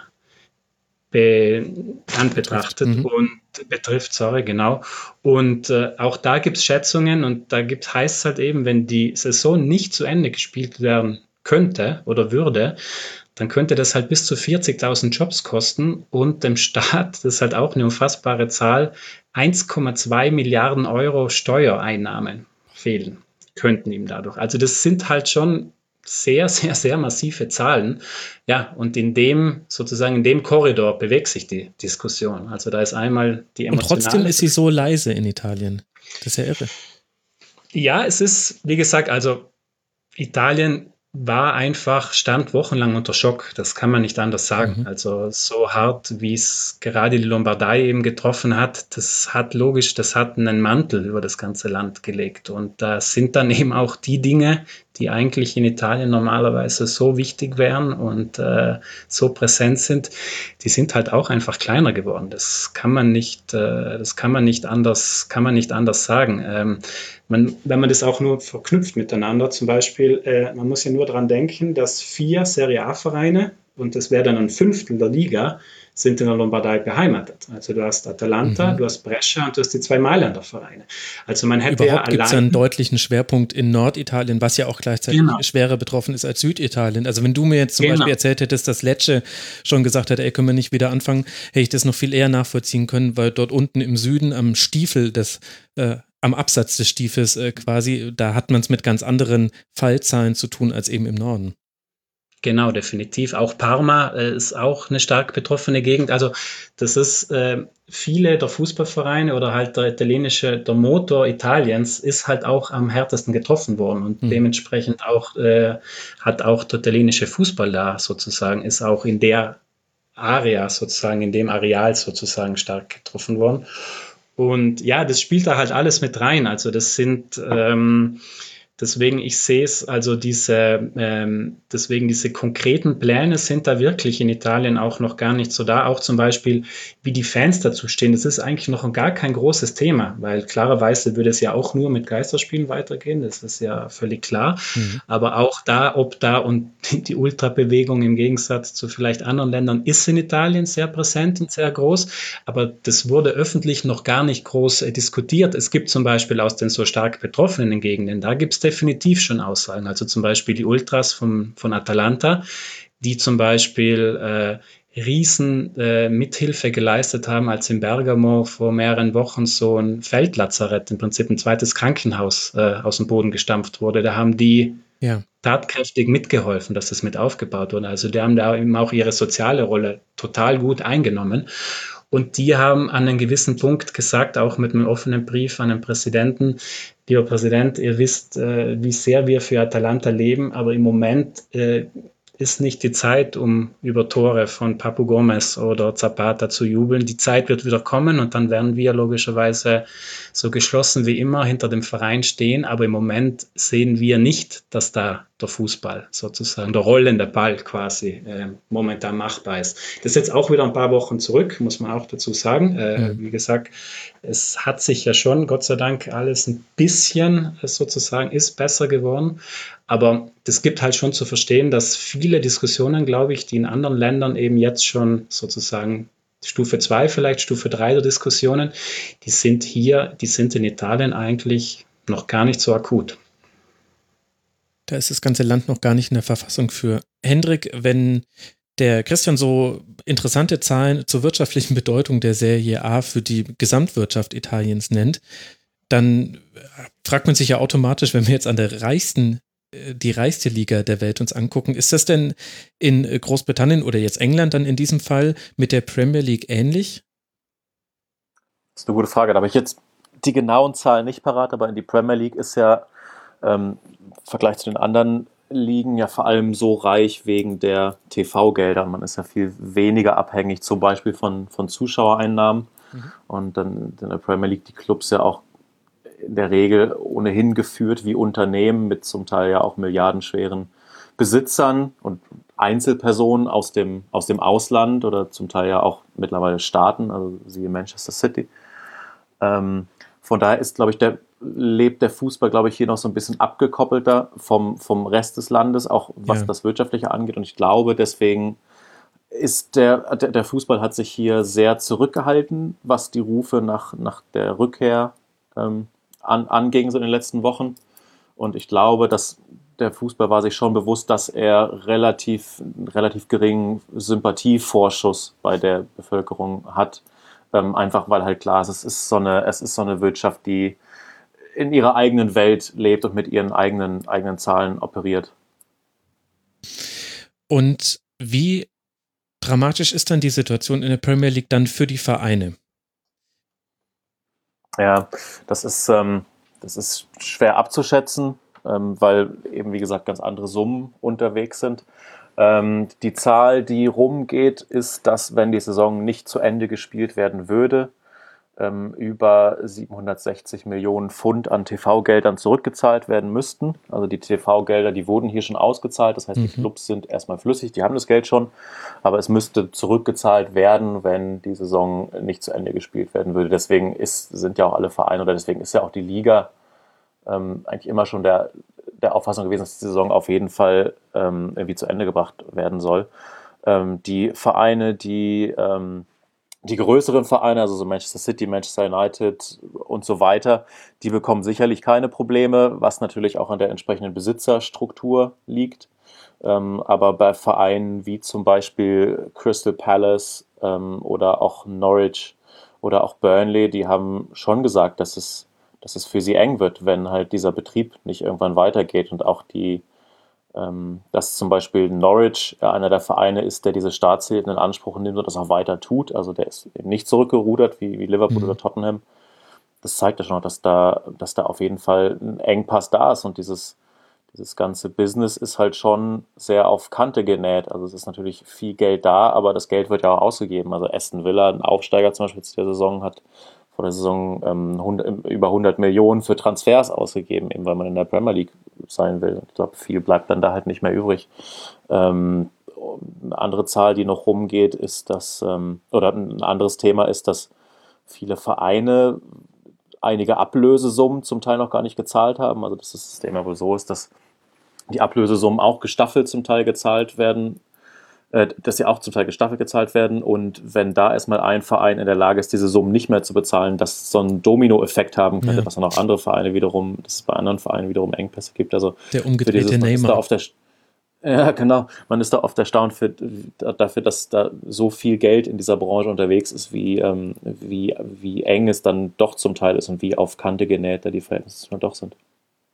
Be- anbetrachtet mhm. und betrifft, sorry, genau. Und äh, auch da gibt es Schätzungen und da gibt, heißt es halt eben, wenn die Saison nicht zu Ende gespielt werden könnte oder würde, dann könnte das halt bis zu vierzigtausend Jobs kosten und dem Staat, das ist halt auch eine unfassbare Zahl, eins Komma zwei Milliarden Euro Steuereinnahmen fehlen könnten ihm dadurch. Also das sind halt schon sehr, sehr, sehr massive Zahlen. Ja, und in dem, sozusagen in dem Korridor bewegt sich die Diskussion. Also da ist einmal die emotionale... Und trotzdem ist sie so leise in Italien. Das ist ja irre. Ja, es ist, wie gesagt, also Italien war einfach, stand wochenlang unter Schock. Das kann man nicht anders sagen. Mhm. Also so hart, wie es gerade die Lombardei eben getroffen hat, das hat logisch, das hat einen Mantel über das ganze Land gelegt. Und da sind dann eben auch die Dinge, die eigentlich in Italien normalerweise so wichtig wären und äh, so präsent sind, die sind halt auch einfach kleiner geworden. Das kann man nicht, äh, das kann man nicht anders, kann man nicht anders sagen. Ähm, man, wenn man das auch nur verknüpft miteinander, zum Beispiel, äh, man muss ja nur daran denken, dass vier Serie A-Vereine, und das wäre dann ein Fünftel der Liga, sind in der Lombardei beheimatet. Also du hast Atalanta, mhm. du hast Brescia und du hast die zwei Mailänder Vereine. Also man hätte Überhaupt ja gibt es einen deutlichen Schwerpunkt in Norditalien, was ja auch gleichzeitig genau. schwerer betroffen ist als Süditalien. Also wenn du mir jetzt zum genau. Beispiel erzählt hättest, dass Lecce schon gesagt hat, ey, können wir nicht wieder anfangen, hätte ich das noch viel eher nachvollziehen können, weil dort unten im Süden am Stiefel des äh, am Absatz des Stiefels äh, quasi, da hat man es mit ganz anderen Fallzahlen zu tun als eben im Norden. Genau, definitiv. Auch Parma äh, ist auch eine stark betroffene Gegend. Also das ist äh, viele der Fußballvereine oder halt der italienische, der Motor Italiens ist halt auch am härtesten getroffen worden und mhm. dementsprechend auch äh, hat auch der italienische Fußball da sozusagen, ist auch in der Area sozusagen, in dem Areal sozusagen stark getroffen worden. Und ja, das spielt da halt alles mit rein. Also das sind ähm, Deswegen, ich sehe es, also diese, ähm, deswegen diese konkreten Pläne sind da wirklich in Italien auch noch gar nicht so da. Auch zum Beispiel, wie die Fans dazu stehen, das ist eigentlich noch gar kein großes Thema, weil klarerweise würde es ja auch nur mit Geisterspielen weitergehen, das ist ja völlig klar. Mhm. Aber auch da, ob da und die Ultrabewegung im Gegensatz zu vielleicht anderen Ländern ist in Italien sehr präsent und sehr groß, aber das wurde öffentlich noch gar nicht groß äh, diskutiert. Es gibt zum Beispiel aus den so stark betroffenen Gegenden, da gibt es definitiv schon Aussagen. Also zum Beispiel die Ultras vom, von Atalanta, die zum Beispiel äh, riesen äh, Mithilfe geleistet haben, als in Bergamo vor mehreren Wochen so ein Feldlazarett, im Prinzip ein zweites Krankenhaus äh, aus dem Boden gestampft wurde. Da haben die ja. tatkräftig mitgeholfen, dass das mit aufgebaut wurde. Also die haben da eben auch ihre soziale Rolle total gut eingenommen. Und die haben an einem gewissen Punkt gesagt, auch mit einem offenen Brief an den Präsidenten, lieber Präsident, ihr wisst, äh, wie sehr wir für Atalanta leben, aber im Moment äh, ist nicht die Zeit, um über Tore von Papu Gomez oder Zapata zu jubeln. Die Zeit wird wieder kommen und dann werden wir logischerweise so geschlossen wie immer hinter dem Verein stehen. Aber im Moment sehen wir nicht, dass da der Fußball sozusagen, der rollende Ball quasi äh, momentan machbar ist. Das ist jetzt auch wieder ein paar Wochen zurück, muss man auch dazu sagen. Äh, wie gesagt, es hat sich ja schon, Gott sei Dank, alles ein bisschen äh, sozusagen ist besser geworden. Aber das gibt halt schon zu verstehen, dass viele Diskussionen, glaube ich, die in anderen Ländern eben jetzt schon sozusagen Stufe zwei, vielleicht Stufe drei der Diskussionen, die sind hier, die sind in Italien eigentlich noch gar nicht so akut. Da ist das ganze Land noch gar nicht in der Verfassung für. Hendrik, wenn der Christian so interessante Zahlen zur wirtschaftlichen Bedeutung der Serie A für die Gesamtwirtschaft Italiens nennt, dann fragt man sich ja automatisch, wenn wir jetzt an der reichsten die reichste Liga der Welt uns angucken. Ist das denn in Großbritannien oder jetzt England dann in diesem Fall mit der Premier League ähnlich? Das ist eine gute Frage. Da habe ich jetzt die genauen Zahlen nicht parat, aber in die Premier League ist ja ähm, im Vergleich zu den anderen Ligen ja vor allem so reich wegen der T V-Gelder. Man ist ja viel weniger abhängig zum Beispiel von, von Zuschauereinnahmen. Mhm. Und dann in der Premier League die Clubs ja auch in der Regel ohnehin geführt wie Unternehmen mit zum Teil ja auch milliardenschweren Besitzern und Einzelpersonen aus dem, aus dem Ausland oder zum Teil ja auch mittlerweile Staaten, also siehe Manchester City. Ähm, von daher ist, glaube ich, der, lebt der Fußball, glaube ich, hier noch so ein bisschen abgekoppelter vom, vom Rest des Landes, auch was ja. das Wirtschaftliche angeht. Und ich glaube, deswegen ist der, der, der Fußball hat sich hier sehr zurückgehalten, was die Rufe nach, nach der Rückkehr ähm, An, anging so in den letzten Wochen. Und ich glaube, dass der Fußball war sich schon bewusst, dass er relativ, relativ geringen Sympathievorschuss bei der Bevölkerung hat. Ähm, einfach weil halt klar ist, es ist so eine, es ist so eine Wirtschaft, die in ihrer eigenen Welt lebt und mit ihren eigenen, eigenen Zahlen operiert. Und wie dramatisch ist dann die Situation in der Premier League dann für die Vereine? Ja, das ist, ähm, das ist schwer abzuschätzen, ähm, weil eben, wie gesagt, ganz andere Summen unterwegs sind. Ähm, die Zahl, die rumgeht, ist, dass, wenn die Saison nicht zu Ende gespielt werden würde, ähm, über siebenhundertsechzig Millionen Pfund an T V-Geldern zurückgezahlt werden müssten. Also die T V-Gelder, die wurden hier schon ausgezahlt. Das heißt, mhm. die Clubs sind erstmal flüssig, die haben das Geld schon. Aber es müsste zurückgezahlt werden, wenn die Saison nicht zu Ende gespielt werden würde. Deswegen ist, sind ja auch alle Vereine oder deswegen ist ja auch die Liga ähm, eigentlich immer schon der, der Auffassung gewesen, dass die Saison auf jeden Fall ähm, irgendwie zu Ende gebracht werden soll. Ähm, die Vereine, die ähm, Die größeren Vereine, also so Manchester City, Manchester United und so weiter, die bekommen sicherlich keine Probleme, was natürlich auch an der entsprechenden Besitzerstruktur liegt. Ähm, aber bei Vereinen wie zum Beispiel Crystal Palace ähm, oder auch Norwich oder auch Burnley, die haben schon gesagt, dass es, dass es für sie eng wird, wenn halt dieser Betrieb nicht irgendwann weitergeht und auch die dass zum Beispiel Norwich einer der Vereine ist, der diese Staatshilfen in Anspruch nimmt und das auch weiter tut. Also der ist eben nicht zurückgerudert wie, wie Liverpool mhm. oder Tottenham. Das zeigt ja schon, dass da, dass da auf jeden Fall ein Engpass da ist und dieses, dieses ganze Business ist halt schon sehr auf Kante genäht. Also es ist natürlich viel Geld da, aber das Geld wird ja auch ausgegeben. Also Aston Villa, ein Aufsteiger zum Beispiel der Saison, hat vor der Saison ähm, hundert, über hundert Millionen für Transfers ausgegeben, eben weil man in der Premier League sein will. Ich glaube, viel bleibt dann da halt nicht mehr übrig. Ähm, eine andere Zahl, die noch rumgeht, ist, dass, ähm, oder ein anderes Thema ist, dass viele Vereine einige Ablösesummen zum Teil noch gar nicht gezahlt haben. Also dass das System ja wohl so ist, dass die Ablösesummen auch gestaffelt zum Teil gezahlt werden, dass sie auch zum Teil gestaffelt gezahlt werden und wenn da erstmal ein Verein in der Lage ist, diese Summen nicht mehr zu bezahlen, dass so einen Domino-Effekt haben könnte, ja. was dann auch andere Vereine wiederum, dass es bei anderen Vereinen wiederum Engpässe gibt. Also der umgedrehte Neymar. Auf der, ja, genau. Man ist da oft erstaunt für, dafür, dass da so viel Geld in dieser Branche unterwegs ist, wie, ähm, wie, wie eng es dann doch zum Teil ist und wie auf Kante genäht da die Verhältnisse schon doch sind.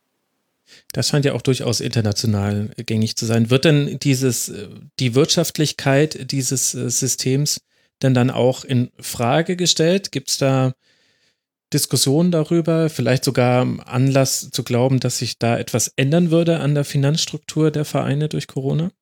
Das scheint ja auch durchaus international gängig zu sein. Wird denn dieses, die Wirtschaftlichkeit dieses Systems denn dann auch in Frage gestellt? Gibt es da Diskussionen darüber, vielleicht sogar Anlass zu glauben, dass sich da etwas ändern würde an der Finanzstruktur der Vereine durch Corona?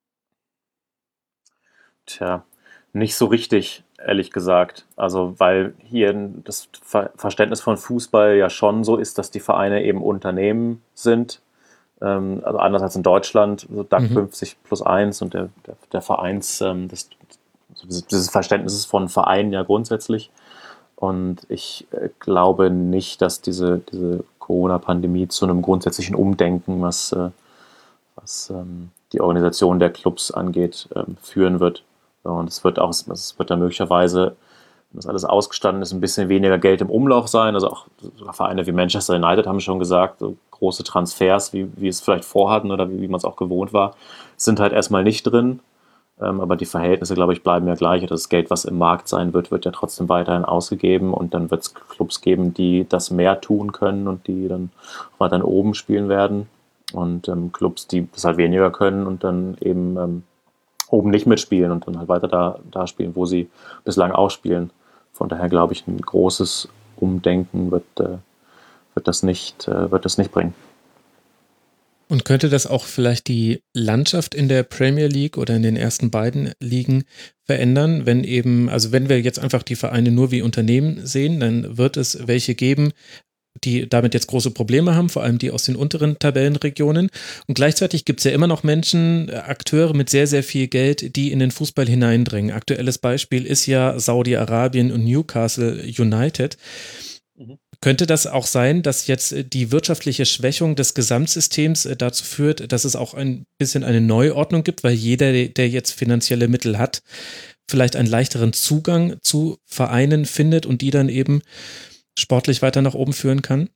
Tja, nicht so richtig, ehrlich gesagt. Also weil hier das Ver- Verständnis von Fußball ja schon so ist, dass die Vereine eben Unternehmen sind. Ähm, also anders als in Deutschland, so D A C Mhm. fünfzig plus eins und der, der, der Vereins, ähm, das, also dieses, dieses Verständnis von Vereinen ja grundsätzlich. Und ich äh, glaube nicht, dass diese, diese Corona-Pandemie zu einem grundsätzlichen Umdenken, was, äh, was ähm, die Organisation der Clubs angeht, ähm, führen wird. So, und es wird auch, es wird dann möglicherweise, wenn das alles ausgestanden ist, ein bisschen weniger Geld im Umlauf sein. Also auch sogar Vereine wie Manchester United haben schon gesagt, so große Transfers, wie, wie es vielleicht vorhatten oder wie, wie man es auch gewohnt war, sind halt erstmal nicht drin. Ähm, aber die Verhältnisse, glaube ich, bleiben ja gleich. Das Geld, was im Markt sein wird, wird ja trotzdem weiterhin ausgegeben. Und dann wird es Clubs geben, die das mehr tun können und die dann weiterhin oben spielen werden. Und ähm, Clubs, die das halt weniger können und dann eben ähm, oben nicht mitspielen und dann halt weiter da, da spielen, wo sie bislang auch spielen. Von daher glaube ich, ein großes Umdenken wird, äh, wird, das nicht, äh, wird das nicht bringen. Und könnte das auch vielleicht die Landschaft in der Premier League oder in den ersten beiden Ligen verändern, wenn eben, also wenn wir jetzt einfach die Vereine nur wie Unternehmen sehen, dann wird es welche geben, die damit jetzt große Probleme haben, vor allem die aus den unteren Tabellenregionen. Und gleichzeitig gibt es ja immer noch Menschen, Akteure mit sehr, sehr viel Geld, die in den Fußball hineindringen. Aktuelles Beispiel ist ja Saudi-Arabien und Newcastle United. Mhm. Könnte das auch sein, dass jetzt die wirtschaftliche Schwächung des Gesamtsystems dazu führt, dass es auch ein bisschen eine Neuordnung gibt, weil jeder, der jetzt finanzielle Mittel hat, vielleicht einen leichteren Zugang zu Vereinen findet und die dann eben sportlich weiter nach oben führen kann?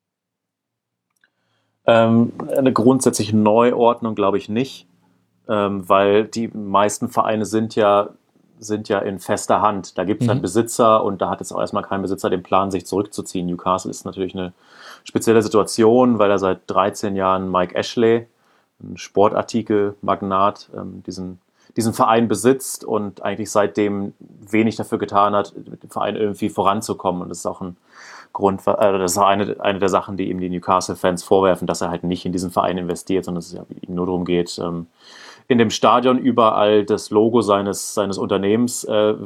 Ähm, eine grundsätzliche Neuordnung glaube ich nicht, ähm, weil die meisten Vereine sind ja, sind ja in fester Hand. Da gibt es Mhm. einen Besitzer und da hat jetzt auch erstmal kein Besitzer den Plan, sich zurückzuziehen. Newcastle ist natürlich eine spezielle Situation, weil er seit dreizehn Jahren Mike Ashley, ein Sportartikelmagnat, ähm, diesen, diesen Verein besitzt und eigentlich seitdem wenig dafür getan hat, mit dem Verein irgendwie voranzukommen. Und das ist auch ein Grund, äh, das ist auch eine, eine der Sachen, die ihm die Newcastle-Fans vorwerfen, dass er halt nicht in diesen Verein investiert, sondern dass es ja ihm nur darum geht, ähm, in dem Stadion überall das Logo seines, seines Unternehmens äh, äh,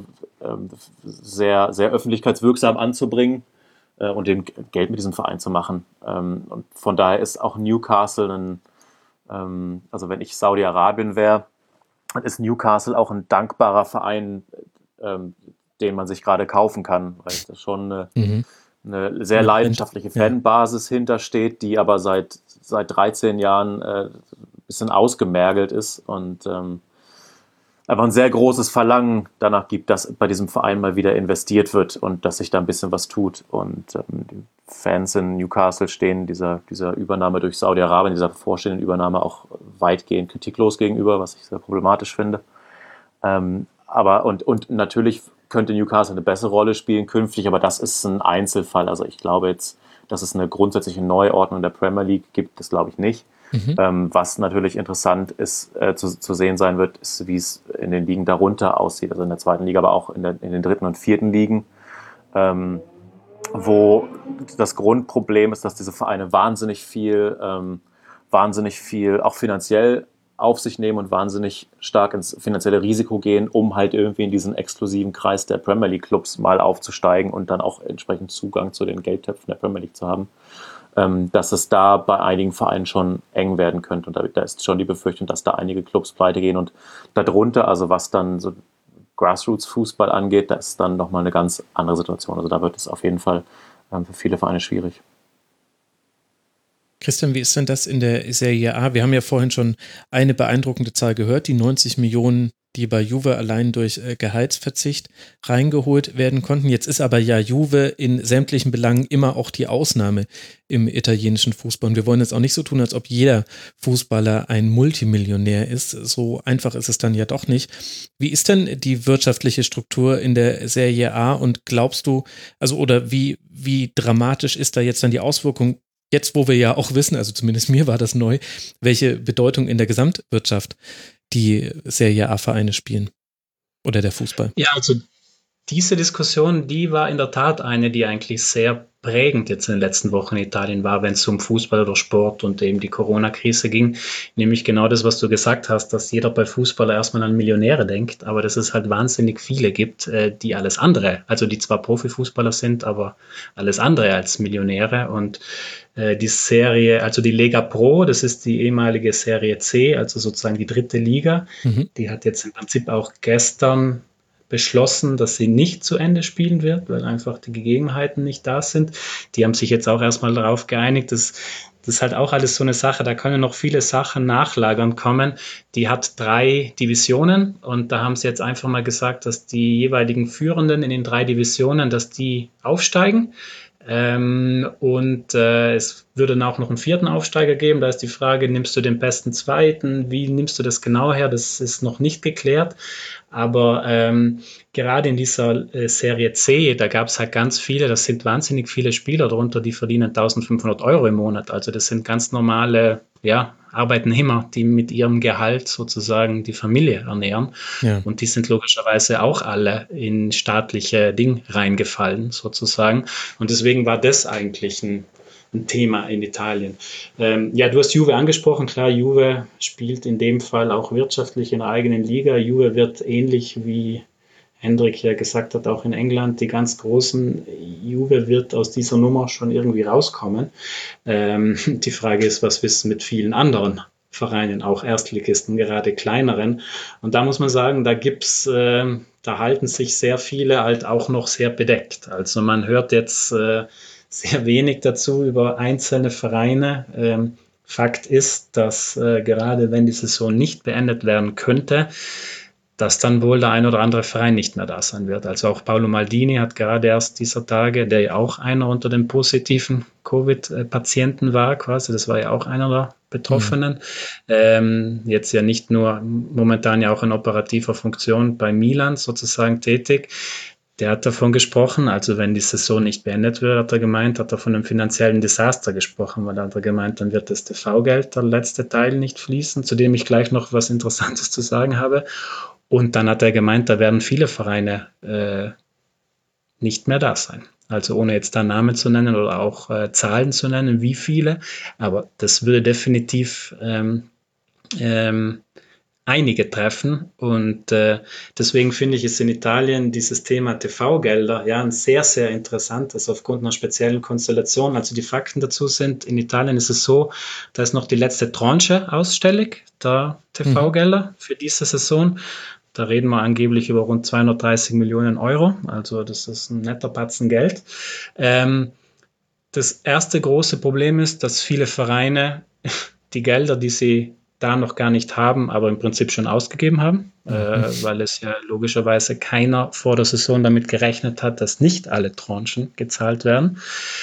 sehr, sehr öffentlichkeitswirksam anzubringen äh, und dem Geld mit diesem Verein zu machen. Ähm, und von daher ist auch Newcastle ein, ähm, also wenn ich Saudi-Arabien wäre, dann ist Newcastle auch ein dankbarer Verein, ähm, den man sich gerade kaufen kann, weil das schon eine, Mhm. eine sehr Ja, leidenschaftliche ja. Fanbasis hintersteht, die aber seit, seit dreizehn Jahren äh, ein bisschen ausgemergelt ist und ähm, einfach ein sehr großes Verlangen danach gibt, dass bei diesem Verein mal wieder investiert wird und dass sich da ein bisschen was tut. Und ähm, die Fans in Newcastle stehen dieser, dieser Übernahme durch Saudi-Arabien, dieser bevorstehenden Übernahme auch weitgehend kritiklos gegenüber, was ich sehr problematisch finde. Ähm, aber und, und natürlich könnte Newcastle eine bessere Rolle spielen künftig, aber das ist ein Einzelfall. Also ich glaube jetzt, dass es eine grundsätzliche Neuordnung der Premier League gibt, das glaube ich nicht. Mhm. Ähm, was natürlich interessant ist, äh, zu, zu sehen sein wird, ist, wie es in den Ligen darunter aussieht, also in der zweiten Liga, aber auch in, der, in den dritten und vierten Ligen, ähm, wo das Grundproblem ist, dass diese Vereine wahnsinnig viel, ähm, wahnsinnig viel auch finanziell auf sich nehmen und wahnsinnig stark ins finanzielle Risiko gehen, um halt irgendwie in diesen exklusiven Kreis der Premier League Clubs mal aufzusteigen und dann auch entsprechend Zugang zu den Geldtöpfen der Premier League zu haben. Dass es da bei einigen Vereinen schon eng werden könnte. Und da, da ist schon die Befürchtung, dass da einige Clubs pleite gehen. Und darunter, also was dann so Grassroots-Fußball angeht, da ist dann nochmal eine ganz andere Situation. Also da wird es auf jeden Fall ähm, für viele Vereine schwierig. Christian, wie ist denn das in der Serie A? Wir haben ja vorhin schon eine beeindruckende Zahl gehört, die neunzig Millionen, die bei Juve allein durch äh, Gehaltsverzicht reingeholt werden konnten. Jetzt ist aber ja Juve in sämtlichen Belangen immer auch die Ausnahme im italienischen Fußball. Und wir wollen jetzt auch nicht so tun, als ob jeder Fußballer ein Multimillionär ist. So einfach ist es dann ja doch nicht. Wie ist denn die wirtschaftliche Struktur in der Serie A und glaubst du, also oder wie, wie dramatisch ist da jetzt dann die Auswirkung, jetzt wo wir ja auch wissen, also zumindest mir war das neu, welche Bedeutung in der Gesamtwirtschaft die Serie A-Vereine spielen oder der Fußball? Ja, also diese Diskussion, die war in der Tat eine, die eigentlich sehr prägend jetzt in den letzten Wochen in Italien war, wenn es um Fußball oder Sport und eben die Corona-Krise ging. Nämlich genau das, was du gesagt hast, dass jeder bei Fußballer erstmal an Millionäre denkt, aber dass es halt wahnsinnig viele gibt, die alles andere, also die zwar Profifußballer sind, aber alles andere als Millionäre. Und äh, die Serie, also die Lega Pro, das ist die ehemalige Serie C, also sozusagen die dritte Liga, Mhm. die hat jetzt im Prinzip auch gestern beschlossen, dass sie nicht zu Ende spielen wird, weil einfach die Gegebenheiten nicht da sind. Die haben sich jetzt auch erstmal darauf geeinigt, dass das ist halt auch alles so eine Sache, da können noch viele Sachen nachlagern kommen. Die hat drei Divisionen und da haben sie jetzt einfach mal gesagt, dass die jeweiligen Führenden in den drei Divisionen, dass die aufsteigen. Ähm, und äh, es würde dann auch noch einen vierten Aufsteiger geben. Da ist die Frage, nimmst du den besten Zweiten? Wie nimmst du das genau her? Das ist noch nicht geklärt. Aber ähm, gerade in dieser äh, Serie C, da gab es halt ganz viele, das sind wahnsinnig viele Spieler darunter, die verdienen eintausendfünfhundert Euro im Monat. Also das sind ganz normale, ja, Arbeitnehmer, die mit ihrem Gehalt sozusagen die Familie ernähren. Ja. Und die sind logischerweise auch alle in staatliche Ding reingefallen sozusagen. Und deswegen war das eigentlich ein, ein Thema in Italien. Ähm, ja, du hast Juve angesprochen. Klar, Juve spielt in dem Fall auch wirtschaftlich in der eigenen Liga. Juve wird ähnlich wie Hendrik ja gesagt hat, auch in England, die ganz großen, Juve wird aus dieser Nummer schon irgendwie rauskommen. Ähm, die Frage ist, was wissen mit vielen anderen Vereinen, auch Erstligisten, gerade kleineren. Und da muss man sagen, da gibt's, äh, da halten sich sehr viele halt auch noch sehr bedeckt. Also man hört jetzt äh, sehr wenig dazu über einzelne Vereine. Ähm, Fakt ist, dass äh, gerade wenn die Saison nicht beendet werden könnte, dass dann wohl der ein oder andere Verein nicht mehr da sein wird. Also auch Paolo Maldini hat gerade erst dieser Tage, der ja auch einer unter den positiven Covid-Patienten war, quasi, das war ja auch einer der Betroffenen, mhm. ähm, jetzt ja nicht nur, momentan ja auch in operativer Funktion bei Milan sozusagen tätig. Der hat davon gesprochen, also wenn die Saison nicht beendet wird, hat er gemeint, hat er von einem finanziellen Desaster gesprochen, weil er hat gemeint, dann wird das T V-Geld, der letzte Teil, nicht fließen, zu dem ich gleich noch was Interessantes zu sagen habe. Und dann hat er gemeint, da werden viele Vereine äh, nicht mehr da sein. Also ohne jetzt da Namen zu nennen oder auch äh, Zahlen zu nennen, wie viele. Aber das würde definitiv ähm, ähm, einige treffen. Und äh, deswegen finde ich es in Italien dieses Thema T V-Gelder ja ein sehr, sehr interessantes aufgrund einer speziellen Konstellation. Also die Fakten dazu sind, in Italien ist es so, da ist noch die letzte Tranche ausstellig, der T V-Gelder mhm. für diese Saison. Da reden wir angeblich über rund zweihundertdreißig Millionen Euro. Also das ist ein netter Batzen Geld. Ähm, das erste große Problem ist, dass viele Vereine die Gelder, die sie da noch gar nicht haben, aber im Prinzip schon ausgegeben haben, mhm. äh, weil es ja logischerweise keiner vor der Saison damit gerechnet hat, dass nicht alle Tranchen gezahlt werden.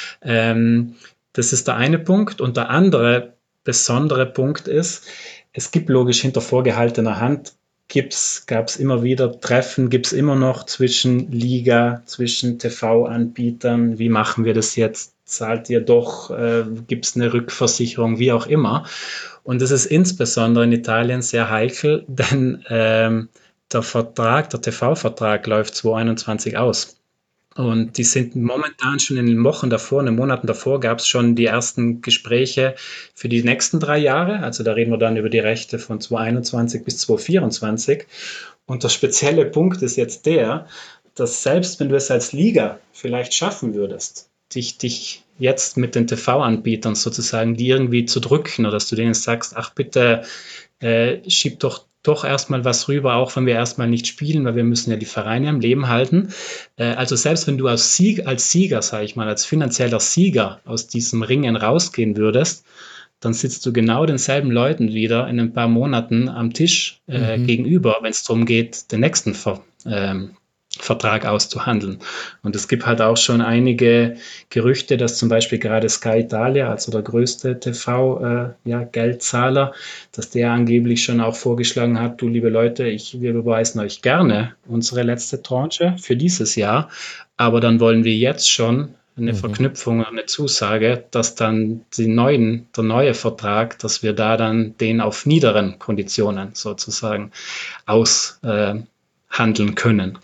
Ähm, das ist der eine Punkt. Und der andere besondere Punkt ist, es gibt logisch hinter vorgehaltener Hand gab es immer wieder Treffen, gibt es immer noch zwischen Liga, zwischen T V-Anbietern, wie machen wir das jetzt, zahlt ihr doch, äh, gibt es eine Rückversicherung, wie auch immer. Und das ist insbesondere in Italien sehr heikel, denn ähm, der Vertrag, der T V-Vertrag läuft zwanzig einundzwanzig aus. Und die sind momentan schon in den Wochen davor, in den Monaten davor gab es schon die ersten Gespräche für die nächsten drei Jahre. Also da reden wir dann über die Rechte von zwanzig einundzwanzig bis zwanzig vierundzwanzig. Und der spezielle Punkt ist jetzt der, dass selbst wenn du es als Liga vielleicht schaffen würdest, dich, dich jetzt mit den T V-Anbietern sozusagen, die irgendwie zu drücken oder dass du denen sagst, ach bitte, äh, schieb doch doch erstmal was rüber, auch wenn wir erstmal nicht spielen, weil wir müssen ja die Vereine am Leben halten. Äh, also selbst wenn du als, Sieg, als Sieger, sage ich mal, als finanzieller Sieger aus diesem Ringen rausgehen würdest, dann sitzt du genau denselben Leuten wieder in ein paar Monaten am Tisch äh, mhm. gegenüber, wenn es darum geht, den nächsten Ver, ähm, Vertrag auszuhandeln. Und es gibt halt auch schon einige Gerüchte, dass zum Beispiel gerade Sky Italia, also der größte T V-Geldzahler, äh, ja, dass der angeblich schon auch vorgeschlagen hat, du liebe Leute, ich, wir beweisen euch gerne unsere letzte Tranche für dieses Jahr, aber dann wollen wir jetzt schon eine mhm. Verknüpfung, eine Zusage, dass dann die neuen, der neue Vertrag, dass wir da dann den auf niederen Konditionen sozusagen aushandeln äh, können.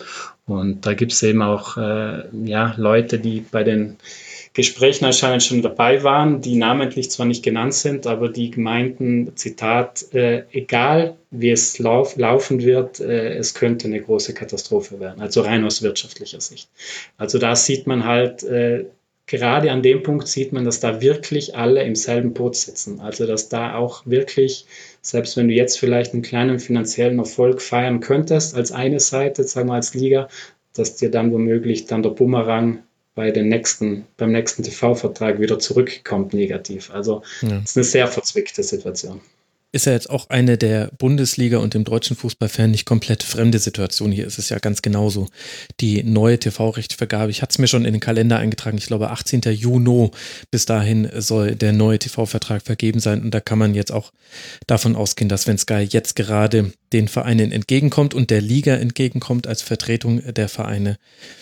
Und da gibt es eben auch äh, ja, Leute, die bei den Gesprächen anscheinend schon dabei waren, die namentlich zwar nicht genannt sind, aber die meinten, Zitat, äh, egal wie es lauf, laufen wird, äh, es könnte eine große Katastrophe werden, also rein aus wirtschaftlicher Sicht. Also da sieht man halt, äh, gerade an dem Punkt sieht man, dass da wirklich alle im selben Boot sitzen. Also dass da auch wirklich, selbst wenn du jetzt vielleicht einen kleinen finanziellen Erfolg feiern könntest, als eine Seite, sagen wir als Liga, dass dir dann womöglich dann der Bumerang bei den nächsten, beim nächsten T V-Vertrag wieder zurückkommt negativ. Also es ja. ist eine sehr verzwickte Situation. Ist ja jetzt auch eine der Bundesliga und dem deutschen Fußballfan nicht komplett fremde Situation. Hier ist es ja ganz genauso. Die neue T V-Rechtsvergabe, ich hatte es mir schon in den Kalender eingetragen, ich glaube achtzehnten Juni, bis dahin soll der neue T V-Vertrag vergeben sein und da kann man jetzt auch davon ausgehen, dass wenn Sky jetzt gerade den Vereinen entgegenkommt und der Liga entgegenkommt als Vertretung der Vereine,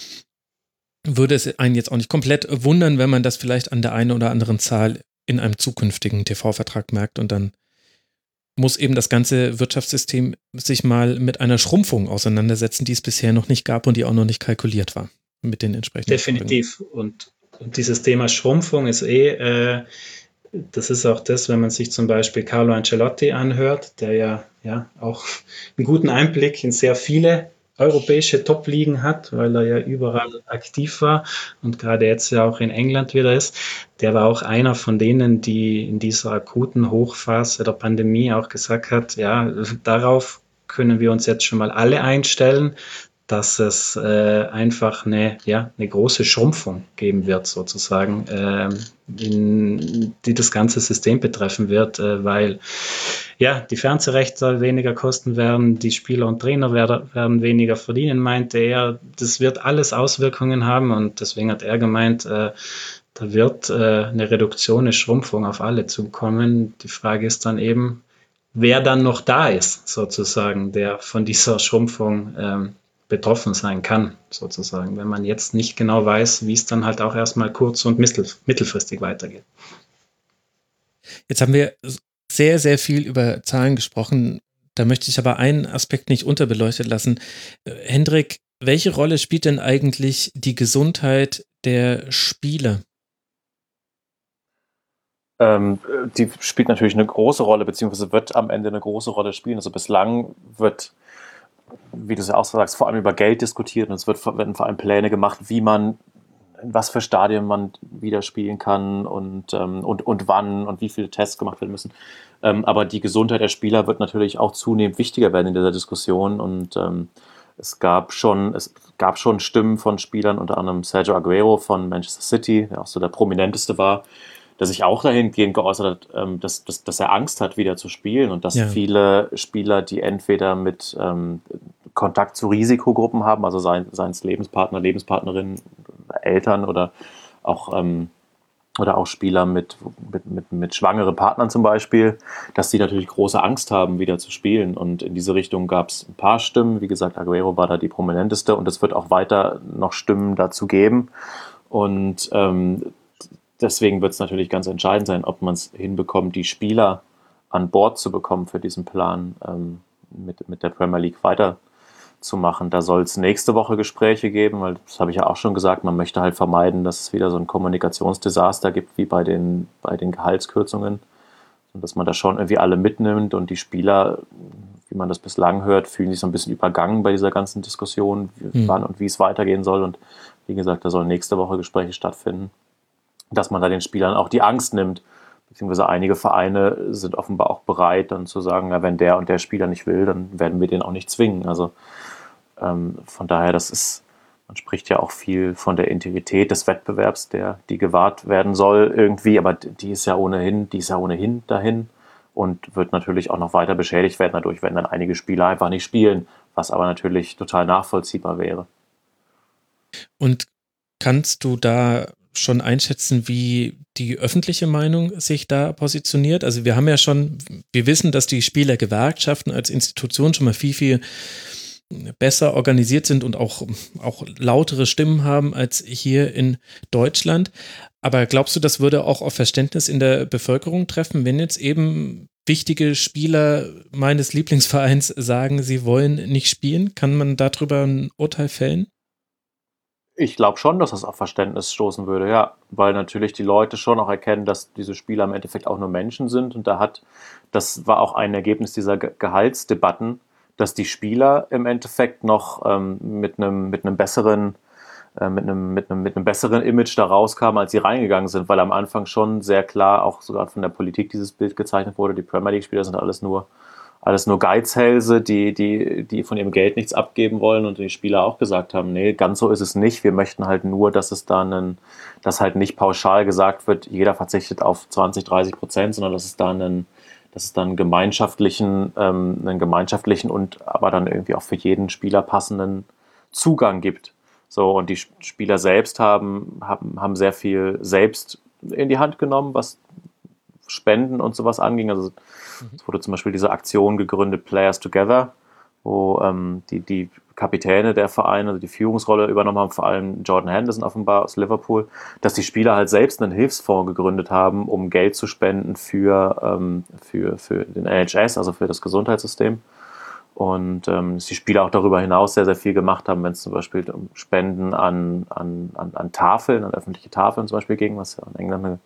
würde es einen jetzt auch nicht komplett wundern, wenn man das vielleicht an der einen oder anderen Zahl in einem zukünftigen T V-Vertrag merkt und dann muss eben das ganze Wirtschaftssystem sich mal mit einer Schrumpfung auseinandersetzen, die es bisher noch nicht gab und die auch noch nicht kalkuliert war mit den entsprechenden. Definitiv. Und, und dieses Thema Schrumpfung ist eh, äh, das ist auch das, wenn man sich zum Beispiel Carlo Ancelotti anhört, der ja, ja auch einen guten Einblick in sehr viele europäische Top-Ligen hat, weil er ja überall aktiv war und gerade jetzt ja auch in England wieder ist. Der war auch einer von denen, die in dieser akuten Hochphase der Pandemie auch gesagt hat, ja, darauf können wir uns jetzt schon mal alle einstellen, dass es äh, einfach eine, ja, eine große Schrumpfung geben wird, sozusagen, äh, in, die das ganze System betreffen wird, äh, weil ja, die Fernsehrechte weniger kosten werden, die Spieler und Trainer werden, werden weniger verdienen, meinte er. Das wird alles Auswirkungen haben und deswegen hat er gemeint, äh, da wird äh, eine Reduktion, eine Schrumpfung auf alle zukommen. Die Frage ist dann eben, wer dann noch da ist, sozusagen, der von dieser Schrumpfung ähm, betroffen sein kann, sozusagen, wenn man jetzt nicht genau weiß, wie es dann halt auch erstmal kurz- und mittelfristig weitergeht. Jetzt haben wir sehr, sehr viel über Zahlen gesprochen. Da möchte ich aber einen Aspekt nicht unterbeleuchtet lassen. Hendrik, welche Rolle spielt denn eigentlich die Gesundheit der Spieler? Ähm, die spielt natürlich eine große Rolle, beziehungsweise wird am Ende eine große Rolle spielen. Also bislang wird, wie du es ja auch sagst, vor allem über Geld diskutiert und es wird, werden vor allem Pläne gemacht, wie man, in was für Stadien man wieder spielen kann und, ähm, und, und wann und wie viele Tests gemacht werden müssen. Ähm, aber die Gesundheit der Spieler wird natürlich auch zunehmend wichtiger werden in dieser Diskussion und ähm, es gab schon, es gab schon Stimmen von Spielern, unter anderem Sergio Aguero von Manchester City, der auch so der prominenteste war, der sich auch dahingehend geäußert hat, ähm, dass, dass, dass er Angst hat, wieder zu spielen und dass ja. viele Spieler, die entweder mit ähm, Kontakt zu Risikogruppen haben, also seien es Lebenspartner, Lebenspartnerinnen, Eltern oder auch, ähm, oder auch Spieler mit, mit, mit, mit schwangeren Partnern zum Beispiel, dass die natürlich große Angst haben, wieder zu spielen. Und in diese Richtung gab es ein paar Stimmen. Wie gesagt, Aguero war da die prominenteste und es wird auch weiter noch Stimmen dazu geben. Und ähm, deswegen wird es natürlich ganz entscheidend sein, ob man es hinbekommt, die Spieler an Bord zu bekommen für diesen Plan, ähm, mit, mit der Premier League weiterzumachen. Da soll es nächste Woche Gespräche geben, weil das habe ich ja auch schon gesagt, man möchte halt vermeiden, dass es wieder so ein Kommunikationsdesaster gibt wie bei den, bei den Gehaltskürzungen. Und dass man da schon irgendwie alle mitnimmt und die Spieler, wie man das bislang hört, fühlen sich so ein bisschen übergangen bei dieser ganzen Diskussion, wie, mhm. wann und wie es weitergehen soll. Und wie gesagt, da sollen nächste Woche Gespräche stattfinden, dass man da den Spielern auch die Angst nimmt, beziehungsweise einige Vereine sind offenbar auch bereit, dann zu sagen, ja, wenn der und der Spieler nicht will, dann werden wir den auch nicht zwingen. Also ähm, von daher, das ist, man spricht ja auch viel von der Integrität des Wettbewerbs, der die gewahrt werden soll irgendwie, aber die ist ja ohnehin, die ist ja ohnehin dahin und wird natürlich auch noch weiter beschädigt werden dadurch, wenn dann einige Spieler einfach nicht spielen, was aber natürlich total nachvollziehbar wäre. Und kannst du da schon einschätzen, wie die öffentliche Meinung sich da positioniert? Also wir haben ja schon, wir wissen, dass die Spielergewerkschaften als Institution schon mal viel, viel besser organisiert sind und auch, auch lautere Stimmen haben als hier in Deutschland. Aber glaubst du, das würde auch auf Verständnis in der Bevölkerung treffen, wenn jetzt eben wichtige Spieler meines Lieblingsvereins sagen, sie wollen nicht spielen? Kann man darüber ein Urteil fällen? Ich glaube schon, dass das auf Verständnis stoßen würde, ja, weil natürlich die Leute schon auch erkennen, dass diese Spieler im Endeffekt auch nur Menschen sind und da hat, das war auch ein Ergebnis dieser Ge- Gehaltsdebatten, dass die Spieler im Endeffekt noch ähm, mit einem mit einem besseren äh, mit einem mit einem mit einem besseren Image da rauskamen, als sie reingegangen sind, weil am Anfang schon sehr klar auch sogar von der Politik dieses Bild gezeichnet wurde, die Premier League Spieler sind alles nur alles nur Geizhälse, die, die, die von ihrem Geld nichts abgeben wollen und die Spieler auch gesagt haben, nee, ganz so ist es nicht. Wir möchten halt nur, dass es da einen, dass halt nicht pauschal gesagt wird, jeder verzichtet auf zwanzig, dreißig Prozent, sondern dass es da einen, dass es dann einen gemeinschaftlichen, ähm, einen gemeinschaftlichen und aber dann irgendwie auch für jeden Spieler passenden Zugang gibt. So, und die Spieler selbst haben, haben, haben sehr viel selbst in die Hand genommen, was Spenden und sowas anging. Also es wurde zum Beispiel diese Aktion gegründet, Players Together, wo ähm, die, die Kapitäne der Vereine, also die Führungsrolle übernommen haben, vor allem Jordan Henderson offenbar aus Liverpool, dass die Spieler halt selbst einen Hilfsfonds gegründet haben, um Geld zu spenden für, ähm, für, für den N H S, also für das Gesundheitssystem. Und ähm, dass die Spieler auch darüber hinaus sehr, sehr viel gemacht haben, wenn es zum Beispiel um Spenden an, an, an, an Tafeln, an öffentliche Tafeln zum Beispiel ging, was ja in England eine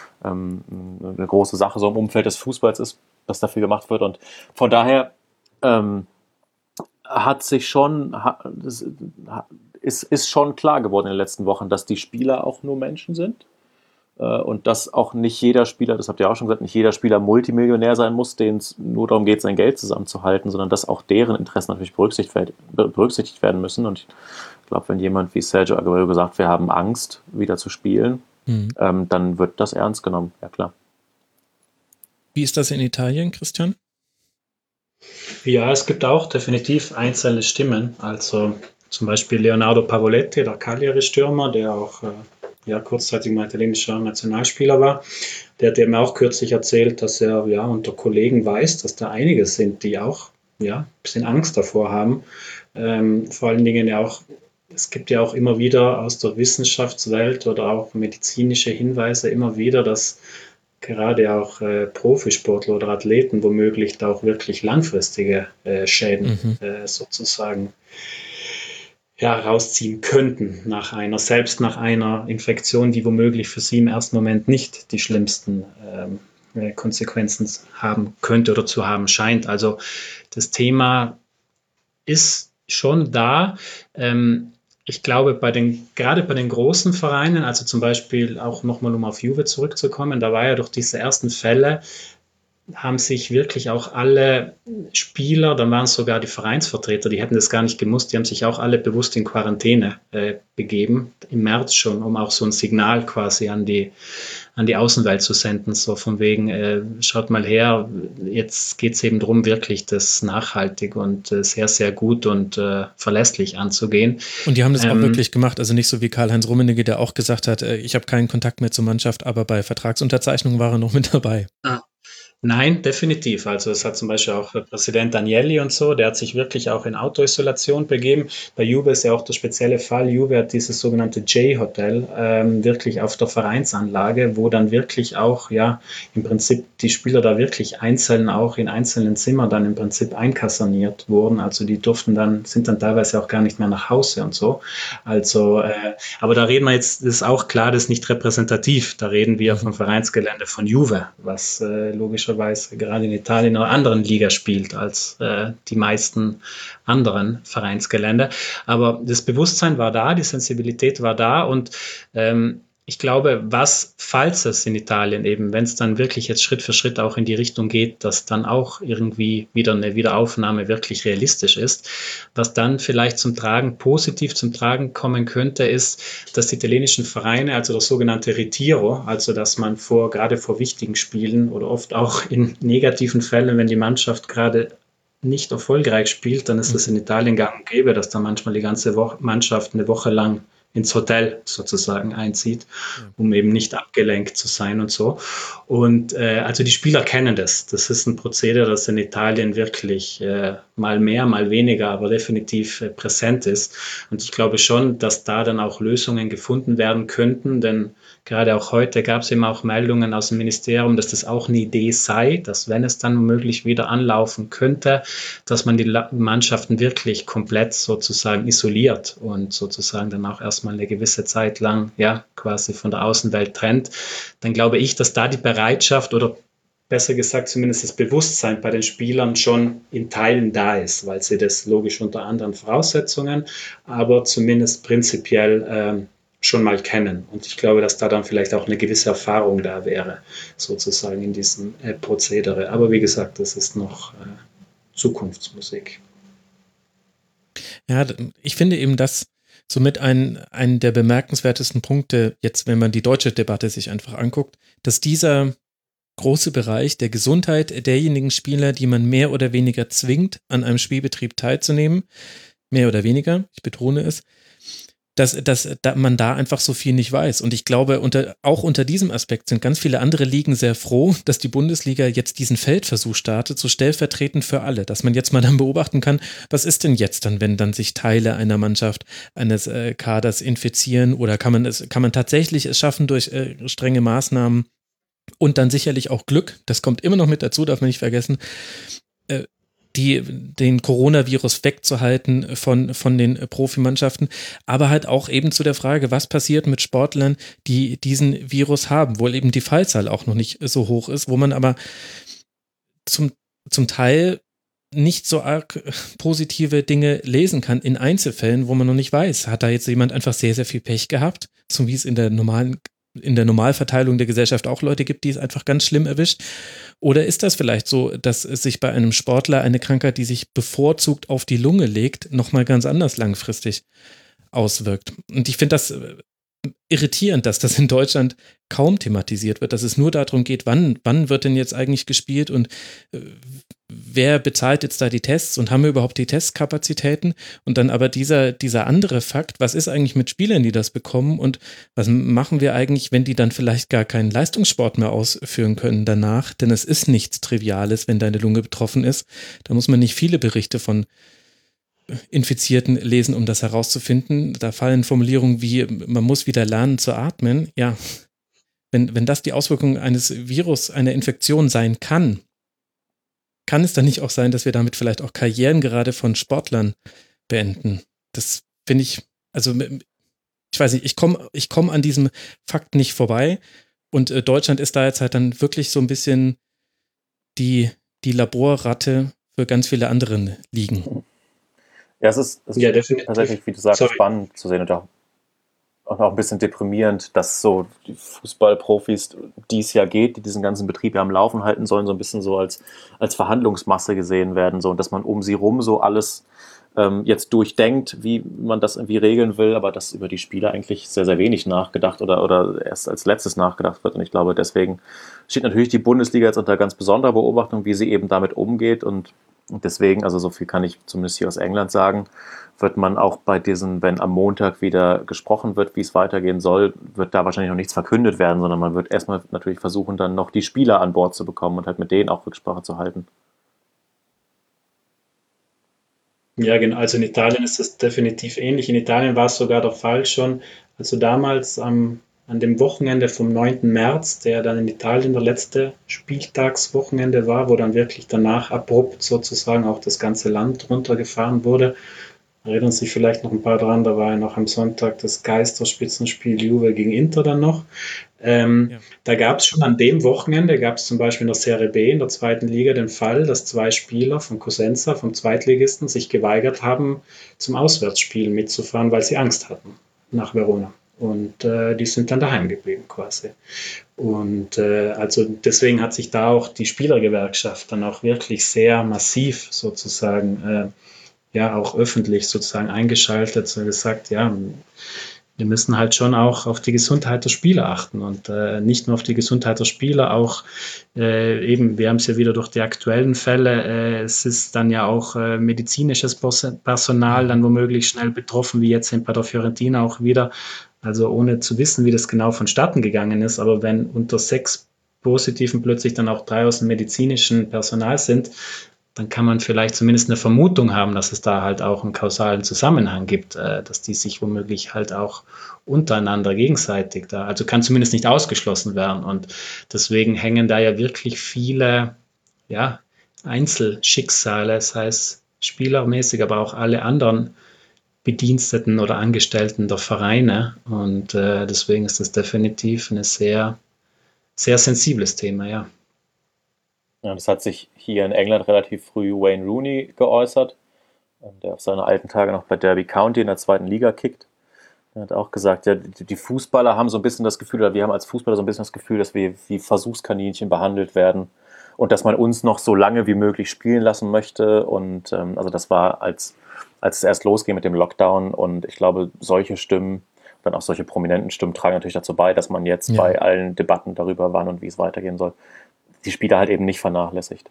eine große Sache so im Umfeld des Fußballs ist, was dafür gemacht wird. Und von daher ähm, hat sich schon, das ist, ist schon klar geworden in den letzten Wochen, dass die Spieler auch nur Menschen sind äh, und dass auch nicht jeder Spieler, das habt ihr auch schon gesagt, nicht jeder Spieler Multimillionär sein muss, denen es nur darum geht, sein Geld zusammenzuhalten, sondern dass auch deren Interessen natürlich berücksichtigt, berücksichtigt werden müssen. Und ich glaube, wenn jemand wie Sergio Aguero gesagt, wir haben Angst, wieder zu spielen, Mhm. Ähm, dann wird das ernst genommen, ja klar. Wie ist das in Italien, Christian? Ja, es gibt auch definitiv einzelne Stimmen. Also zum Beispiel Leonardo Pavoletti, der Cagliari-Stürmer, der auch äh, ja, kurzzeitig mal italienischer Nationalspieler war. Der hat eben auch kürzlich erzählt, dass er ja unter Kollegen weiß, dass da einige sind, die auch ja, ein bisschen Angst davor haben. Ähm, vor allen Dingen ja auch Es gibt ja auch immer wieder aus der Wissenschaftswelt oder auch medizinische Hinweise immer wieder, dass gerade auch äh, Profisportler oder Athleten womöglich da auch wirklich langfristige äh, Schäden mhm. äh, sozusagen ja, rausziehen könnten nach einer, selbst nach einer Infektion, die womöglich für sie im ersten Moment nicht die schlimmsten ähm, äh, Konsequenzen haben könnte oder zu haben scheint. Also das Thema ist schon da. Ähm, Ich glaube, bei den, gerade bei den großen Vereinen, also zum Beispiel auch nochmal, um auf Juve zurückzukommen, da war ja durch diese ersten Fälle, haben sich wirklich auch alle Spieler, dann waren es sogar die Vereinsvertreter, die hätten das gar nicht gemusst, die haben sich auch alle bewusst in Quarantäne äh, begeben, im März schon, um auch so ein Signal quasi an die, an die Außenwelt zu senden, so von wegen, äh, schaut mal her, jetzt geht es eben darum, wirklich das nachhaltig und äh, sehr, sehr gut und äh, verlässlich anzugehen. Und die haben das ähm, auch wirklich gemacht, also nicht so wie Karl-Heinz Rummenigge, der auch gesagt hat, äh, ich habe keinen Kontakt mehr zur Mannschaft, aber bei Vertragsunterzeichnung war er noch mit dabei. Ah. Nein, definitiv. Also es hat zum Beispiel auch Präsident Agnelli und so, der hat sich wirklich auch in Autoisolation begeben. Bei Juve ist ja auch der spezielle Fall. Juve hat dieses sogenannte J-Hotel ähm, wirklich auf der Vereinsanlage, wo dann wirklich auch, ja, im Prinzip die Spieler da wirklich einzeln auch in einzelnen Zimmern dann im Prinzip einkaserniert wurden. Also die durften dann, sind dann teilweise auch gar nicht mehr nach Hause und so. Also, äh, aber da reden wir jetzt, das ist auch klar, das ist nicht repräsentativ. Da reden wir vom Vereinsgelände von Juve, was äh, logischerweise gerade in Italien oder anderen Liga spielt als äh, die meisten anderen Vereinsgelände. Aber das Bewusstsein war da, die Sensibilität war da und ähm, ich glaube, was, falls es in Italien eben, wenn es dann wirklich jetzt Schritt für Schritt auch in die Richtung geht, dass dann auch irgendwie wieder eine Wiederaufnahme wirklich realistisch ist, was dann vielleicht zum Tragen, positiv zum Tragen kommen könnte, ist, dass die italienischen Vereine, also das sogenannte Retiro, also dass man vor, gerade vor wichtigen Spielen oder oft auch in negativen Fällen, wenn die Mannschaft gerade nicht erfolgreich spielt, dann ist es in Italien gang und gäbe, dass da manchmal die ganze Woche, Mannschaft eine Woche lang ins Hotel sozusagen einzieht, um eben nicht abgelenkt zu sein und so. Und äh, also die Spieler kennen das. Das ist ein Prozedere, das in Italien wirklich äh, mal mehr, mal weniger, aber definitiv äh, präsent ist. Und ich glaube schon, dass da dann auch Lösungen gefunden werden könnten, denn gerade auch heute gab es eben auch Meldungen aus dem Ministerium, dass das auch eine Idee sei, dass wenn es dann womöglich wieder anlaufen könnte, dass man die Mannschaften wirklich komplett sozusagen isoliert und sozusagen dann auch erstmal kurz mal eine gewisse Zeit lang ja quasi von der Außenwelt trennt, dann glaube ich, dass da die Bereitschaft oder besser gesagt zumindest das Bewusstsein bei den Spielern schon in Teilen da ist, weil sie das logisch unter anderen Voraussetzungen, aber zumindest prinzipiell ähm, schon mal kennen. Und ich glaube, dass da dann vielleicht auch eine gewisse Erfahrung da wäre, sozusagen in diesem äh, Prozedere. Aber wie gesagt, das ist noch äh, Zukunftsmusik. Ja, ich finde eben das somit ein, ein der bemerkenswertesten Punkte, jetzt wenn man die deutsche Debatte sich einfach anguckt, dass dieser große Bereich der Gesundheit derjenigen Spieler, die man mehr oder weniger zwingt, an einem Spielbetrieb teilzunehmen, mehr oder weniger, ich betone es, dass, dass, dass man da einfach so viel nicht weiß. Und ich glaube, unter, auch unter diesem Aspekt sind ganz viele andere Ligen sehr froh, dass die Bundesliga jetzt diesen Feldversuch startet, so stellvertretend für alle, dass man jetzt mal dann beobachten kann, was ist denn jetzt dann, wenn dann sich Teile einer Mannschaft, eines äh, Kaders infizieren, oder kann man es, kann man tatsächlich es schaffen durch äh, strenge Maßnahmen und dann sicherlich auch Glück, das kommt immer noch mit dazu, darf man nicht vergessen, äh, die, den Coronavirus wegzuhalten von, von den Profimannschaften, aber halt auch eben zu der Frage, was passiert mit Sportlern, die diesen Virus haben, wo eben die Fallzahl auch noch nicht so hoch ist, wo man aber zum, zum Teil nicht so arg positive Dinge lesen kann in Einzelfällen, wo man noch nicht weiß, hat da jetzt jemand einfach sehr, sehr viel Pech gehabt, so wie es in der normalen in der Normalverteilung der Gesellschaft auch Leute gibt, die es einfach ganz schlimm erwischt? Oder ist das vielleicht so, dass es sich bei einem Sportler eine Krankheit, die sich bevorzugt auf die Lunge legt, nochmal ganz anders langfristig auswirkt? Und ich finde das irritierend, dass das in Deutschland kaum thematisiert wird, dass es nur darum geht, wann, wann wird denn jetzt eigentlich gespielt und äh, wer bezahlt jetzt da die Tests und haben wir überhaupt die Testkapazitäten? Und dann aber dieser, dieser andere Fakt, was ist eigentlich mit Spielern, die das bekommen, und was machen wir eigentlich, wenn die dann vielleicht gar keinen Leistungssport mehr ausführen können danach? Denn es ist nichts Triviales, wenn deine Lunge betroffen ist. Da muss man nicht viele Berichte von Infizierten lesen, um das herauszufinden. Da fallen Formulierungen wie, man muss wieder lernen zu atmen. Ja, wenn, wenn das die Auswirkung eines Virus, einer Infektion sein kann, kann es dann nicht auch sein, dass wir damit vielleicht auch Karrieren gerade von Sportlern beenden? Das finde ich, also ich weiß nicht, ich komme ich komm an diesem Fakt nicht vorbei, und äh, Deutschland ist da jetzt halt dann wirklich so ein bisschen die, die Laborratte für ganz viele andere Ligen. Ja, es ist, es Ja, ist definitiv. tatsächlich, wie du sagst, Sorry. spannend zu sehen und auch, auch noch ein bisschen deprimierend, dass so die Fußballprofis, die es ja geht, die diesen ganzen Betrieb ja am Laufen halten sollen, so ein bisschen so als, als Verhandlungsmasse gesehen werden, so, und dass man um sie rum so alles ähm, jetzt durchdenkt, wie man das irgendwie regeln will, aber dass über die Spieler eigentlich sehr, sehr wenig nachgedacht oder, oder erst als letztes nachgedacht wird. Und ich glaube, deswegen steht natürlich die Bundesliga jetzt unter ganz besonderer Beobachtung, wie sie eben damit umgeht, und Und deswegen, also so viel kann ich zumindest hier aus England sagen, wird man auch bei diesen, wenn am Montag wieder gesprochen wird, wie es weitergehen soll, wird da wahrscheinlich noch nichts verkündet werden, sondern man wird erstmal natürlich versuchen, dann noch die Spieler an Bord zu bekommen und halt mit denen auch Rücksprache zu halten. Ja, genau. Also in Italien ist das definitiv ähnlich. In Italien war es sogar der Fall schon, also damals am, an dem Wochenende vom neunten März, der dann in Italien der letzte Spieltagswochenende war, wo dann wirklich danach abrupt sozusagen auch das ganze Land runtergefahren wurde. Erinnern sich vielleicht noch ein paar dran, da war ja noch am Sonntag das Geisterspitzenspiel Juve gegen Inter dann noch. Ähm, Ja. Da gab es schon an dem Wochenende, gab es zum Beispiel in der Serie B, in der zweiten Liga, den Fall, dass zwei Spieler von Cosenza, vom Zweitligisten, sich geweigert haben, zum Auswärtsspiel mitzufahren, weil sie Angst hatten nach Verona. Und äh, die sind dann daheim geblieben quasi. Und äh, also deswegen hat sich da auch die Spielergewerkschaft dann auch wirklich sehr massiv sozusagen äh, ja auch öffentlich sozusagen eingeschaltet und gesagt, ja, wir müssen halt schon auch auf die Gesundheit der Spieler achten, und äh, nicht nur auf die Gesundheit der Spieler, auch äh, eben, wir haben es ja wieder durch die aktuellen Fälle, äh, es ist dann ja auch äh, medizinisches Personal dann womöglich schnell betroffen, wie jetzt bei der Fiorentina auch wieder, also ohne zu wissen, wie das genau vonstatten gegangen ist, aber wenn unter sechs Positiven plötzlich dann auch drei aus dem medizinischen Personal sind, dann kann man vielleicht zumindest eine Vermutung haben, dass es da halt auch einen kausalen Zusammenhang gibt, äh, dass die sich womöglich halt auch untereinander gegenseitig da, also kann zumindest nicht ausgeschlossen werden, und deswegen hängen da ja wirklich viele, ja, Einzelschicksale, sei es spielermäßig, aber auch alle anderen Bediensteten oder Angestellten der Vereine. Und äh, deswegen ist das definitiv ein sehr, sehr sensibles Thema, ja. Ja, das hat sich hier in England relativ früh Wayne Rooney geäußert, der auf seine alten Tage noch bei Derby County in der zweiten Liga kickt. Er hat auch gesagt, ja, die Fußballer haben so ein bisschen das Gefühl, oder wir haben als Fußballer so ein bisschen das Gefühl, dass wir wie Versuchskaninchen behandelt werden und dass man uns noch so lange wie möglich spielen lassen möchte. Und ähm, also das war, als, als es erst losging mit dem Lockdown. Und ich glaube, solche Stimmen, dann auch solche prominenten Stimmen tragen natürlich dazu bei, dass man jetzt ja. bei allen Debatten darüber, wann und wie es weitergehen soll, die Spieler halt eben nicht vernachlässigt.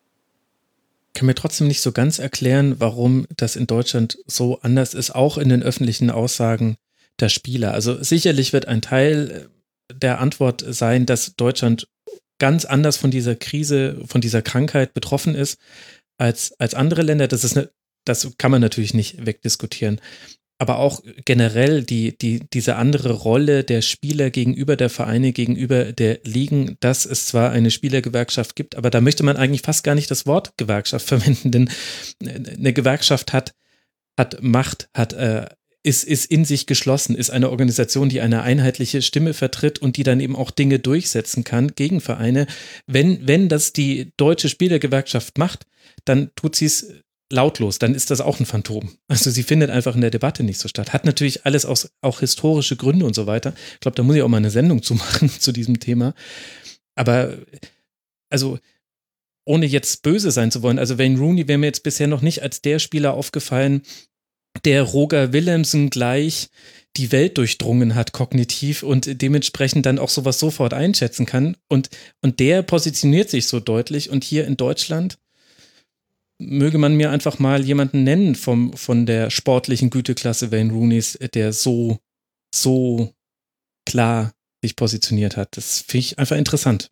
Ich kann mir trotzdem nicht so ganz erklären, warum das in Deutschland so anders ist, auch in den öffentlichen Aussagen der Spieler. Also sicherlich wird ein Teil der Antwort sein, dass Deutschland ganz anders von dieser Krise, von dieser Krankheit betroffen ist als, als andere Länder. Das ist eine, das kann man natürlich nicht wegdiskutieren. Aber auch generell die, die, diese andere Rolle der Spieler gegenüber der Vereine, gegenüber der Ligen, dass es zwar eine Spielergewerkschaft gibt, aber da möchte man eigentlich fast gar nicht das Wort Gewerkschaft verwenden, denn eine Gewerkschaft hat, hat Macht, hat äh, Ist, ist in sich geschlossen, ist eine Organisation, die eine einheitliche Stimme vertritt und die dann eben auch Dinge durchsetzen kann gegen Vereine. Wenn, wenn das die deutsche Spielergewerkschaft macht, dann tut sie es lautlos, dann ist das auch ein Phantom. Also sie findet einfach in der Debatte nicht so statt. Hat natürlich alles aus, auch historische Gründe und so weiter. Ich glaube, da muss ich auch mal eine Sendung zu machen zu diesem Thema. Aber also ohne jetzt böse sein zu wollen, also Wayne Rooney wäre mir jetzt bisher noch nicht als der Spieler aufgefallen, der Roger Willemsen gleich die Welt durchdrungen hat, kognitiv, und dementsprechend dann auch sowas sofort einschätzen kann. Und, und der positioniert sich so deutlich. Und hier in Deutschland möge man mir einfach mal jemanden nennen vom, von der sportlichen Güteklasse Wayne Rooneys, der so, so klar sich positioniert hat. Das finde ich einfach interessant.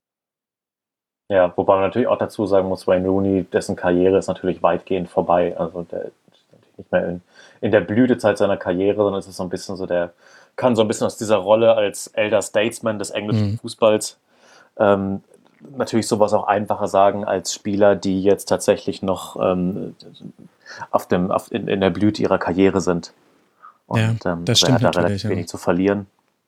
Ja, wobei man natürlich auch dazu sagen muss, Wayne Rooney, dessen Karriere ist natürlich weitgehend vorbei. Also der ist natürlich nicht mehr in, in der Blütezeit seiner Karriere, sondern es ist so ein bisschen so, der kann so ein bisschen aus dieser Rolle als Elder Statesman des englischen mhm. Fußballs ähm, natürlich sowas auch einfacher sagen als Spieler, die jetzt tatsächlich noch ähm, auf dem, auf, in, in der Blüte ihrer Karriere sind. Und ja, ähm, das also stimmt er hat da relativ ja. wenig zu verlieren.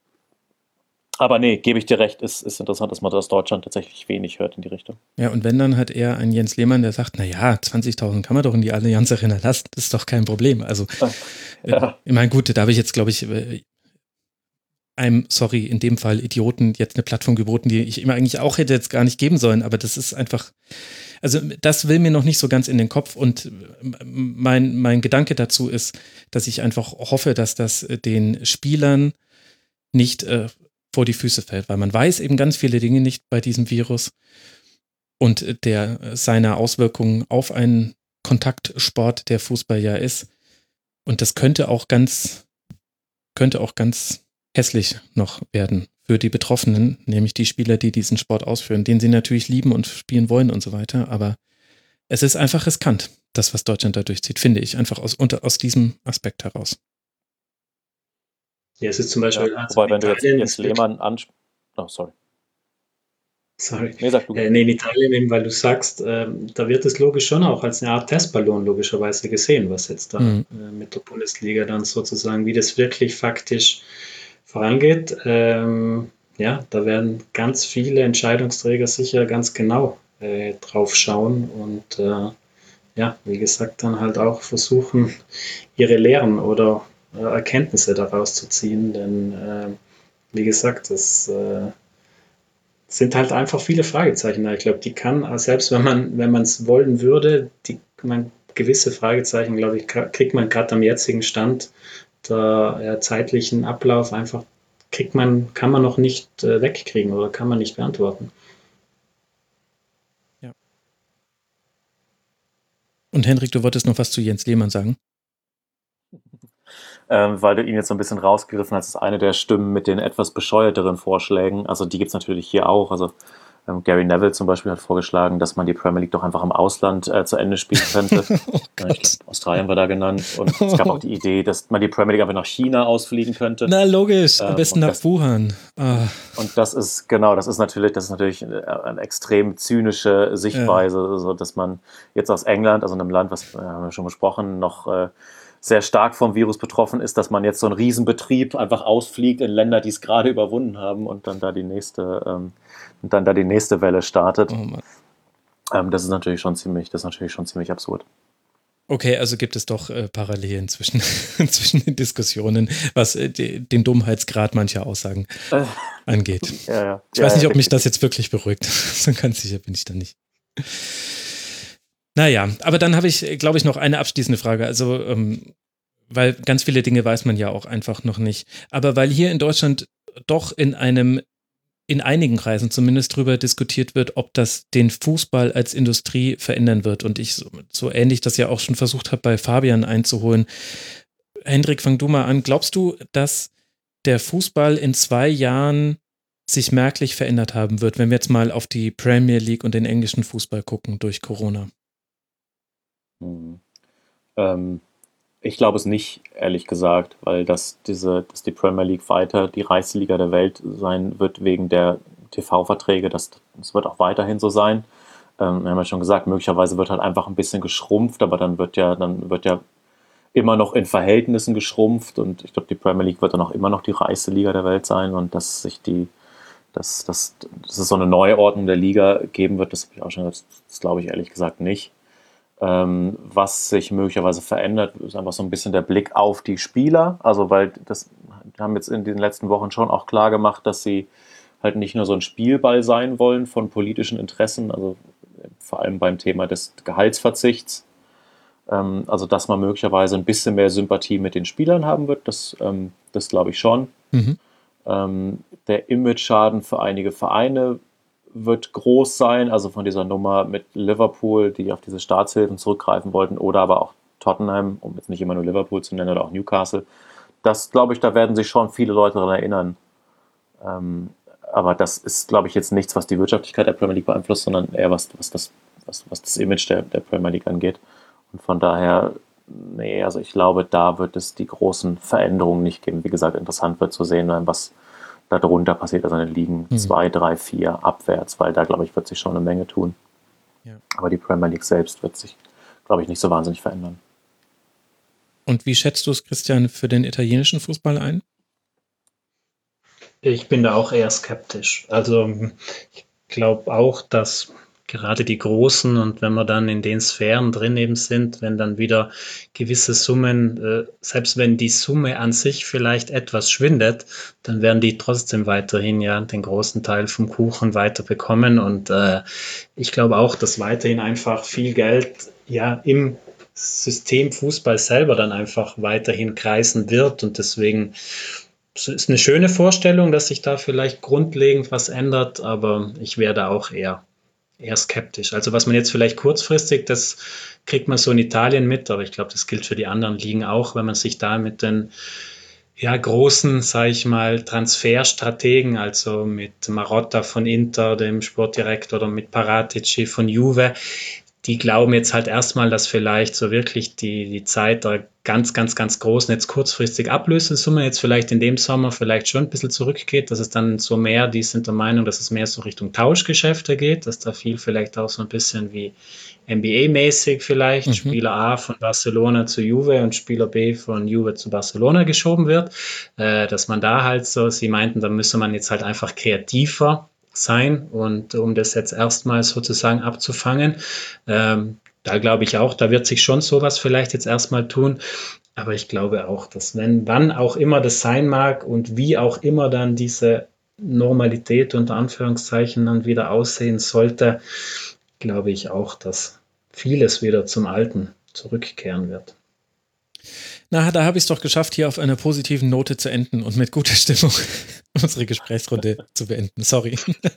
Aber nee, gebe ich dir recht, ist, ist interessant, dass man aus Deutschland tatsächlich wenig hört in die Richtung. Ja, und wenn, dann hat er einen Jens Lehmann, der sagt, naja, zwanzigtausend kann man doch in die Allianz Arena lassen, das ist doch kein Problem. Also, ja. äh, ich meine, gut, da habe ich jetzt, glaube ich, äh, einem, sorry, in dem Fall Idioten jetzt eine Plattform geboten, die ich immer eigentlich auch hätte jetzt gar nicht geben sollen, aber das ist einfach, also das will mir noch nicht so ganz in den Kopf, und mein, mein Gedanke dazu ist, dass ich einfach hoffe, dass das den Spielern nicht äh, vor die Füße fällt, weil man weiß eben ganz viele Dinge nicht bei diesem Virus und der seine Auswirkungen auf einen Kontaktsport, der Fußball ja ist. Und das könnte auch ganz, könnte auch ganz hässlich noch werden für die Betroffenen, nämlich die Spieler, die diesen Sport ausführen, den sie natürlich lieben und spielen wollen und so weiter. Aber es ist einfach riskant, das, was Deutschland da durchzieht, finde ich, einfach aus, unter, aus diesem Aspekt heraus. Ja, es ist zum Beispiel. Ja, wobei, wenn du jetzt, jetzt Lehmann ansprichst. Oh, sorry. Sorry. Nee, sag du. Äh, nee, in Italien eben, weil du sagst, äh, da wird es logisch schon auch als eine Art Testballon logischerweise gesehen, was jetzt da mhm. äh, mit der Bundesliga dann sozusagen, wie das wirklich faktisch vorangeht. Ähm, ja, da werden ganz viele Entscheidungsträger sicher ganz genau äh, drauf schauen und äh, ja, wie gesagt, dann halt auch versuchen, ihre Lehren oder äh, Erkenntnisse daraus zu ziehen, denn äh, wie gesagt, das äh, sind halt einfach viele Fragezeichen. Ich glaube, die kann, selbst wenn man wenn man es wollen würde, die man gewisse Fragezeichen, glaube ich, kriegt man gerade am jetzigen Stand der ja, zeitlichen Ablauf einfach, kriegt man, kann man noch nicht äh, wegkriegen oder kann man nicht beantworten. Ja. Und Henrik, du wolltest noch was zu Jens Lehmann sagen? Ähm, weil du ihn jetzt so ein bisschen rausgegriffen hast, ist eine der Stimmen mit den etwas bescheuerteren Vorschlägen. Also die gibt es natürlich hier auch. Also ähm, Gary Neville zum Beispiel hat vorgeschlagen, dass man die Premier League doch einfach im Ausland äh, zu Ende spielen könnte. oh ich glaub, Australien war da genannt. Und oh. es gab auch die Idee, dass man die Premier League einfach nach China ausfliegen könnte. Na logisch, am ähm, besten nach das, Wuhan. Ah. Und das ist, genau, das ist natürlich, das ist natürlich eine extrem zynische Sichtweise, ja. so, dass man jetzt aus England, also einem Land, was äh, haben wir schon besprochen, noch äh, sehr stark vom Virus betroffen ist, dass man jetzt so einen Riesenbetrieb einfach ausfliegt in Länder, die es gerade überwunden haben und dann da die nächste, ähm, und dann da die nächste Welle startet. Oh Mann. Ähm, das ist natürlich schon ziemlich, das ist natürlich schon ziemlich absurd. Okay, also gibt es doch äh, Parallelen zwischen, zwischen den Diskussionen, was äh, die, den Dummheitsgrad mancher Aussagen Äh, angeht. ja, ja. Ich ja, weiß nicht, ja, ob mich richtig. das jetzt wirklich beruhigt. So ganz sicher bin ich da nicht. Naja, aber dann habe ich, glaube ich, noch eine abschließende Frage. Also, ähm, weil ganz viele Dinge weiß man ja auch einfach noch nicht. Aber weil hier in Deutschland doch in einem, in einigen Kreisen zumindest drüber diskutiert wird, ob das den Fußball als Industrie verändern wird. Und ich so, so ähnlich das ja auch schon versucht habe, bei Fabian einzuholen. Hendrik, fang du mal an. Glaubst du, dass der Fußball in zwei Jahren sich merklich verändert haben wird, wenn wir jetzt mal auf die Premier League und den englischen Fußball gucken durch Corona? Hm. Ähm, ich glaube es nicht, ehrlich gesagt, weil das diese, dass die Premier League weiter die reichste Liga der Welt sein wird wegen der T V-Verträge. Das, das wird auch weiterhin so sein. Ähm, wir haben ja schon gesagt, möglicherweise wird halt einfach ein bisschen geschrumpft, aber dann wird ja, dann wird ja immer noch in Verhältnissen geschrumpft und ich glaube, die Premier League wird dann auch immer noch die reichste Liga der Welt sein und dass sich die, dass, dass, dass es so eine Neuordnung der Liga geben wird, das habe ich auch schon gesagt, das glaube ich ehrlich gesagt nicht. Ähm, was sich möglicherweise verändert, ist einfach so ein bisschen der Blick auf die Spieler, also weil das haben jetzt in den letzten Wochen schon auch klar gemacht, dass sie halt nicht nur so ein Spielball sein wollen von politischen Interessen, also vor allem beim Thema des Gehaltsverzichts. Also, dass man möglicherweise ein bisschen mehr Sympathie mit den Spielern haben wird, das, ähm, das glaube ich schon. Mhm. Ähm, der Image-Schaden für einige Vereine wird groß sein, also von dieser Nummer mit Liverpool, die auf diese Staatshilfen zurückgreifen wollten, oder aber auch Tottenham, um jetzt nicht immer nur Liverpool zu nennen, oder auch Newcastle. Das, glaube ich, da werden sich schon viele Leute daran erinnern. Ähm, aber das ist, glaube ich, jetzt nichts, was die Wirtschaftlichkeit der Premier League beeinflusst, sondern eher was, was, das, was, was das Image der, der Premier League angeht. Und von daher, nee, also ich glaube, da wird es die großen Veränderungen nicht geben. Wie gesagt, interessant wird zu sehen, was da drunter passiert, also in den Ligen Mhm. zwei, drei, vier abwärts, weil da, glaube ich, wird sich schon eine Menge tun. Ja. Aber die Premier League selbst wird sich, glaube ich, nicht so wahnsinnig verändern. Und wie schätzt du es, Christian, für den italienischen Fußball ein? Ich bin da auch eher skeptisch. Also ich glaube auch, dass gerade die Großen und wenn wir dann in den Sphären drin eben sind, wenn dann wieder gewisse Summen, äh, selbst wenn die Summe an sich vielleicht etwas schwindet, dann werden die trotzdem weiterhin ja den großen Teil vom Kuchen weiter bekommen und äh, ich glaube auch, dass weiterhin einfach viel Geld ja im System Fußball selber dann einfach weiterhin kreisen wird und deswegen es ist eine schöne Vorstellung, dass sich da vielleicht grundlegend was ändert, aber ich wäre da auch eher eher skeptisch. Also was man jetzt vielleicht kurzfristig, das kriegt man so in Italien mit, aber ich glaube, das gilt für die anderen Ligen auch, wenn man sich da mit den ja, großen, sage ich mal, Transferstrategen, also mit Marotta von Inter, dem Sportdirektor, oder mit Paratici von Juve, die glauben jetzt halt erstmal, dass vielleicht so wirklich die, die Zeit der ganz, ganz, ganz großen, jetzt kurzfristig Ablösesumme jetzt vielleicht in dem Sommer vielleicht schon ein bisschen zurückgeht, dass es dann so mehr, die sind der Meinung, dass es mehr so Richtung Tauschgeschäfte geht, dass da viel vielleicht auch so ein bisschen wie N B A-mäßig vielleicht, Mhm. Spieler A von Barcelona zu Juve und Spieler B von Juve zu Barcelona geschoben wird, äh, dass man da halt so, sie meinten, da müsse man jetzt halt einfach kreativer sein und um das jetzt erstmal sozusagen abzufangen. Ähm, da glaube ich auch, da wird sich schon sowas vielleicht jetzt erstmal tun. Aber ich glaube auch, dass wenn, wann auch immer das sein mag und wie auch immer dann diese Normalität unter Anführungszeichen dann wieder aussehen sollte, glaube ich auch, dass vieles wieder zum Alten zurückkehren wird. Na, da habe ich es doch geschafft, hier auf einer positiven Note zu enden und mit guter Stimmung unsere Gesprächsrunde zu beenden. Sorry.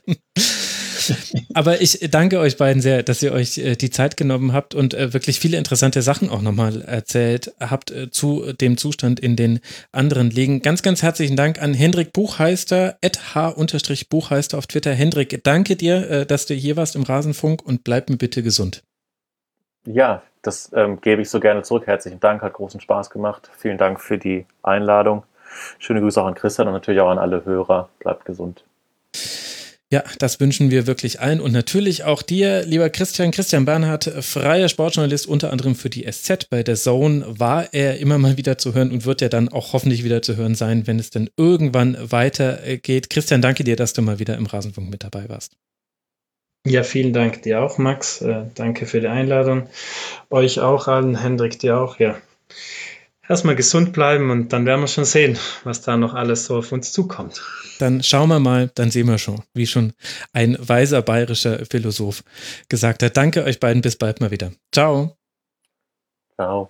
Aber ich danke euch beiden sehr, dass ihr euch äh, die Zeit genommen habt und äh, wirklich viele interessante Sachen auch nochmal erzählt habt äh, zu dem Zustand in den anderen Ligen. Ganz, ganz herzlichen Dank an Hendrik Buchheister, at h-buchheister auf Twitter. Hendrik, danke dir, äh, dass du hier warst im Rasenfunk und bleib mir bitte gesund. Ja, das ähm, gebe ich so gerne zurück. Herzlichen Dank, hat großen Spaß gemacht. Vielen Dank für die Einladung. Schöne Grüße auch an Christian und natürlich auch an alle Hörer. Bleibt gesund. Ja, das wünschen wir wirklich allen und natürlich auch dir, lieber Christian. Christian Bernhard, freier Sportjournalist, unter anderem für die S Z. Bei der Zone war er immer mal wieder zu hören und wird ja dann auch hoffentlich wieder zu hören sein, wenn es dann irgendwann weitergeht. Christian, danke dir, dass du mal wieder im Rasenfunk mit dabei warst. Ja, vielen Dank dir auch, Max. Äh, danke für die Einladung. Euch auch allen, Hendrik, dir auch. Ja, erstmal gesund bleiben und dann werden wir schon sehen, was da noch alles so auf uns zukommt. Dann schauen wir mal, dann sehen wir schon, wie schon ein weiser bayerischer Philosoph gesagt hat. Danke euch beiden, bis bald mal wieder. Ciao. Ciao.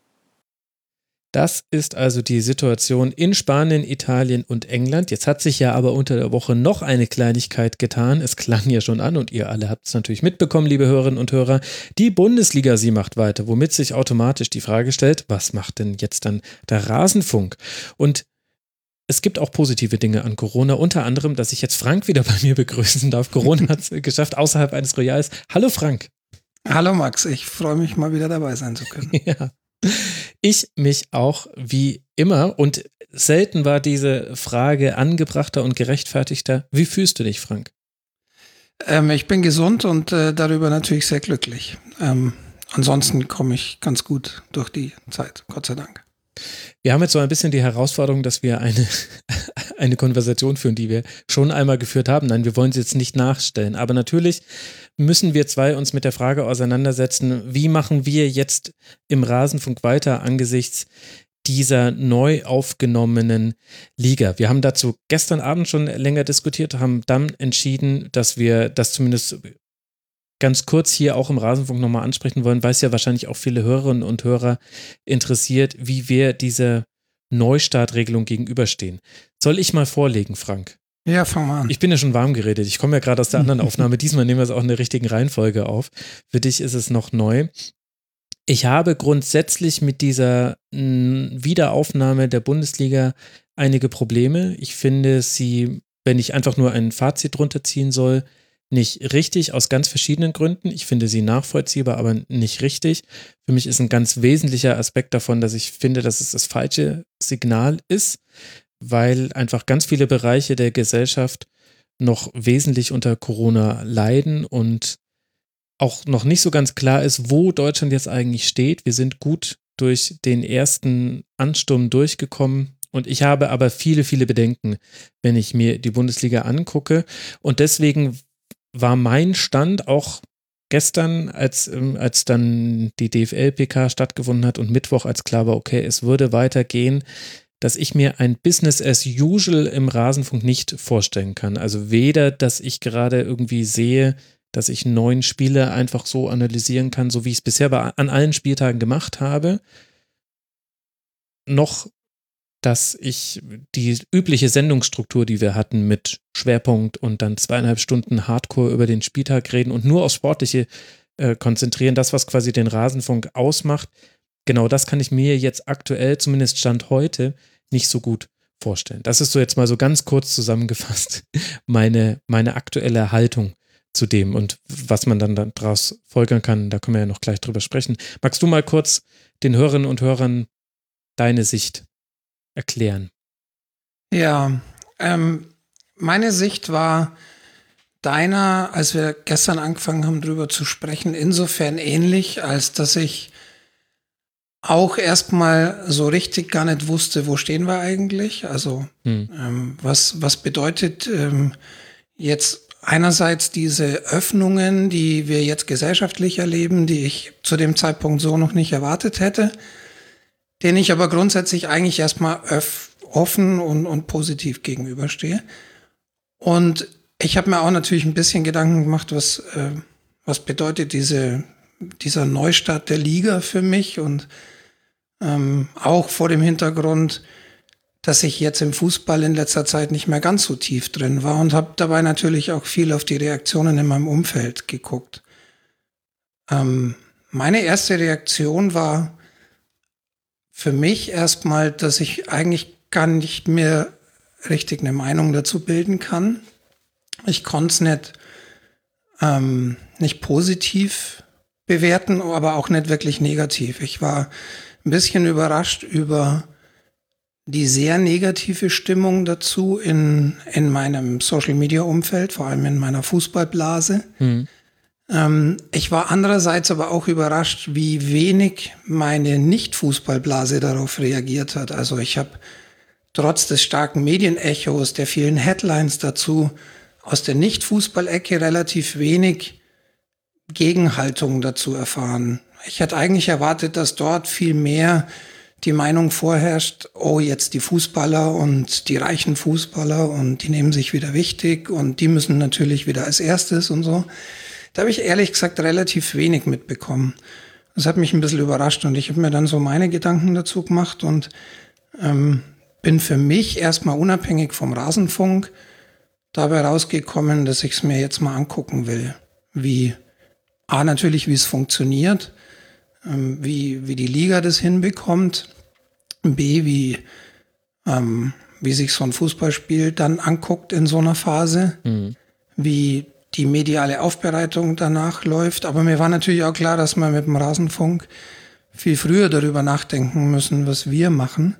Das ist also die Situation in Spanien, Italien und England. Jetzt hat sich ja aber unter der Woche noch eine Kleinigkeit getan. Es klang ja schon an und ihr alle habt es natürlich mitbekommen, liebe Hörerinnen und Hörer. Die Bundesliga, sie macht weiter, womit sich automatisch die Frage stellt, was macht denn jetzt dann der Rasenfunk? Und es gibt auch positive Dinge an Corona, unter anderem, dass ich jetzt Frank wieder bei mir begrüßen darf. Corona hat es geschafft, außerhalb eines Royals. Hallo Frank. Hallo Max, ich freue mich mal wieder dabei sein zu können. Ja, ich mich auch wie immer und selten war diese Frage angebrachter und gerechtfertigter. Wie fühlst du dich, Frank? Ähm, ich bin gesund und äh, darüber natürlich sehr glücklich. Ähm, ansonsten komme ich ganz gut durch die Zeit, Gott sei Dank. Wir haben jetzt so ein bisschen die Herausforderung, dass wir eine, eine Konversation führen, die wir schon einmal geführt haben. Nein, wir wollen sie jetzt nicht nachstellen. Aber natürlich müssen wir zwei uns mit der Frage auseinandersetzen, wie machen wir jetzt im Rasenfunk weiter angesichts dieser neu aufgenommenen Liga. Wir haben dazu gestern Abend schon länger diskutiert, haben dann entschieden, dass wir das zumindest ganz kurz hier auch im Rasenfunk nochmal ansprechen wollen, weil es ja wahrscheinlich auch viele Hörerinnen und Hörer interessiert, wie wir dieser Neustartregelung gegenüberstehen. Soll ich mal vorlegen, Frank? Ja, fang mal an. Ich bin ja schon warm geredet. Ich komme ja gerade aus der anderen Aufnahme. Diesmal nehmen wir es auch in der richtigen Reihenfolge auf. Für dich ist es noch neu. Ich habe grundsätzlich mit dieser mh, Wiederaufnahme der Bundesliga einige Probleme. Ich finde sie, wenn ich einfach nur ein Fazit drunter ziehen soll, nicht richtig, aus ganz verschiedenen Gründen. Ich finde sie nachvollziehbar, aber nicht richtig. Für mich ist ein ganz wesentlicher Aspekt davon, dass ich finde, dass es das falsche Signal ist, weil einfach ganz viele Bereiche der Gesellschaft noch wesentlich unter Corona leiden und auch noch nicht so ganz klar ist, wo Deutschland jetzt eigentlich steht. Wir sind gut durch den ersten Ansturm durchgekommen. Und ich habe aber viele, viele Bedenken, wenn ich mir die Bundesliga angucke. Und deswegen war mein Stand auch gestern, als, als dann die D F L-P K stattgefunden hat und Mittwoch, als klar war, okay, es würde weitergehen, dass ich mir ein Business as usual im Rasenfunk nicht vorstellen kann. Also weder, dass ich gerade irgendwie sehe, dass ich neun Spiele einfach so analysieren kann, so wie ich es bisher bei, an allen Spieltagen gemacht habe, noch dass ich die übliche Sendungsstruktur, die wir hatten mit Schwerpunkt und dann zweieinhalb Stunden Hardcore über den Spieltag reden und nur aufs Sportliche äh, konzentrieren, das, was quasi den Rasenfunk ausmacht, genau das kann ich mir jetzt aktuell, zumindest Stand heute, nicht so gut vorstellen. Das ist so jetzt mal so ganz kurz zusammengefasst meine, meine aktuelle Haltung zu dem und was man dann daraus folgern kann, da können wir ja noch gleich drüber sprechen. Magst du mal kurz den Hörerinnen und Hörern deine Sicht erklären? Ja, ähm, meine Sicht war deiner, als wir gestern angefangen haben, drüber zu sprechen, insofern ähnlich, als dass ich auch erstmal so richtig gar nicht wusste, wo stehen wir eigentlich? Also hm. ähm, was, was bedeutet ähm, jetzt einerseits diese Öffnungen, die wir jetzt gesellschaftlich erleben, die ich zu dem Zeitpunkt so noch nicht erwartet hätte, den ich aber grundsätzlich eigentlich erstmal öff, offen und, und positiv gegenüberstehe. Und ich habe mir auch natürlich ein bisschen Gedanken gemacht, was, äh, was bedeutet diese, dieser Neustart der Liga für mich und ähm, auch vor dem Hintergrund, dass ich jetzt im Fußball in letzter Zeit nicht mehr ganz so tief drin war und habe dabei natürlich auch viel auf die Reaktionen in meinem Umfeld geguckt. Ähm, meine erste Reaktion war für mich erstmal, dass ich eigentlich gar nicht mehr richtig eine Meinung dazu bilden kann. Ich konnte es nicht, ähm, nicht positiv bewerten, aber auch nicht wirklich negativ. Ich war ein bisschen überrascht über die sehr negative Stimmung dazu in, in meinem Social-Media-Umfeld, vor allem in meiner Fußballblase. Mhm. Ähm, ich war andererseits aber auch überrascht, wie wenig meine Nicht-Fußballblase darauf reagiert hat. Also ich habe trotz des starken Medienechos, der vielen Headlines dazu, aus der Nicht-Fußball-Ecke relativ wenig Gegenhaltung dazu erfahren. Ich hätte eigentlich erwartet, dass dort viel mehr die Meinung vorherrscht, oh, jetzt die Fußballer und die reichen Fußballer und die nehmen sich wieder wichtig und die müssen natürlich wieder als erstes und so. Da habe ich ehrlich gesagt relativ wenig mitbekommen. Das hat mich ein bisschen überrascht und ich habe mir dann so meine Gedanken dazu gemacht und ähm, bin für mich erstmal unabhängig vom Rasenfunk dabei rausgekommen, dass ich es mir jetzt mal angucken will. Wie, A, natürlich, wie es funktioniert, ähm, wie, wie die Liga das hinbekommt, B, wie, ähm, wie sich so ein Fußballspiel dann anguckt in so einer Phase, mhm. wie die mediale Aufbereitung danach läuft. Aber mir war natürlich auch klar, dass wir mit dem Rasenfunk viel früher darüber nachdenken müssen, was wir machen.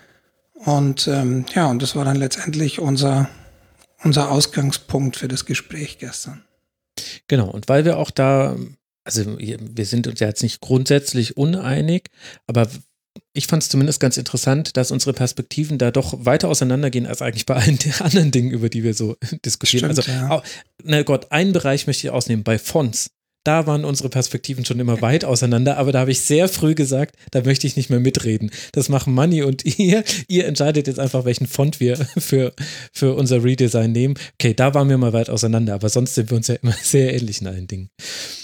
Und ähm, ja, und das war dann letztendlich unser unser Ausgangspunkt für das Gespräch gestern. Genau, und weil wir auch da, also wir sind uns ja jetzt nicht grundsätzlich uneinig, aber ich fand es zumindest ganz interessant, dass unsere Perspektiven da doch weiter auseinandergehen als eigentlich bei allen anderen Dingen, über die wir so diskutieren. Stimmt, also, ja. na Gott, einen Bereich möchte ich ausnehmen, bei Fonts. Da waren unsere Perspektiven schon immer weit auseinander, aber da habe ich sehr früh gesagt, da möchte ich nicht mehr mitreden. Das machen Manni und ihr. Ihr entscheidet jetzt einfach, welchen Font wir für, für unser Redesign nehmen. Okay, da waren wir mal weit auseinander, aber sonst sind wir uns ja immer sehr ähnlich in allen Dingen.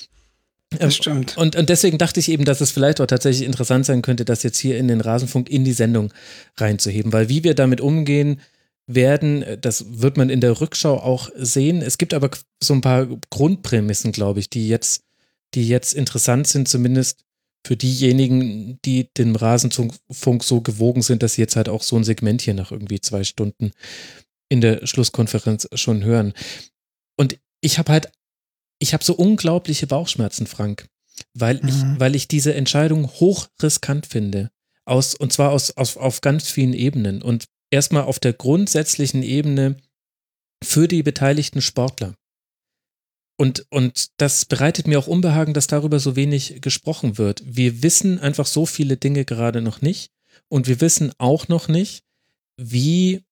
Das stimmt. Und, und deswegen dachte ich eben, dass es vielleicht auch tatsächlich interessant sein könnte, das jetzt hier in den Rasenfunk in die Sendung reinzuheben, weil wie wir damit umgehen werden, das wird man in der Rückschau auch sehen. Es gibt aber so ein paar Grundprämissen, glaube ich, die jetzt, die jetzt interessant sind, zumindest für diejenigen, die dem Rasenfunk so gewogen sind, dass sie jetzt halt auch so ein Segment hier nach irgendwie zwei Stunden in der Schlusskonferenz schon hören. Und ich habe halt, ich habe so unglaubliche Bauchschmerzen, Frank, weil ich, mhm. weil ich diese Entscheidung hochriskant finde. Aus, und zwar aus, aus, auf ganz vielen Ebenen. Und erstmal auf der grundsätzlichen Ebene für die beteiligten Sportler. Und, und das bereitet mir auch Unbehagen, dass darüber so wenig gesprochen wird. Wir wissen einfach so viele Dinge gerade noch nicht. Und wir wissen auch noch nicht, wie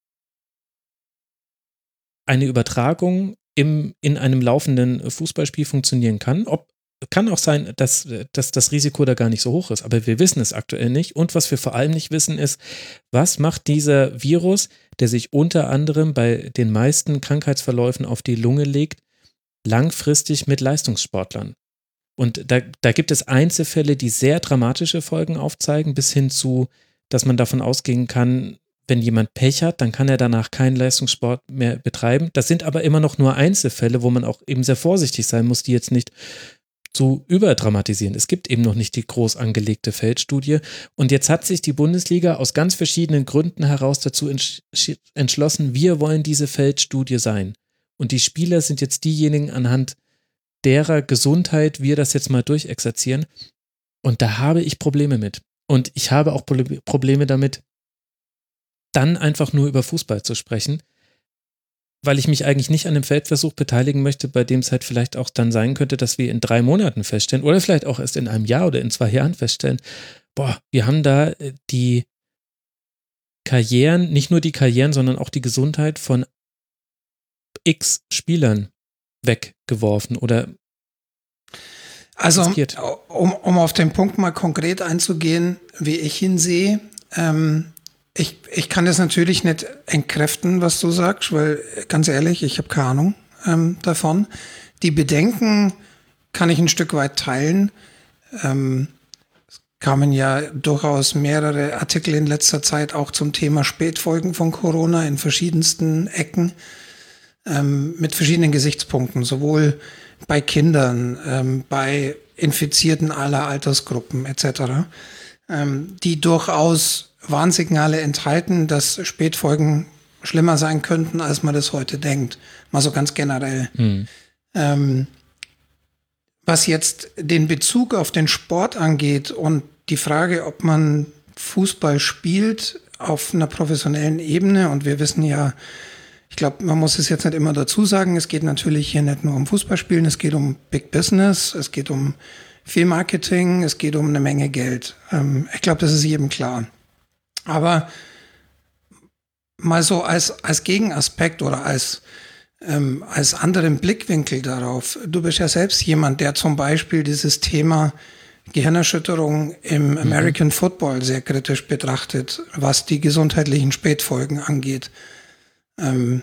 eine Übertragung im, in einem laufenden Fußballspiel funktionieren kann. Ob, kann auch sein, dass, dass das Risiko da gar nicht so hoch ist, aber wir wissen es aktuell nicht. Und was wir vor allem nicht wissen ist, was macht dieser Virus, der sich unter anderem bei den meisten Krankheitsverläufen auf die Lunge legt, langfristig mit Leistungssportlern. Und da, da gibt es Einzelfälle, die sehr dramatische Folgen aufzeigen, bis hin zu, dass man davon ausgehen kann, wenn jemand Pech hat, dann kann er danach keinen Leistungssport mehr betreiben. Das sind aber immer noch nur Einzelfälle, wo man auch eben sehr vorsichtig sein muss, die jetzt nicht zu überdramatisieren. Es gibt eben noch nicht die groß angelegte Feldstudie. Und jetzt hat sich die Bundesliga aus ganz verschiedenen Gründen heraus dazu entsch- entschlossen, wir wollen diese Feldstudie sein. Und die Spieler sind jetzt diejenigen, anhand derer Gesundheit wir das jetzt mal durchexerzieren. Und da habe ich Probleme mit. Und ich habe auch Probleme damit, dann einfach nur über Fußball zu sprechen, weil ich mich eigentlich nicht an dem Feldversuch beteiligen möchte, bei dem es halt vielleicht auch dann sein könnte, dass wir in drei Monaten feststellen oder vielleicht auch erst in einem Jahr oder in zwei Jahren feststellen, boah, wir haben da die Karrieren, nicht nur die Karrieren, sondern auch die Gesundheit von x Spielern weggeworfen oder Also, riskiert. um, um auf den Punkt mal konkret einzugehen, wie ich ihn sehe, ähm, Ich, ich kann das natürlich nicht entkräften, was du sagst, weil ganz ehrlich, ich habe keine Ahnung ähm, davon. Die Bedenken kann ich ein Stück weit teilen. Ähm, es kamen ja durchaus mehrere Artikel in letzter Zeit auch zum Thema Spätfolgen von Corona in verschiedensten Ecken ähm, mit verschiedenen Gesichtspunkten, sowohl bei Kindern, ähm, bei Infizierten aller Altersgruppen et cetera, ähm, die durchaus Warnsignale enthalten, dass Spätfolgen schlimmer sein könnten, als man das heute denkt. Mal so ganz generell. Mhm. Ähm, was jetzt den Bezug auf den Sport angeht und die Frage, ob man Fußball spielt auf einer professionellen Ebene und wir wissen ja, ich glaube, man muss es jetzt nicht immer dazu sagen, es geht natürlich hier nicht nur um Fußballspielen, es geht um Big Business, es geht um viel Marketing, es geht um eine Menge Geld. Ähm, ich glaube, das ist jedem klar. Aber mal so als, als Gegenaspekt oder als, ähm, als anderen Blickwinkel darauf. Du bist ja selbst jemand, der zum Beispiel dieses Thema Gehirnerschütterung im American mhm. Football sehr kritisch betrachtet, was die gesundheitlichen Spätfolgen angeht. Ähm,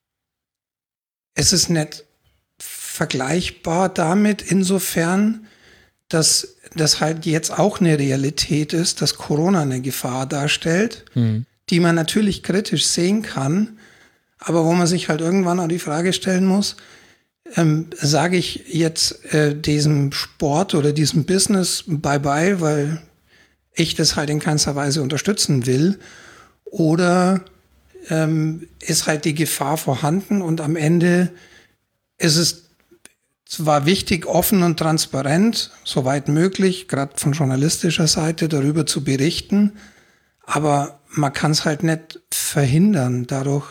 es ist nicht vergleichbar damit insofern, dass das halt jetzt auch eine Realität ist, dass Corona eine Gefahr darstellt, mhm. die man natürlich kritisch sehen kann, aber wo man sich halt irgendwann auch die Frage stellen muss, ähm, sage ich jetzt äh, diesem Sport oder diesem Business bye-bye, weil ich das halt in keinster Weise unterstützen will, oder ähm, ist halt die Gefahr vorhanden und am Ende ist es zwar wichtig, offen und transparent, soweit möglich, gerade von journalistischer Seite darüber zu berichten, aber man kann es halt nicht verhindern dadurch,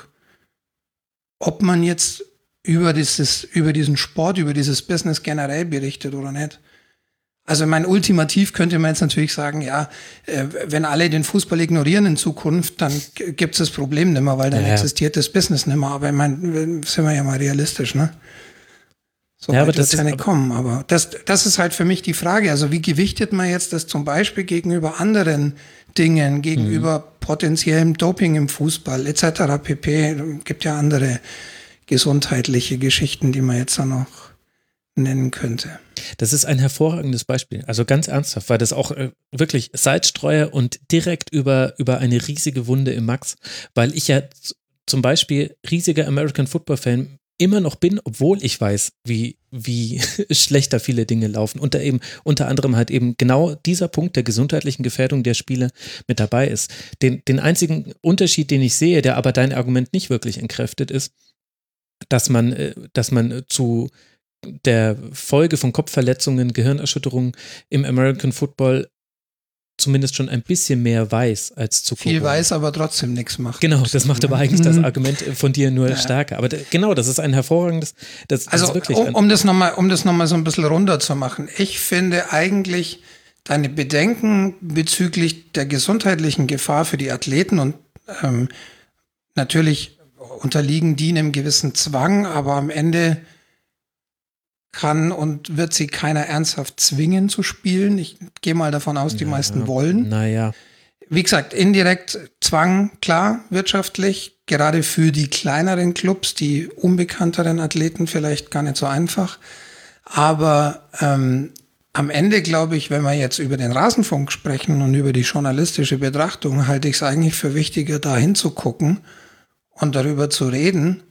ob man jetzt über dieses, über diesen Sport, über dieses Business generell berichtet oder nicht. Also mein ultimativ könnte man jetzt natürlich sagen, ja, äh, wenn alle den Fußball ignorieren in Zukunft, dann g- gibt es das Problem nicht mehr, weil dann ja, ja. existiert das Business nicht mehr. Aber ich meine, sind wir ja mal realistisch, ne? So ja, weit wird es ja nicht kommen. Aber das, das ist halt für mich die Frage. Also wie gewichtet man jetzt das zum Beispiel gegenüber anderen Dingen, gegenüber mhm. potenziellem Doping im Fußball et cetera pp. Gibt ja andere gesundheitliche Geschichten, die man jetzt da noch nennen könnte. Das ist ein hervorragendes Beispiel, also ganz ernsthaft, weil das auch äh, wirklich Salzstreuer und direkt über, über eine riesige Wunde im Max, weil ich ja z- zum Beispiel riesiger American Football Fan immer noch bin, obwohl ich weiß, wie, wie schlechter viele Dinge laufen. Unter eben, unter anderem halt eben genau dieser Punkt der gesundheitlichen Gefährdung der Spiele mit dabei ist. Den, den einzigen Unterschied, den ich sehe, der aber dein Argument nicht wirklich entkräftet, ist, dass man, dass man zu der Folge von Kopfverletzungen, Gehirnerschütterungen im American Football zumindest schon ein bisschen mehr weiß als zu Viel Corona. Weiß, aber trotzdem nichts macht. Genau, das macht aber eigentlich das Argument von dir nur ja. stärker. Aber d- genau, das ist ein hervorragendes, das, das also ist wirklich um, um das nochmal, um das nochmal so ein bisschen runter zu machen. Ich finde eigentlich deine Bedenken bezüglich der gesundheitlichen Gefahr für die Athleten und ähm, natürlich unterliegen die einem gewissen Zwang, aber am Ende kann und wird sie keiner ernsthaft zwingen zu spielen. Ich gehe mal davon aus, die ja, meisten wollen. Naja. Wie gesagt, indirekt Zwang, klar, wirtschaftlich, gerade für die kleineren Clubs, die unbekannteren Athleten vielleicht gar nicht so einfach. Aber ähm, am Ende glaube ich, wenn wir jetzt über den Rasenfunk sprechen und über die journalistische Betrachtung, halte ich es eigentlich für wichtiger, da hinzugucken und darüber zu reden,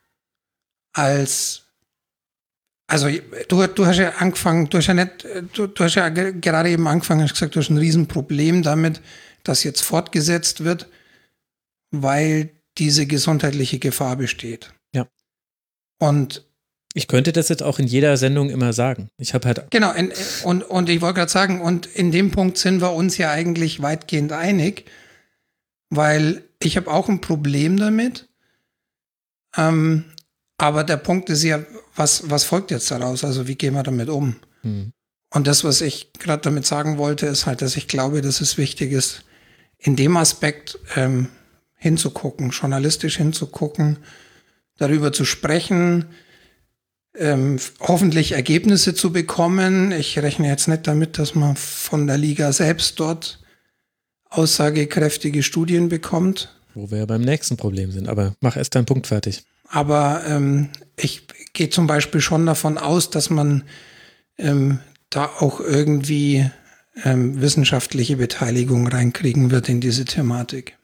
als Also du, du hast ja angefangen, du hast ja nicht, du, du hast ja ge- gerade eben angefangen, hast gesagt, du hast ein Riesenproblem damit, dass jetzt fortgesetzt wird, weil diese gesundheitliche Gefahr besteht. Ja. Und ich könnte das jetzt auch in jeder Sendung immer sagen. Ich habe halt genau, in, und, und ich wollte gerade sagen, und in dem Punkt sind wir uns ja eigentlich weitgehend einig, weil ich habe auch ein Problem damit, ähm, aber der Punkt ist ja, was, was folgt jetzt daraus? Also wie gehen wir damit um? Hm. Und das, was ich gerade damit sagen wollte, ist halt, dass ich glaube, dass es wichtig ist, in dem Aspekt ähm, hinzugucken, journalistisch hinzugucken, darüber zu sprechen, ähm, hoffentlich Ergebnisse zu bekommen. Ich rechne jetzt nicht damit, dass man von der Liga selbst dort aussagekräftige Studien bekommt. Wo wir ja beim nächsten Problem sind, aber mach erst deinen Punkt fertig. Aber ähm, ich gehe zum Beispiel schon davon aus, dass man ähm, da auch irgendwie ähm, wissenschaftliche Beteiligung reinkriegen wird in diese Thematik.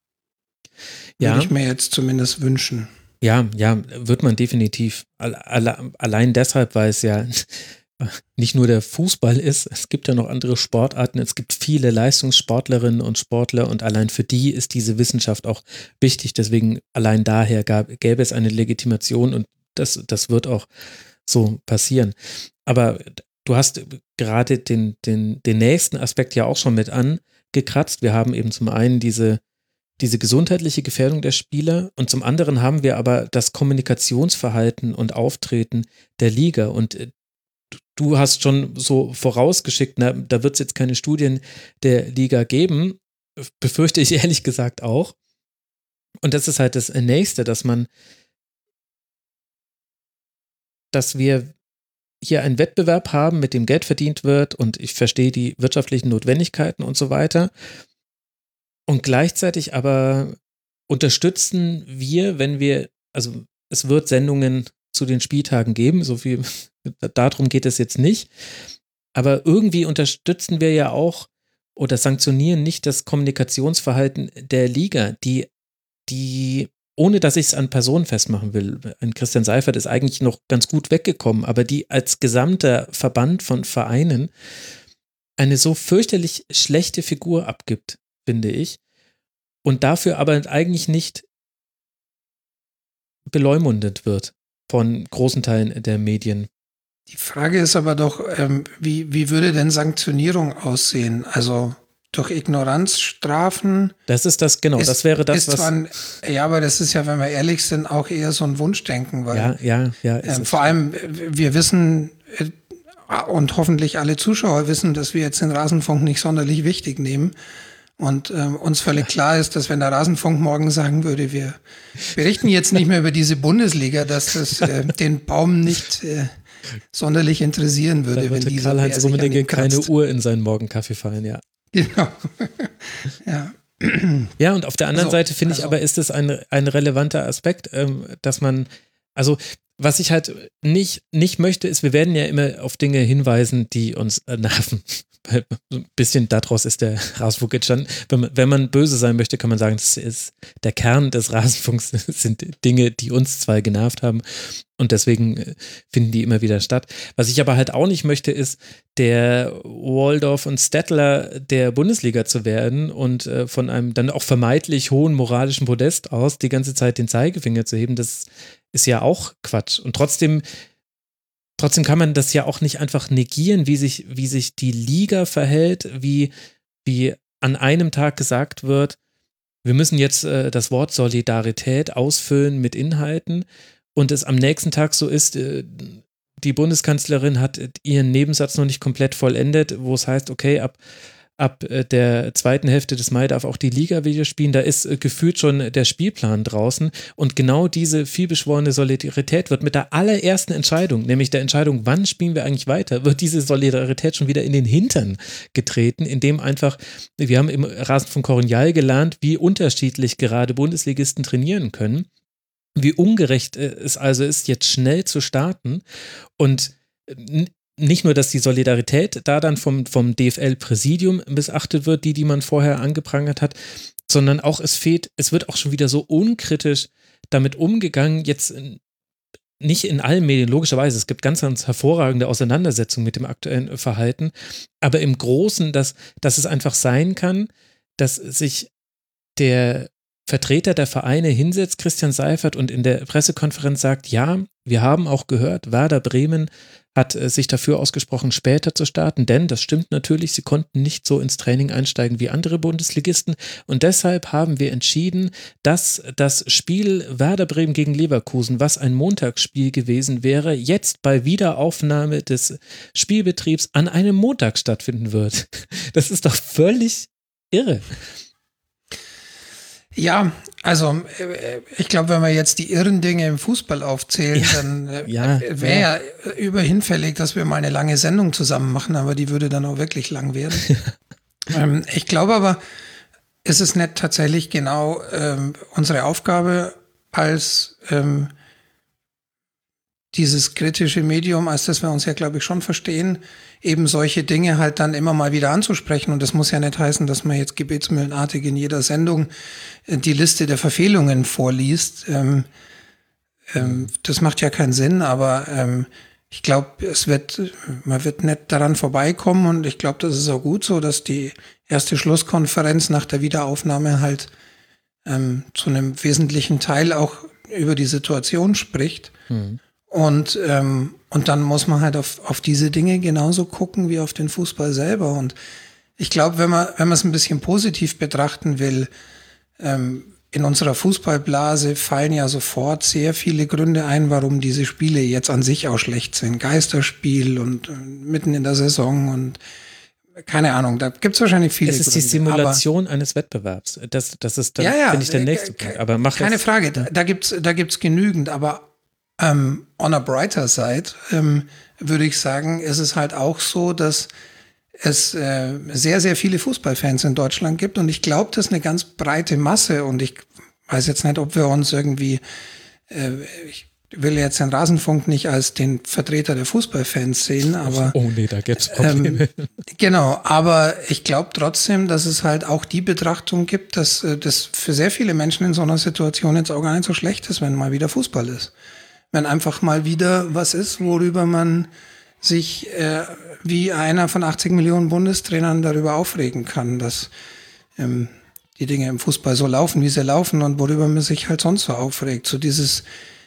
Ja. Würde ich mir jetzt zumindest wünschen. Ja, ja, wird man definitiv. Alle, allein deshalb, weil es ja nicht nur der Fußball ist, es gibt ja noch andere Sportarten, es gibt viele Leistungssportlerinnen und Sportler und allein für die ist diese Wissenschaft auch wichtig. Deswegen allein daher gab, gäbe es eine Legitimation und das, das wird auch so passieren. Aber du hast gerade den, den, den nächsten Aspekt ja auch schon mit angekratzt. Wir haben eben zum einen diese diese gesundheitliche Gefährdung der Spieler und zum anderen haben wir aber das Kommunikationsverhalten und Auftreten der Liga und äh, du hast schon so vorausgeschickt, na, da wird es jetzt keine Studien der Liga geben, befürchte ich ehrlich gesagt auch. Und das ist halt das Nächste, dass man, dass wir hier einen Wettbewerb haben, mit dem Geld verdient wird und ich verstehe die wirtschaftlichen Notwendigkeiten und so weiter. Und gleichzeitig aber unterstützen wir, wenn wir, also es wird Sendungen zu den Spieltagen geben, so viel, darum geht es jetzt nicht, aber irgendwie unterstützen wir ja auch oder sanktionieren nicht das Kommunikationsverhalten der Liga, die, die, ohne dass ich es an Personen festmachen will, ein Christian Seifert ist eigentlich noch ganz gut weggekommen, aber die als gesamter Verband von Vereinen eine so fürchterlich schlechte Figur abgibt, finde ich, und dafür aber eigentlich nicht beleumundet wird von großen Teilen der Medien. Die Frage ist aber doch, ähm, wie, wie würde denn Sanktionierung aussehen? Also durch Ignoranzstrafen? Das ist das, genau, ist, das wäre das, ist was... zwar ein, ja, aber das ist ja, wenn wir ehrlich sind, auch eher so ein Wunschdenken, weil ja, ja, ja, ähm, vor allem, wir wissen äh, und hoffentlich alle Zuschauer wissen, dass wir jetzt den Rasenfunk nicht sonderlich wichtig nehmen. Und ähm, uns völlig klar ist, dass wenn der Rasenfunk morgen sagen würde, wir berichten jetzt nicht mehr über diese Bundesliga, dass das äh, den Baum nicht äh, sonderlich interessieren würde. Da wenn würde dieser Karl-Heinz Rummenigge keine kratzt. Uhr in seinen Morgenkaffee fallen, ja. Genau. ja. Ja, und auf der anderen Also, Seite finde ich also, aber, ist es ein, ein relevanter Aspekt, ähm, dass man, also was ich halt nicht, nicht möchte, ist, wir werden ja immer auf Dinge hinweisen, die uns äh, nerven. Ein bisschen daraus ist der Rasenfunk entstanden. Wenn man, wenn man böse sein möchte, kann man sagen, das ist der Kern des Rasenfunks, das sind Dinge, die uns zwei genervt haben und deswegen finden die immer wieder statt. Was ich aber halt auch nicht möchte, ist, der Waldorf und Stettler der Bundesliga zu werden und äh, von einem dann auch vermeintlich hohen moralischen Podest aus die ganze Zeit den Zeigefinger zu heben, das ist ja auch Quatsch. Und trotzdem Trotzdem kann man das ja auch nicht einfach negieren, wie sich, wie sich die Liga verhält, wie, wie an einem Tag gesagt wird, wir müssen jetzt äh, das Wort Solidarität ausfüllen mit Inhalten und es am nächsten Tag so ist, äh, die Bundeskanzlerin hat ihren Nebensatz noch nicht komplett vollendet, wo es heißt, okay, ab Ab der zweiten Hälfte des Mai darf auch die Liga wieder spielen. Da ist gefühlt schon der Spielplan draußen. Und genau diese vielbeschworene Solidarität wird mit der allerersten Entscheidung, nämlich der Entscheidung, wann spielen wir eigentlich weiter, wird diese Solidarität schon wieder in den Hintern getreten, indem einfach, wir haben im Rasenfunk Coronial gelernt, wie unterschiedlich gerade Bundesligisten trainieren können, wie ungerecht es also ist, jetzt schnell zu starten und nicht nur, dass die Solidarität da dann vom, vom D F L-Präsidium missachtet wird, die, die man vorher angeprangert hat, sondern auch es fehlt, es wird auch schon wieder so unkritisch damit umgegangen, jetzt nicht in allen Medien, logischerweise, es gibt ganz, ganz hervorragende Auseinandersetzungen mit dem aktuellen Verhalten, aber im Großen, dass, dass es einfach sein kann, dass sich der Vertreter der Vereine hinsetzt, Christian Seifert, und in der Pressekonferenz sagt, ja, wir haben auch gehört, Werder Bremen hat äh, sich dafür ausgesprochen, später zu starten, denn das stimmt natürlich, sie konnten nicht so ins Training einsteigen wie andere Bundesligisten und deshalb haben wir entschieden, dass das Spiel Werder Bremen gegen Leverkusen, was ein Montagsspiel gewesen wäre, jetzt bei Wiederaufnahme des Spielbetriebs an einem Montag stattfinden wird. Das ist doch völlig irre. Ja, also ich glaube, wenn wir jetzt die irren Dinge im Fußball aufzählen, ja, dann ja, wäre ja. ja überhinfällig, dass wir mal eine lange Sendung zusammen machen, aber die würde dann auch wirklich lang werden. ähm, ich glaube aber, es ist nicht tatsächlich genau ähm, unsere Aufgabe als ähm, dieses kritische Medium, als das wir uns ja, glaube ich, schon verstehen, eben solche Dinge halt dann immer mal wieder anzusprechen. Und das muss ja nicht heißen, dass man jetzt gebetsmühlenartig in jeder Sendung die Liste der Verfehlungen vorliest. Ähm, ähm, das macht ja keinen Sinn, aber ähm, ich glaube, es wird, man wird nicht daran vorbeikommen und ich glaube, das ist auch gut so, dass die erste Schlusskonferenz nach der Wiederaufnahme halt ähm, zu einem wesentlichen Teil auch über die Situation spricht. Mhm. Und, ähm, und dann muss man halt auf, auf diese Dinge genauso gucken wie auf den Fußball selber. Und ich glaube, wenn man, wenn man es ein bisschen positiv betrachten will, ähm, in unserer Fußballblase fallen ja sofort sehr viele Gründe ein, warum diese Spiele jetzt an sich auch schlecht sind. Geisterspiel und äh, mitten in der Saison und keine Ahnung, da gibt es wahrscheinlich viele Gründe. Es ist Gründe, die Simulation eines Wettbewerbs. Das, das ist dann, ja, ja, finde ich, der nächste äh, Punkt. Aber mach keine jetzt. Frage, da, da gibt es da gibt's genügend, aber ähm, on a brighter side ähm, würde ich sagen, ist es halt auch so, dass es äh, sehr, sehr viele Fußballfans in Deutschland gibt und ich glaube, das ist eine ganz breite Masse und ich weiß jetzt nicht, ob wir uns irgendwie, äh, ich will jetzt den Rasenfunk nicht als den Vertreter der Fußballfans sehen, aber oh nee, da gibt's Probleme. Ähm, genau, aber ich glaube trotzdem, dass es halt auch die Betrachtung gibt, dass äh, das für sehr viele Menschen in so einer Situation jetzt auch gar nicht so schlecht ist, wenn mal wieder Fußball ist. Wenn einfach mal wieder was ist, worüber man sich äh, wie einer von achtzig Millionen Bundestrainern darüber aufregen kann, dass ähm, die Dinge im Fußball so laufen, wie sie laufen und worüber man sich halt sonst so aufregt. So dieses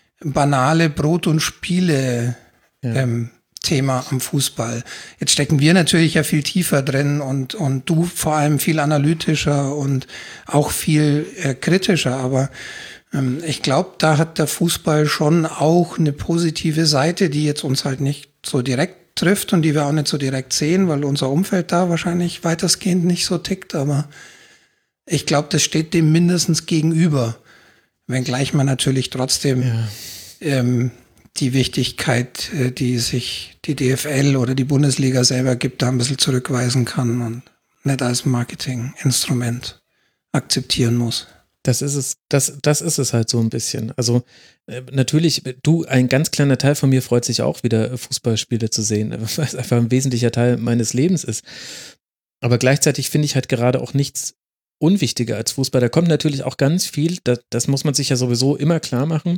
banale Brot- und Spiele ja. ähm, Thema am Fußball. Jetzt stecken wir natürlich ja viel tiefer drin und, und du vor allem viel analytischer und auch viel äh, kritischer, aber ähm, ich glaube, da hat der Fußball schon auch eine positive Seite, die jetzt uns halt nicht so direkt trifft und die wir auch nicht so direkt sehen, weil unser Umfeld da wahrscheinlich weitestgehend nicht so tickt, aber ich glaube, das steht dem mindestens gegenüber, wenngleich man natürlich trotzdem ja. ähm, die Wichtigkeit, äh, die sich die D F L oder die Bundesliga selber gibt, da ein bisschen zurückweisen kann und nicht als Marketinginstrument akzeptieren muss. Das ist es, das, das ist es halt so ein bisschen. Also äh, natürlich, du, ein ganz kleiner Teil von mir freut sich auch wieder, Fußballspiele zu sehen, weil es einfach ein wesentlicher Teil meines Lebens ist. Aber gleichzeitig finde ich halt gerade auch nichts unwichtiger als Fußball. Da kommt natürlich auch ganz viel, das, das muss man sich ja sowieso immer klar machen.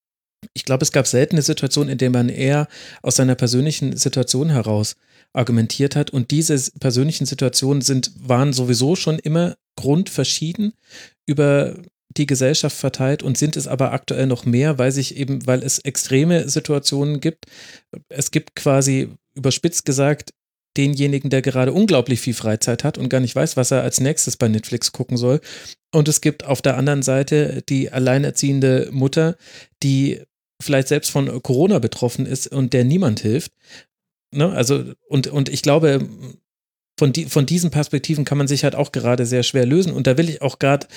Ich glaube, es gab selten eine Situation, in der man eher aus seiner persönlichen Situation heraus argumentiert hat. Und diese persönlichen Situationen sind, waren sowieso schon immer grundverschieden über die Gesellschaft verteilt und sind es aber aktuell noch mehr, weil sich eben, weil es extreme Situationen gibt. Es gibt quasi, überspitzt gesagt, denjenigen, der gerade unglaublich viel Freizeit hat und gar nicht weiß, was er als nächstes bei Netflix gucken soll. Und es gibt auf der anderen Seite die alleinerziehende Mutter, die vielleicht selbst von Corona betroffen ist und der niemand hilft. Ne? Also, und, und ich glaube, von, die, von diesen Perspektiven kann man sich halt auch gerade sehr schwer lösen. Und da will ich auch gerade,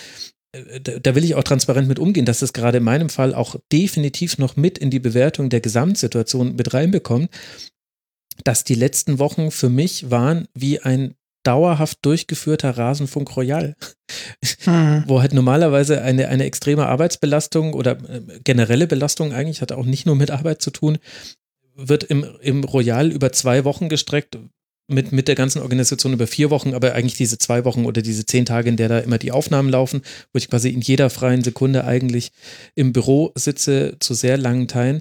da will ich auch transparent mit umgehen, dass das gerade in meinem Fall auch definitiv noch mit in die Bewertung der Gesamtsituation mit reinbekommt, dass die letzten Wochen für mich waren wie ein dauerhaft durchgeführter Rasenfunk Royal, mhm. wo halt normalerweise eine, eine extreme Arbeitsbelastung oder generelle Belastung eigentlich, hat auch nicht nur mit Arbeit zu tun, wird im, im Royal über zwei Wochen gestreckt, mit, mit der ganzen Organisation über vier Wochen, aber eigentlich diese zwei Wochen oder diese zehn Tage, in der da immer die Aufnahmen laufen, wo ich quasi in jeder freien Sekunde eigentlich im Büro sitze, zu sehr langen Teilen.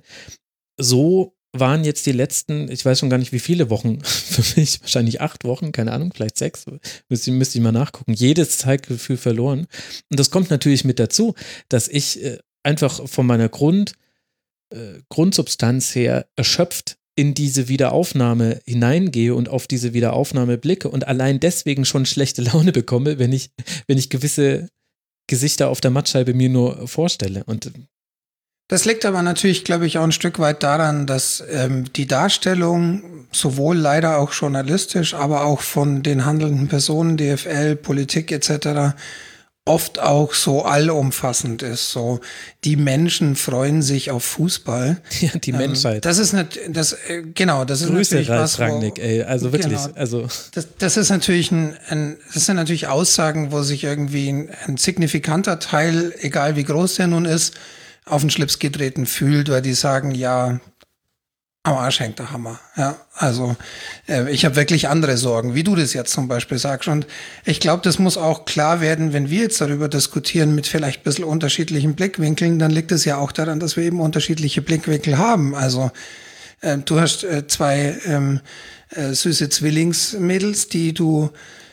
So waren jetzt die letzten, ich weiß schon gar nicht wie viele Wochen, für mich wahrscheinlich acht Wochen, keine Ahnung, vielleicht sechs, müsste, müsste ich mal nachgucken, jedes Zeitgefühl verloren. Und das kommt natürlich mit dazu, dass ich äh, einfach von meiner Grund, äh, Grundsubstanz her erschöpft in diese Wiederaufnahme hineingehe und auf diese Wiederaufnahme blicke und allein deswegen schon schlechte Laune bekomme, wenn ich, wenn ich gewisse Gesichter auf der Mattscheibe mir nur vorstelle. Und das liegt aber natürlich, glaube ich, auch ein Stück weit daran, dass ähm, die Darstellung sowohl leider auch journalistisch, aber auch von den handelnden Personen, D F L, Politik et cetera, oft auch so allumfassend ist. So, die Menschen freuen sich auf Fußball. Ja, die ähm, Menschheit. Das ist nicht, das, äh, genau, das ist Grüße, natürlich Ralf was, Rangnick, ey, also wirklich, genau, also. Das, das ist natürlich ein, ein, das sind natürlich Aussagen, wo sich irgendwie ein, ein signifikanter Teil, egal wie groß der nun ist, auf den Schlips getreten fühlt, weil die sagen, ja, am Arsch hängt der Hammer. Ja, also äh, ich habe wirklich andere Sorgen, wie du das jetzt zum Beispiel sagst. Und ich glaube, das muss auch klar werden, wenn wir jetzt darüber diskutieren mit vielleicht ein bisschen unterschiedlichen Blickwinkeln, dann liegt es ja auch daran, dass wir eben unterschiedliche Blickwinkel haben. Also äh, du hast äh, zwei ähm, äh, süße Zwillingsmädels, die du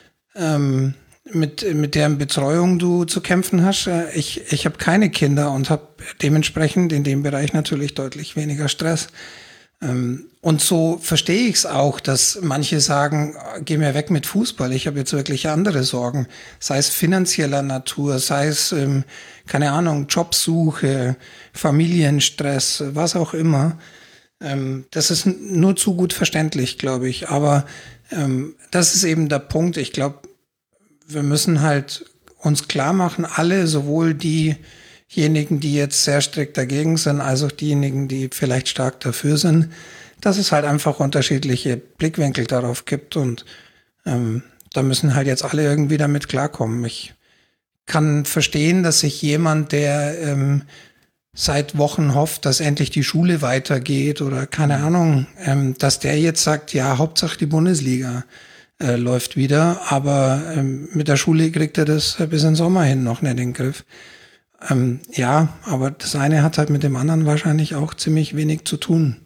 ähm, mit mit deren Betreuung du zu kämpfen hast. Ich ich habe keine Kinder und habe dementsprechend in dem Bereich natürlich deutlich weniger Stress. Ähm, und so verstehe ich es auch, dass manche sagen, geh mir weg mit Fußball, ich habe jetzt wirklich andere Sorgen, sei es finanzieller Natur, sei es, ähm, keine Ahnung, Jobsuche, Familienstress, was auch immer. Ähm, das ist nur zu gut verständlich, glaube ich. Aber ähm, das ist eben der Punkt. Ich glaube, wir müssen halt uns klar machen, alle, sowohl diejenigen, die jetzt sehr strikt dagegen sind, als auch diejenigen, die vielleicht stark dafür sind, dass es halt einfach unterschiedliche Blickwinkel darauf gibt. Und ähm, da müssen halt jetzt alle irgendwie damit klarkommen. Ich kann verstehen, dass sich jemand, der ähm, seit Wochen hofft, dass endlich die Schule weitergeht oder keine Ahnung, ähm, dass der jetzt sagt, ja, Hauptsache die Bundesliga äh, läuft wieder, aber ähm, mit der Schule kriegt er das bis in den Sommer hin noch nicht in den Griff. Ähm, ja, aber das eine hat halt mit dem anderen wahrscheinlich auch ziemlich wenig zu tun.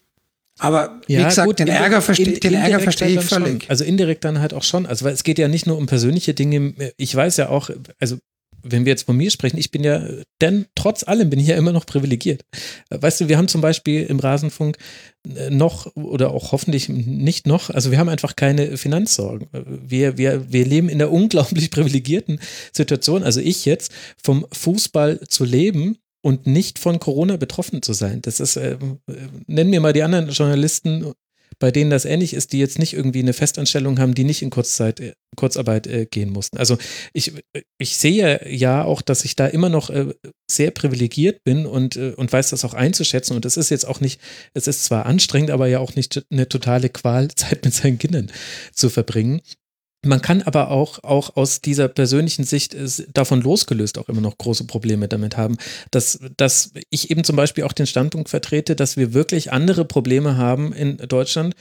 Aber wie ja, gesagt, gut, den Ärger, verste in, den Ärger verstehe ich schon. völlig. Also indirekt dann halt auch schon. Also weil es geht ja nicht nur um persönliche Dinge. Ich weiß ja auch, also wenn wir jetzt von mir sprechen, ich bin ja, denn trotz allem bin ich ja immer noch privilegiert. Weißt du, wir haben zum Beispiel im Rasenfunk noch oder auch hoffentlich nicht noch, also wir haben einfach keine Finanzsorgen. Wir, wir, wir leben in einer unglaublich privilegierten Situation, also ich jetzt, vom Fußball zu leben und nicht von Corona betroffen zu sein. Das ist, äh, nennen mir mal die anderen Journalisten, bei denen das ähnlich ist, die jetzt nicht irgendwie eine Festanstellung haben, die nicht in Kurzzeit, Kurzarbeit äh, gehen mussten. Also ich, ich sehe ja auch, dass ich da immer noch äh, sehr privilegiert bin und, äh, und weiß das auch einzuschätzen. Und es ist jetzt auch nicht, es ist zwar anstrengend, aber ja auch nicht eine totale Qual, Zeit mit seinen Kindern zu verbringen. Man kann aber auch, auch aus dieser persönlichen Sicht davon losgelöst auch immer noch große Probleme damit haben, dass, dass ich eben zum Beispiel auch den Standpunkt vertrete, dass wir wirklich andere Probleme haben in Deutschland,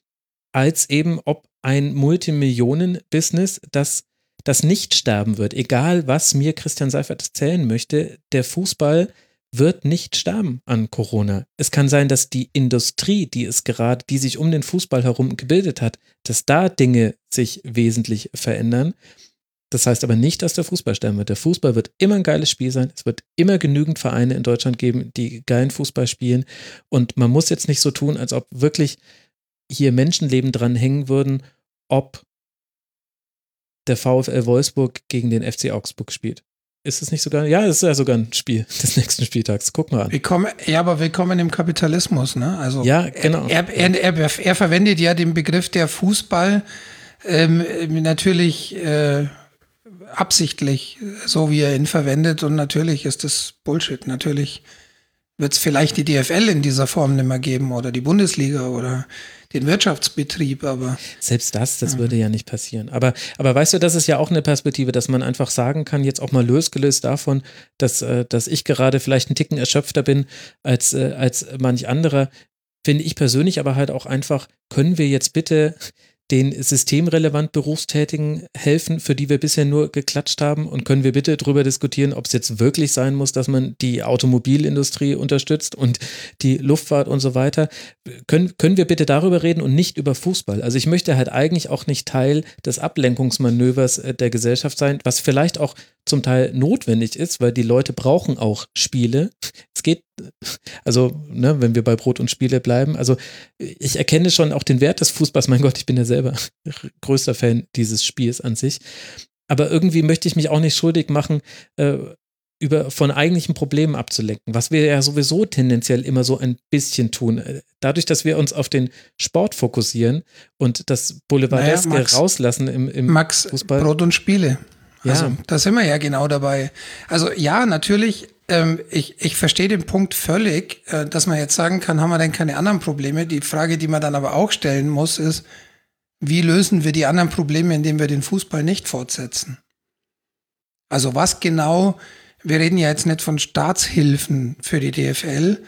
als eben ob ein Multimillionen-Business, das, das nicht sterben wird. Egal, was mir Christian Seifert erzählen möchte, der Fußball wird nicht sterben an Corona. Es kann sein, dass die Industrie, die es gerade, die sich um den Fußball herum gebildet hat, dass da Dinge sich wesentlich verändern. Das heißt aber nicht, dass der Fußball sterben wird. Der Fußball wird immer ein geiles Spiel sein. Es wird immer genügend Vereine in Deutschland geben, die geilen Fußball spielen. Und man muss jetzt nicht so tun, als ob wirklich hier Menschenleben dran hängen würden, ob der VfL Wolfsburg gegen den F C Augsburg spielt. Ist es nicht sogar, ja, es ist ja sogar ein Spiel des nächsten Spieltags. Guck mal an. Willkommen, ja, aber willkommen im Kapitalismus, ne? Also ja, genau. Er, er, er, er, er verwendet ja den Begriff der Fußball ähm, natürlich äh, absichtlich, so wie er ihn verwendet. Und natürlich ist das Bullshit. Natürlich wird es vielleicht die D F L in dieser Form nicht mehr geben oder die Bundesliga oder den Wirtschaftsbetrieb, aber selbst das, das würde ja nicht passieren. Aber, aber weißt du, das ist ja auch eine Perspektive, dass man einfach sagen kann, jetzt auch mal losgelöst davon, dass, dass ich gerade vielleicht einen Ticken erschöpfter bin als, als manch anderer, finde ich persönlich aber halt auch einfach, können wir jetzt bitte den systemrelevant Berufstätigen helfen, für die wir bisher nur geklatscht haben, und können wir bitte darüber diskutieren, ob es jetzt wirklich sein muss, dass man die Automobilindustrie unterstützt und die Luftfahrt und so weiter. Können, können wir bitte darüber reden und nicht über Fußball? Also ich möchte halt eigentlich auch nicht Teil des Ablenkungsmanövers der Gesellschaft sein, was vielleicht auch zum Teil notwendig ist, weil die Leute brauchen auch Spiele. Es geht, also, ne, wenn wir bei Brot und Spiele bleiben, also ich erkenne schon auch den Wert des Fußballs. Mein Gott, ich bin ja selber größter Fan dieses Spiels an sich. Aber irgendwie möchte ich mich auch nicht schuldig machen, äh, über von eigentlichen Problemen abzulenken, was wir ja sowieso tendenziell immer so ein bisschen tun. Dadurch, dass wir uns auf den Sport fokussieren und das Boulevardeske naja, Max, rauslassen im, im Max, Fußball. Brot und Spiele. Ja. Also, da sind wir ja genau dabei. Also ja, natürlich, ähm, ich, ich verstehe den Punkt völlig, äh, dass man jetzt sagen kann, haben wir denn keine anderen Probleme? Die Frage, die man dann aber auch stellen muss, ist, wie lösen wir die anderen Probleme, indem wir den Fußball nicht fortsetzen? Also was genau, wir reden ja jetzt nicht von Staatshilfen für die D F L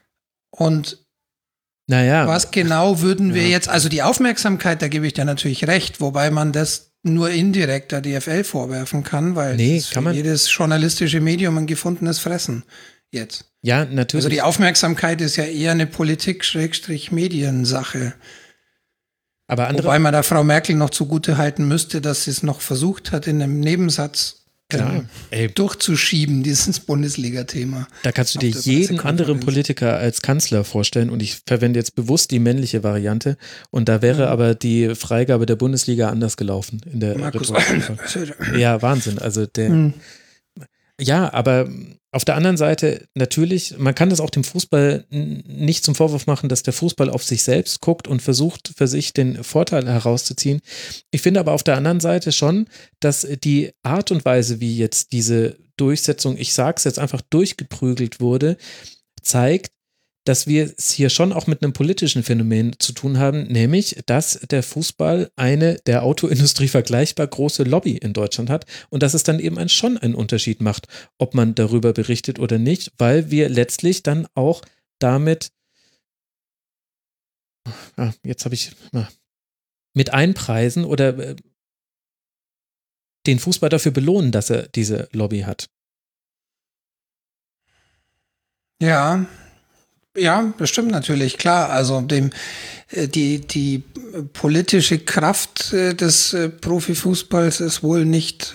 und naja. was genau würden wir ja. jetzt, also die Aufmerksamkeit, da gebe ich dir natürlich recht, wobei man das nur indirekt der D F L vorwerfen kann, weil nee, es kann man jedes journalistische Medium ein gefundenes Fressen jetzt. Ja, natürlich. Also die Aufmerksamkeit ist ja eher eine Politik-Mediensache. Aber andere, wobei man der Frau Merkel noch zugute halten müsste, dass sie es noch versucht hat, in einem Nebensatz Klar, ey, durchzuschieben, dieses Bundesliga-Thema. Da kannst du dir jeden anderen Politiker als Kanzler vorstellen und ich verwende jetzt bewusst die männliche Variante und da wäre mhm. aber die Freigabe der Bundesliga anders gelaufen in der Markus. Ja, Wahnsinn. Also der mhm. Ja, aber auf der anderen Seite natürlich, man kann das auch dem Fußball nicht zum Vorwurf machen, dass der Fußball auf sich selbst guckt und versucht, für sich den Vorteil herauszuziehen. Ich finde aber auf der anderen Seite schon, dass die Art und Weise, wie jetzt diese Durchsetzung, ich sag's jetzt einfach, durchgeprügelt wurde, zeigt, dass wir es hier schon auch mit einem politischen Phänomen zu tun haben, nämlich, dass der Fußball eine der Autoindustrie vergleichbar große Lobby in Deutschland hat und dass es dann eben ein, schon einen Unterschied macht, ob man darüber berichtet oder nicht, weil wir letztlich dann auch damit, ah, jetzt habe ich ah, mit einpreisen oder äh, den Fußball dafür belohnen, dass er diese Lobby hat. Ja, Ja, bestimmt natürlich, klar. Also dem die die politische Kraft des Profifußballs ist wohl nicht,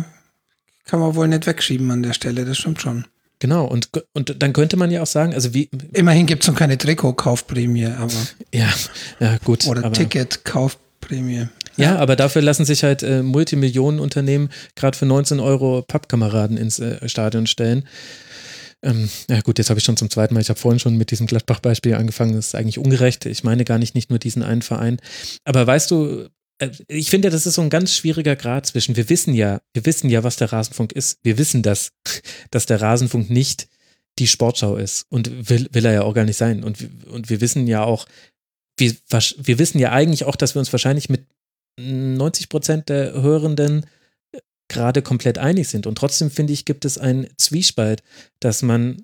kann man wohl nicht wegschieben an der Stelle, das stimmt schon. Genau, und, und dann könnte man ja auch sagen, also wie. Immerhin gibt es noch keine Trikot-Kaufprämie, aber. Ja, ja, gut. Oder Ticket-Kaufprämie. Ja, ja, aber dafür lassen sich halt äh, Multimillionenunternehmen gerade für neunzehn Euro Pappkameraden ins äh, Stadion stellen. Ähm, ja gut, jetzt habe ich schon zum zweiten Mal, ich habe vorhin schon mit diesem Gladbach-Beispiel angefangen, das ist eigentlich ungerecht. Ich meine gar nicht, nicht nur diesen einen Verein. Aber weißt du, äh, ich finde, das ist so ein ganz schwieriger Grad zwischen, wir wissen ja, wir wissen ja, was der Rasenfunk ist. Wir wissen das, dass der Rasenfunk nicht die Sportschau ist und will, will er ja auch gar nicht sein. Und, und wir wissen ja auch, wir, wir wissen ja eigentlich auch, dass wir uns wahrscheinlich mit neunzig Prozent der Hörenden gerade komplett einig sind. Und trotzdem, finde ich, gibt es einen Zwiespalt, dass man,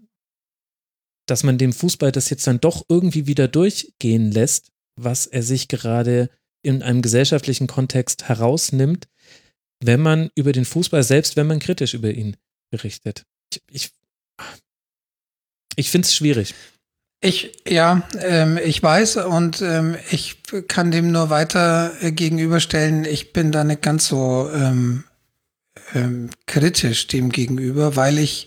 dass man dem Fußball das jetzt dann doch irgendwie wieder durchgehen lässt, was er sich gerade in einem gesellschaftlichen Kontext herausnimmt, wenn man über den Fußball, selbst wenn man kritisch über ihn berichtet. Ich, ich, ich finde es schwierig. Ich, ja, ähm, ich weiß und ähm, ich kann dem nur weiter äh, gegenüberstellen. Ich bin da nicht ganz so ähm, ähm, kritisch dem gegenüber, weil ich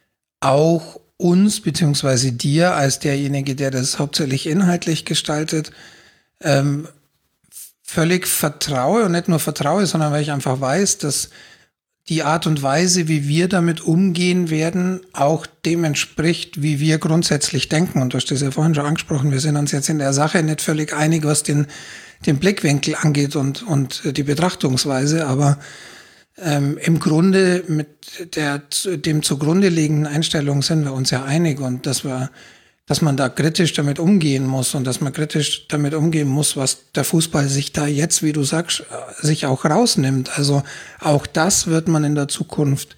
auch uns beziehungsweise dir als derjenige, der das hauptsächlich inhaltlich gestaltet, ähm, völlig vertraue und nicht nur vertraue, sondern weil ich einfach weiß, dass die Art und Weise, wie wir damit umgehen werden, auch dem entspricht, wie wir grundsätzlich denken. Und du hast das ja vorhin schon angesprochen, wir sind uns jetzt in der Sache nicht völlig einig, was den, den Blickwinkel angeht und, und die Betrachtungsweise, aber ähm, im Grunde mit der dem zugrunde liegenden Einstellung sind wir uns ja einig und dass wir dass man da kritisch damit umgehen muss und dass man kritisch damit umgehen muss, was der Fußball sich da jetzt, wie du sagst, sich auch rausnimmt. Also auch das wird man in der Zukunft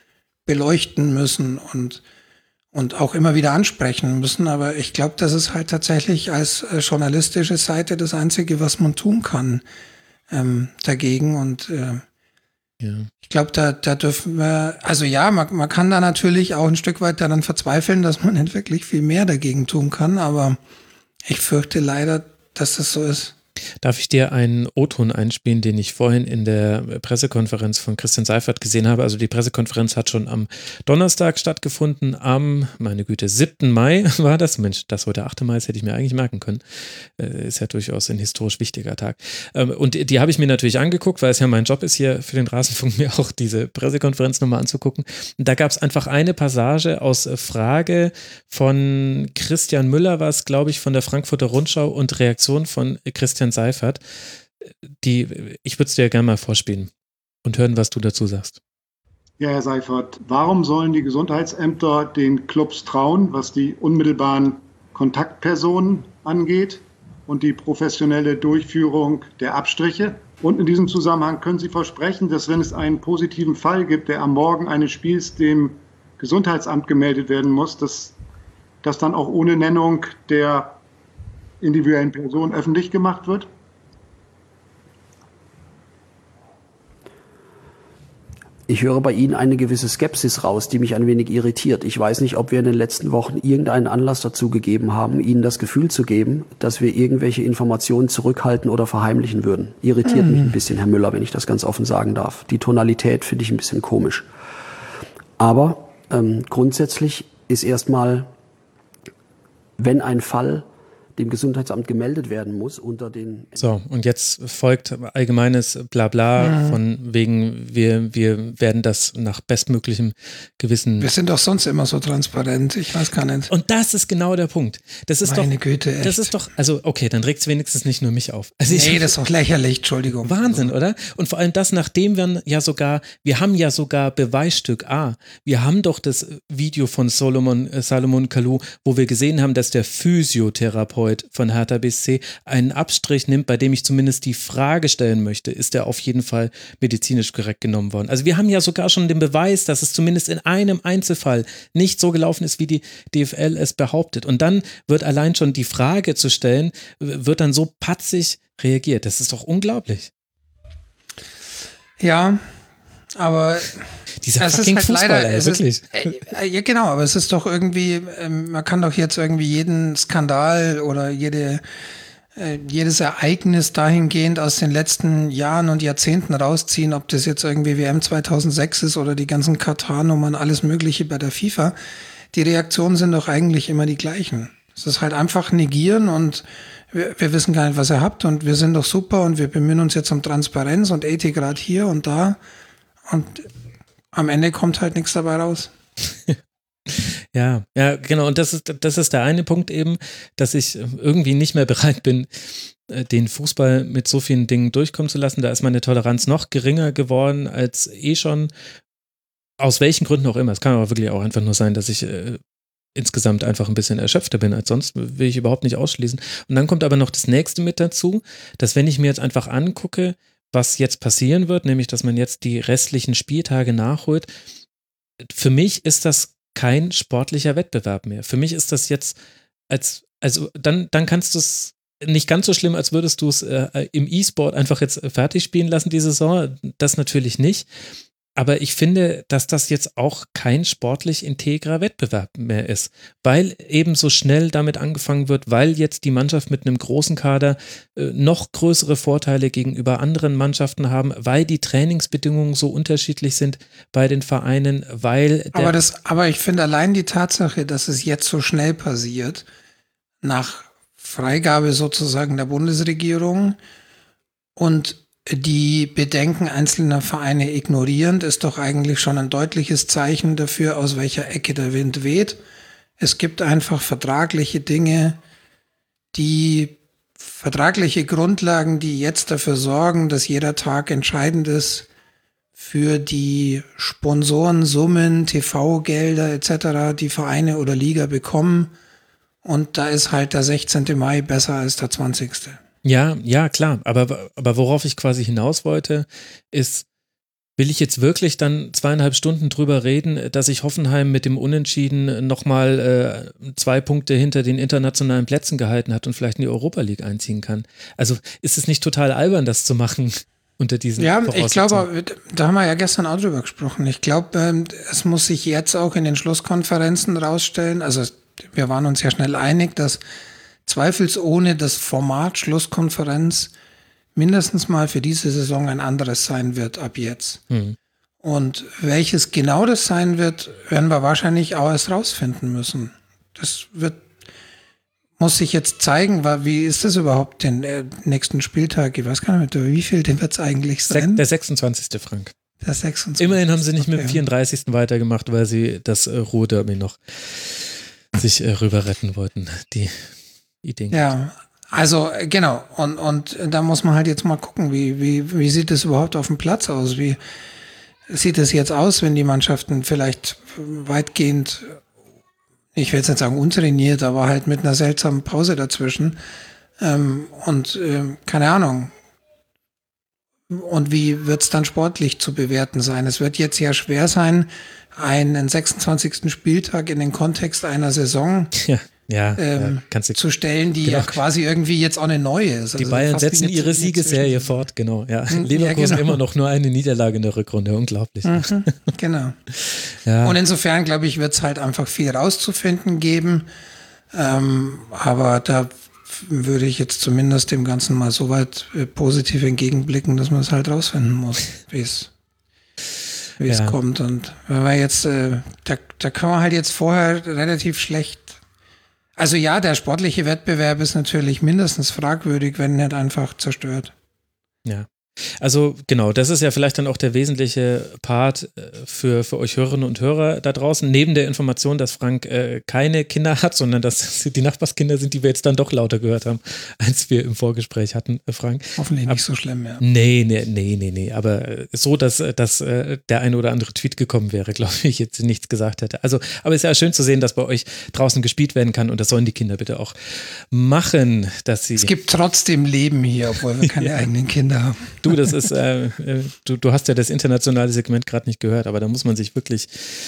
beleuchten müssen und, und auch immer wieder ansprechen müssen. Aber ich glaube, das ist halt tatsächlich als journalistische Seite das Einzige, was man tun kann ähm, dagegen. Und äh, ja. Ich glaube, da, da dürfen wir, also ja, man, man kann da natürlich auch ein Stück weit daran verzweifeln, dass man nicht wirklich viel mehr dagegen tun kann, aber ich fürchte leider, dass das so ist. Darf ich dir einen O-Ton einspielen, den ich vorhin in der Pressekonferenz von Christian Seifert gesehen habe? Also die Pressekonferenz hat schon am Donnerstag stattgefunden, am, meine Güte, siebten Mai war das. Mensch, das heute achte Mai ist, hätte ich mir eigentlich merken können. Äh, ist ja durchaus ein historisch wichtiger Tag. Ähm, und die, die habe ich mir natürlich angeguckt, weil es ja mein Job ist, hier für den Rasenfunk mir auch diese Pressekonferenz nochmal anzugucken. Und da gab es einfach eine Passage aus Frage von Christian Müller, war es, glaube ich, von der Frankfurter Rundschau und Reaktion von Christian Seifert, die, ich würde es dir gerne mal vorspielen und hören, was du dazu sagst. Ja, Herr Seifert, warum sollen die Gesundheitsämter den Clubs trauen, was die unmittelbaren Kontaktpersonen angeht und die professionelle Durchführung der Abstriche? Und in diesem Zusammenhang können Sie versprechen, dass wenn es einen positiven Fall gibt, der am Morgen eines Spiels dem Gesundheitsamt gemeldet werden muss, dass das dann auch ohne Nennung der individuellen Person öffentlich gemacht wird? Ich höre bei Ihnen eine gewisse Skepsis raus, die mich ein wenig irritiert. Ich weiß nicht, ob wir in den letzten Wochen irgendeinen Anlass dazu gegeben haben, Ihnen das Gefühl zu geben, dass wir irgendwelche Informationen zurückhalten oder verheimlichen würden. Irritiert mhm. mich ein bisschen, Herr Müller, wenn ich das ganz offen sagen darf. Die Tonalität finde ich ein bisschen komisch. Aber ähm, grundsätzlich ist erstmal, wenn ein Fall dem Gesundheitsamt gemeldet werden muss unter den... So, und jetzt folgt allgemeines Blabla mhm. von wegen, wir, wir werden das nach bestmöglichem Gewissen... Wir sind doch sonst immer so transparent, ich weiß gar nicht. Und das ist genau der Punkt. Das ist Meine doch, Güte, echt. Das ist doch, also okay, dann regt es wenigstens nicht nur mich auf. Also nee, ich, das ist doch lächerlich, Entschuldigung. Wahnsinn, oder? Und vor allem das, nachdem wir ja sogar, wir haben ja sogar Beweisstück A. Wir haben doch das Video von Solomon, äh, Salomon Kalou, wo wir gesehen haben, dass der Physiotherapeut von Hertha B S C einen Abstrich nimmt, bei dem ich zumindest die Frage stellen möchte, ist er auf jeden Fall medizinisch korrekt genommen worden. Also wir haben ja sogar schon den Beweis, dass es zumindest in einem Einzelfall nicht so gelaufen ist, wie die D F L es behauptet. Und dann wird allein schon die Frage zu stellen, wird dann so patzig reagiert. Das ist doch unglaublich. Ja, aber dieser fucking halt Fußball, leider, ey, wirklich. Ist, äh, ja, genau, aber es ist doch irgendwie, äh, man kann doch jetzt irgendwie jeden Skandal oder jede, äh, jedes Ereignis dahingehend aus den letzten Jahren und Jahrzehnten rausziehen, ob das jetzt irgendwie W M zweitausendsechs ist oder die ganzen Katar-Nummern, alles Mögliche bei der FIFA. Die Reaktionen sind doch eigentlich immer die gleichen. Es ist halt einfach negieren und wir, wir wissen gar nicht, was ihr habt und wir sind doch super und wir bemühen uns jetzt um Transparenz und Ethik gerade hier und da. Und am Ende kommt halt nichts dabei raus. Ja, ja, genau. Und das ist, das ist der eine Punkt eben, dass ich irgendwie nicht mehr bereit bin, den Fußball mit so vielen Dingen durchkommen zu lassen. Da ist meine Toleranz noch geringer geworden als eh schon. Aus welchen Gründen auch immer. Es kann aber wirklich auch einfach nur sein, dass ich äh, insgesamt einfach ein bisschen erschöpfter bin als sonst. Will ich überhaupt nicht ausschließen. Und dann kommt aber noch das nächste mit dazu, dass wenn ich mir jetzt einfach angucke, was jetzt passieren wird, nämlich, dass man jetzt die restlichen Spieltage nachholt. Für mich ist das kein sportlicher Wettbewerb mehr. Für mich ist das jetzt als, also dann, dann kannst du es nicht ganz so schlimm, als würdest du es äh, im E-Sport einfach jetzt fertig spielen lassen, die Saison. Das natürlich nicht. Aber ich finde, dass das jetzt auch kein sportlich integrer Wettbewerb mehr ist, weil eben so schnell damit angefangen wird, weil jetzt die Mannschaft mit einem großen Kader äh, noch größere Vorteile gegenüber anderen Mannschaften haben, weil die Trainingsbedingungen so unterschiedlich sind bei den Vereinen, weil der aber das, aber ich finde allein die Tatsache, dass es jetzt so schnell passiert, nach Freigabe sozusagen der Bundesregierung und die Bedenken einzelner Vereine ignorierend, ist doch eigentlich schon ein deutliches Zeichen dafür, aus welcher Ecke der Wind weht. Es gibt einfach vertragliche Dinge, die vertragliche Grundlagen, die jetzt dafür sorgen, dass jeder Tag entscheidend ist für die Sponsorensummen, T V-Gelder et cetera, die Vereine oder Liga bekommen. Und da ist halt der sechzehnten Mai besser als der zwanzigsten Ja, ja, klar. Aber, aber worauf ich quasi hinaus wollte, ist, will ich jetzt wirklich dann zweieinhalb Stunden drüber reden, dass sich Hoffenheim mit dem Unentschieden nochmal äh, zwei Punkte hinter den internationalen Plätzen gehalten hat und vielleicht in die Europa League einziehen kann? Also ist es nicht total albern, das zu machen unter diesen Ja, Voraussetzungen? ich glaube, da haben wir ja gestern auch drüber gesprochen. Ich glaube, es muss sich jetzt auch in den Schlusskonferenzen rausstellen, also wir waren uns ja schnell einig, dass zweifelsohne das Format Schlusskonferenz mindestens mal für diese Saison ein anderes sein wird ab jetzt. Mhm. Und welches genau das sein wird, werden wir wahrscheinlich auch erst rausfinden müssen. Das wird, muss sich jetzt zeigen, weil, wie ist das überhaupt den äh, nächsten Spieltag? Ich weiß gar nicht mehr, wie viel den wird es eigentlich sein? Der sechsundzwanzigste Frank. Der sechsundzwanzigste Immerhin haben sie nicht okay. mit dem vierunddreißigsten weitergemacht, weil sie das äh, Ruhrderby noch sich äh, rüber retten wollten. Die Ideen. Ja, also genau. Und, und da muss man halt jetzt mal gucken, wie, wie, wie sieht es überhaupt auf dem Platz aus? Wie sieht es jetzt aus, wenn die Mannschaften vielleicht weitgehend, ich will jetzt nicht sagen untrainiert, aber halt mit einer seltsamen Pause dazwischen. Ähm, und äh, keine Ahnung. Und wie wird es dann sportlich zu bewerten sein? Es wird jetzt ja schwer sein, einen sechsundzwanzigsten Spieltag in den Kontext einer Saison ja. Ja, ähm, ja, kannst du, zu stellen, die genau. ja quasi irgendwie jetzt auch eine neue ist. Die also Bayern setzen ihre eine Siegesserie fort, genau. Ja. Hm, Leverkusen ja, genau. immer noch nur eine Niederlage in der Rückrunde, unglaublich. Mhm, genau. Ja. Und insofern, glaube ich, wird es halt einfach viel rauszufinden geben. Ähm, aber da würde ich jetzt zumindest dem Ganzen mal so weit äh, positiv entgegenblicken, dass man es halt rausfinden muss, wie es wie Ja. es kommt. Und wenn wir jetzt, äh, da, da kann man halt jetzt vorher relativ schlecht. Also ja, der sportliche Wettbewerb ist natürlich mindestens fragwürdig, wenn nicht einfach zerstört. Ja. Also genau, das ist ja vielleicht dann auch der wesentliche Part äh, für, für euch Hörerinnen und Hörer da draußen, neben der Information, dass Frank äh, keine Kinder hat, sondern dass die Nachbarskinder sind, die wir jetzt dann doch lauter gehört haben, als wir im Vorgespräch hatten, äh, Frank. Hoffentlich Ab, nicht so schlimm, ja. Nee, nee, nee, nee, nee, aber äh, so, dass, dass äh, der eine oder andere Tweet gekommen wäre, glaube ich, jetzt nichts gesagt hätte. Also, aber es ist ja schön zu sehen, dass bei euch draußen gespielt werden kann und das sollen die Kinder bitte auch machen, dass sie... Es gibt trotzdem Leben hier, obwohl wir keine ja. eigenen Kinder haben. Du, das ist, äh, du, du hast ja das internationale Segment gerade nicht gehört, aber da muss man sich wirklich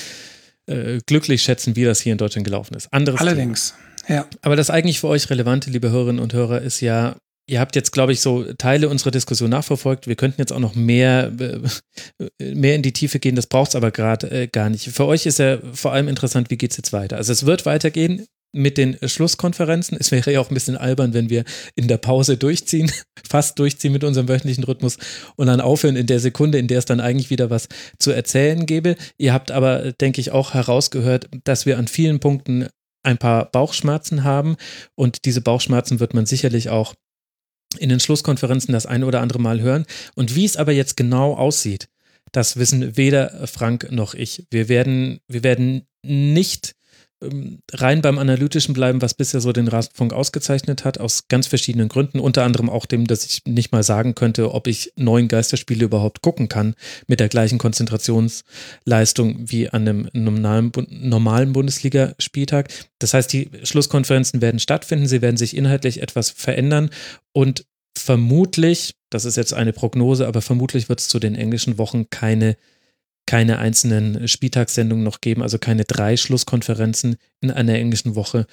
äh, glücklich schätzen, wie das hier in Deutschland gelaufen ist. Anderes Allerdings, Thema. Ja. Aber das eigentlich für euch Relevante, liebe Hörerinnen und Hörer, ist ja, ihr habt jetzt, glaube ich, so Teile unserer Diskussion nachverfolgt. Wir könnten jetzt auch noch mehr, äh, mehr in die Tiefe gehen, das braucht es aber gerade äh, gar nicht. Für euch ist ja vor allem interessant, wie geht es jetzt weiter? Also es wird weitergehen mit den Schlusskonferenzen. Es wäre ja auch ein bisschen albern, wenn wir in der Pause durchziehen, fast durchziehen mit unserem wöchentlichen Rhythmus und dann aufhören in der Sekunde, in der es dann eigentlich wieder was zu erzählen gäbe. Ihr habt aber, denke ich, auch herausgehört, dass wir an vielen Punkten ein paar Bauchschmerzen haben und diese Bauchschmerzen wird man sicherlich auch in den Schlusskonferenzen das eine oder andere Mal hören. Und wie es aber jetzt genau aussieht, das wissen weder Frank noch ich. Wir werden, wir werden nicht rein beim Analytischen bleiben, was bisher so den Rasenfunk ausgezeichnet hat, aus ganz verschiedenen Gründen, unter anderem auch dem, dass ich nicht mal sagen könnte, ob ich neun Geisterspiele überhaupt gucken kann, mit der gleichen Konzentrationsleistung wie an einem normalen, normalen Bundesligaspieltag. Das heißt, die Schlusskonferenzen werden stattfinden, sie werden sich inhaltlich etwas verändern und vermutlich, das ist jetzt eine Prognose, aber vermutlich wird es zu den englischen Wochen keine keine einzelnen Spieltagssendungen noch geben, also keine drei Schlusskonferenzen in einer englischen Woche.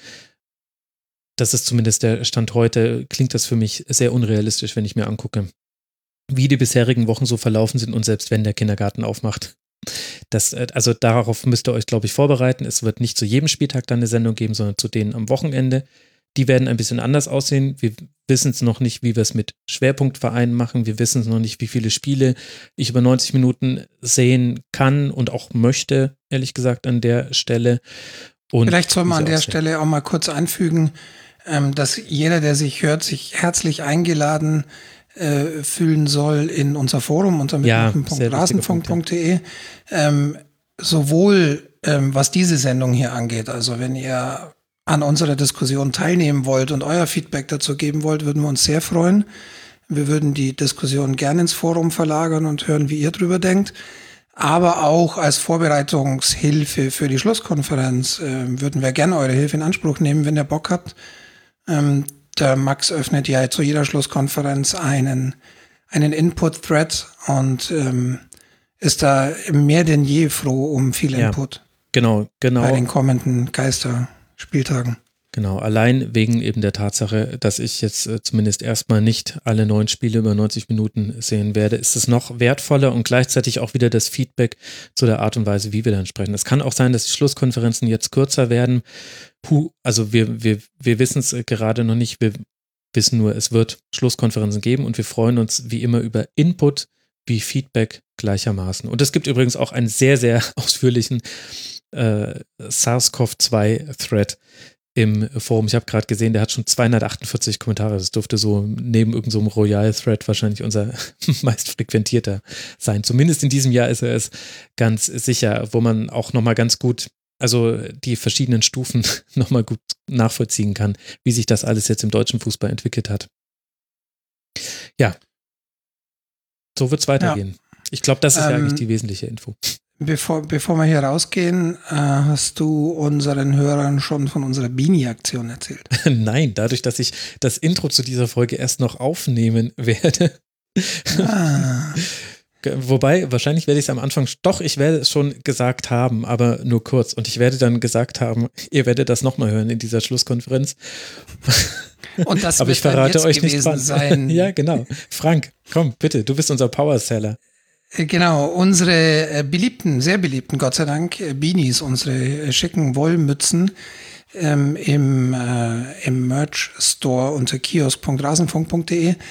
Das ist zumindest der Stand heute, klingt das für mich sehr unrealistisch, wenn ich mir angucke, wie die bisherigen Wochen so verlaufen sind und selbst wenn der Kindergarten aufmacht. Das, also darauf müsst ihr euch, glaube ich, vorbereiten. Es wird nicht zu jedem Spieltag dann eine Sendung geben, sondern zu denen am Wochenende. Die werden ein bisschen anders aussehen. Wir wissen es noch nicht, wie wir es mit Schwerpunktvereinen machen. Wir wissen es noch nicht, wie viele Spiele ich über neunzig Minuten sehen kann und auch möchte, ehrlich gesagt, an der Stelle. Und vielleicht soll man an der aussehen. Stelle auch mal kurz anfügen, dass jeder, der sich hört, sich herzlich eingeladen äh, fühlen soll in unser Forum unter ja, mitmachen punkt rasenfunk punkt de. Ähm, sowohl ähm, was diese Sendung hier angeht, also wenn ihr an unserer Diskussion teilnehmen wollt und euer Feedback dazu geben wollt, würden wir uns sehr freuen. Wir würden die Diskussion gerne ins Forum verlagern und hören, wie ihr drüber denkt. Aber auch als Vorbereitungshilfe für die Schlusskonferenz äh, würden wir gerne eure Hilfe in Anspruch nehmen, wenn ihr Bock habt. Ähm, der Max öffnet ja zu jeder Schlusskonferenz einen, einen Input-Thread und ähm, ist da mehr denn je froh um viel ja, Input. Genau, genau. Bei den kommenden Geister. Spieltagen. Genau, allein wegen eben der Tatsache, dass ich jetzt äh, zumindest erstmal nicht alle neun Spiele über neunzig Minuten sehen werde, ist es noch wertvoller und gleichzeitig auch wieder das Feedback zu der Art und Weise, wie wir dann sprechen. Es kann auch sein, dass die Schlusskonferenzen jetzt kürzer werden. Puh, also wir, wir, wir wissen es gerade noch nicht. Wir wissen nur, es wird Schlusskonferenzen geben und wir freuen uns wie immer über Input wie Feedback gleichermaßen. Und es gibt übrigens auch einen sehr, sehr ausführlichen Äh, SARS-C o V zwei Thread im Forum. Ich habe gerade gesehen, der hat schon zweihundertachtundvierzig Kommentare. Das dürfte so neben irgendeinem so Royal-Thread wahrscheinlich unser meistfrequentierter sein. Zumindest in diesem Jahr ist er es ganz sicher, wo man auch nochmal ganz gut, also die verschiedenen Stufen nochmal gut nachvollziehen kann, wie sich das alles jetzt im deutschen Fußball entwickelt hat. Ja, so wird es weitergehen. Ja. Ich glaube, das ist ähm, ja eigentlich die wesentliche Info. Bevor, bevor wir hier rausgehen, äh, hast du unseren Hörern schon von unserer Beanie-Aktion erzählt? Nein, dadurch, dass ich das Intro zu dieser Folge erst noch aufnehmen werde. Ah. Wobei, wahrscheinlich werde ich es am Anfang, doch, ich werde es schon gesagt haben, aber nur kurz. Und ich werde dann gesagt haben, ihr werdet das nochmal hören in dieser Schlusskonferenz. Und das aber wird ich verrate jetzt euch nicht gewesen sein. Ja, genau. Frank, komm, bitte, du bist unser Powerseller. Genau, unsere beliebten, sehr beliebten, Gott sei Dank, Beanies, unsere schicken Wollmützen ähm, im, äh, im Merch-Store unter kiosk punkt rasenfunk punkt de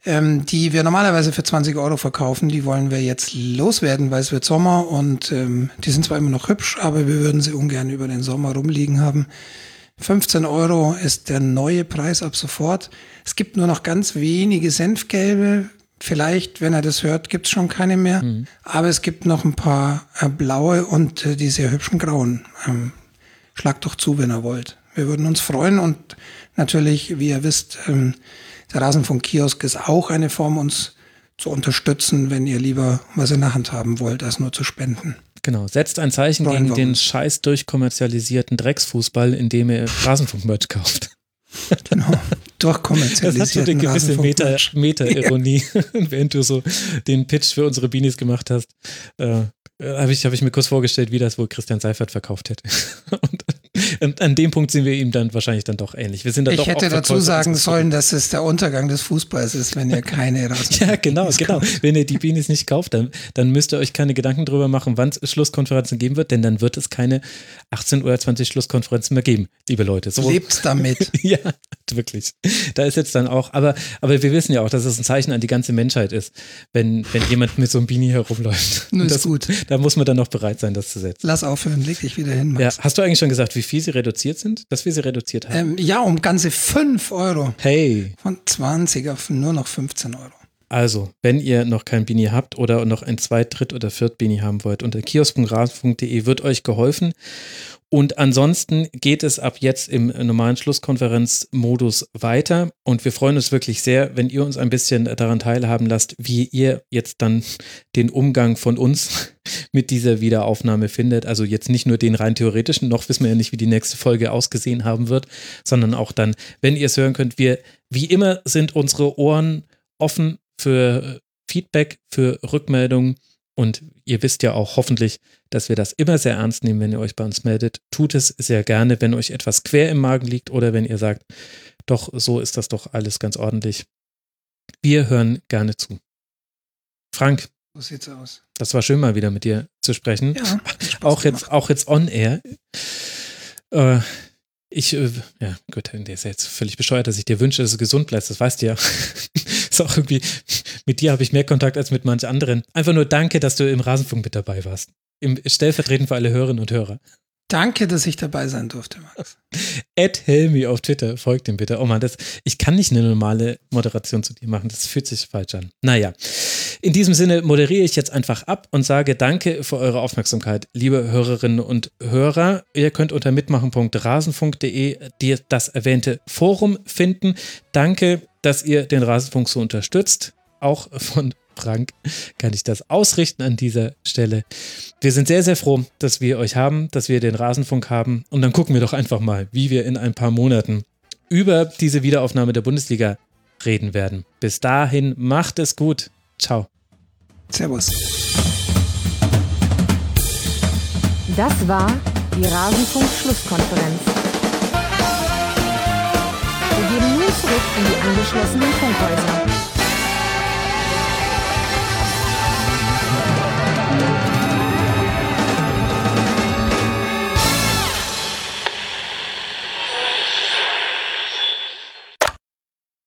ähm, die wir normalerweise für zwanzig Euro verkaufen, die wollen wir jetzt loswerden, weil es wird Sommer und ähm, die sind zwar immer noch hübsch, aber wir würden sie ungern über den Sommer rumliegen haben. fünfzehn Euro ist der neue Preis ab sofort. Es gibt nur noch ganz wenige Senfgelbe. Vielleicht, wenn er das hört, gibt es schon keine mehr. Mhm. Aber es gibt noch ein paar äh, blaue und äh, die sehr hübschen grauen. Ähm, schlagt doch zu, wenn ihr wollt. Wir würden uns freuen und natürlich, wie ihr wisst, ähm, der Rasenfunk-Kiosk ist auch eine Form, uns zu unterstützen, wenn ihr lieber was in der Hand haben wollt, als nur zu spenden. Genau, setzt ein Zeichen Freuen gegen den uns. scheiß durchkommerzialisierten Drecksfußball, indem ihr Rasenfunk-Merch kauft. Genau, durchkommerzialisierten Das hat so eine gewisse Meta, Rasenfunk-Merch. Meta-Ironie, ja. Während du so den Pitch für unsere Beanies gemacht hast, äh, habe ich, hab ich mir kurz vorgestellt, wie das wohl Christian Seifert verkauft hätte. Und, und an dem Punkt sind wir ihm dann wahrscheinlich dann doch ähnlich. Wir sind dann Ich doch hätte auch dazu Verkäufer sagen unseres sollen, dass es der Untergang des Fußballs ist, wenn ihr keine Rasen. Ja, genau, genau. Wenn ihr die Beanies nicht kauft, dann, dann müsst ihr euch keine Gedanken drüber machen, wann es Schlusskonferenzen geben wird, denn dann wird es keine achtzehn oder zwanzig Schlusskonferenzen mehr geben, liebe Leute. So, Lebt damit. ja, wirklich. Da ist jetzt dann auch, aber, aber wir wissen ja auch, dass es ein Zeichen an die ganze Menschheit ist, wenn, wenn jemand mit so einem Beanie herumläuft. Nur ist das, gut. Da muss man dann noch bereit sein, das zu setzen. Lass aufhören, leg dich wieder hin, Max. Ja, hast du eigentlich schon gesagt, wie viel sie reduziert sind? Dass wir sie reduziert haben? Ähm, ja, um ganze fünf Euro. Hey. Von zwanzig auf nur noch fünfzehn Euro. Also, wenn ihr noch kein Beanie habt oder noch ein Zweit-, Dritt- oder Viert-Beanie haben wollt, unter kiosk punkt rasen punkt de wird euch geholfen. Und ansonsten geht es ab jetzt im normalen Schlusskonferenzmodus weiter. Und wir freuen uns wirklich sehr, wenn ihr uns ein bisschen daran teilhaben lasst, wie ihr jetzt dann den Umgang von uns mit dieser Wiederaufnahme findet. Also jetzt nicht nur den rein theoretischen, noch wissen wir ja nicht, wie die nächste Folge ausgesehen haben wird, sondern auch dann, wenn ihr es hören könnt, wir, wie immer, sind unsere Ohren offen für Feedback, für Rückmeldungen. Und ihr wisst ja auch hoffentlich, dass wir das immer sehr ernst nehmen, wenn ihr euch bei uns meldet. Tut es sehr gerne, wenn euch etwas quer im Magen liegt oder wenn ihr sagt, doch, so ist das doch alles ganz ordentlich. Wir hören gerne zu. Frank, So sieht's aus. das war schön mal wieder mit dir zu sprechen. Ja, auch jetzt, auch jetzt on air. Äh, ich, äh, ja gut, der ist ja jetzt völlig bescheuert, dass ich dir wünsche, dass du gesund bleibst, das weißt du ja. Ist auch irgendwie, mit dir habe ich mehr Kontakt als mit manch anderen. Einfach nur danke, dass du im Rasenfunk mit dabei warst. Im stellvertretend für alle Hörerinnen und Hörer. Danke, dass ich dabei sein durfte, Max. Ed Helmi auf Twitter, folgt ihm bitte. Oh Mann, das, ich kann nicht eine normale Moderation zu dir machen, das fühlt sich falsch an. Naja, in diesem Sinne moderiere ich jetzt einfach ab und sage danke für eure Aufmerksamkeit, liebe Hörerinnen und Hörer. Ihr könnt unter mitmachen punkt rasenfunk punkt de das erwähnte Forum finden. Danke, dass ihr den Rasenfunk so unterstützt. Auch von Frank kann ich das ausrichten an dieser Stelle. Wir sind sehr, sehr froh, dass wir euch haben, dass wir den Rasenfunk haben. Und dann gucken wir doch einfach mal, wie wir in ein paar Monaten über diese Wiederaufnahme der Bundesliga reden werden. Bis dahin, macht es gut. Ciao. Servus. Das war die Rasenfunk-Schlusskonferenz. Wir gehen nun zurück in die angeschlossenen Funkhäuser.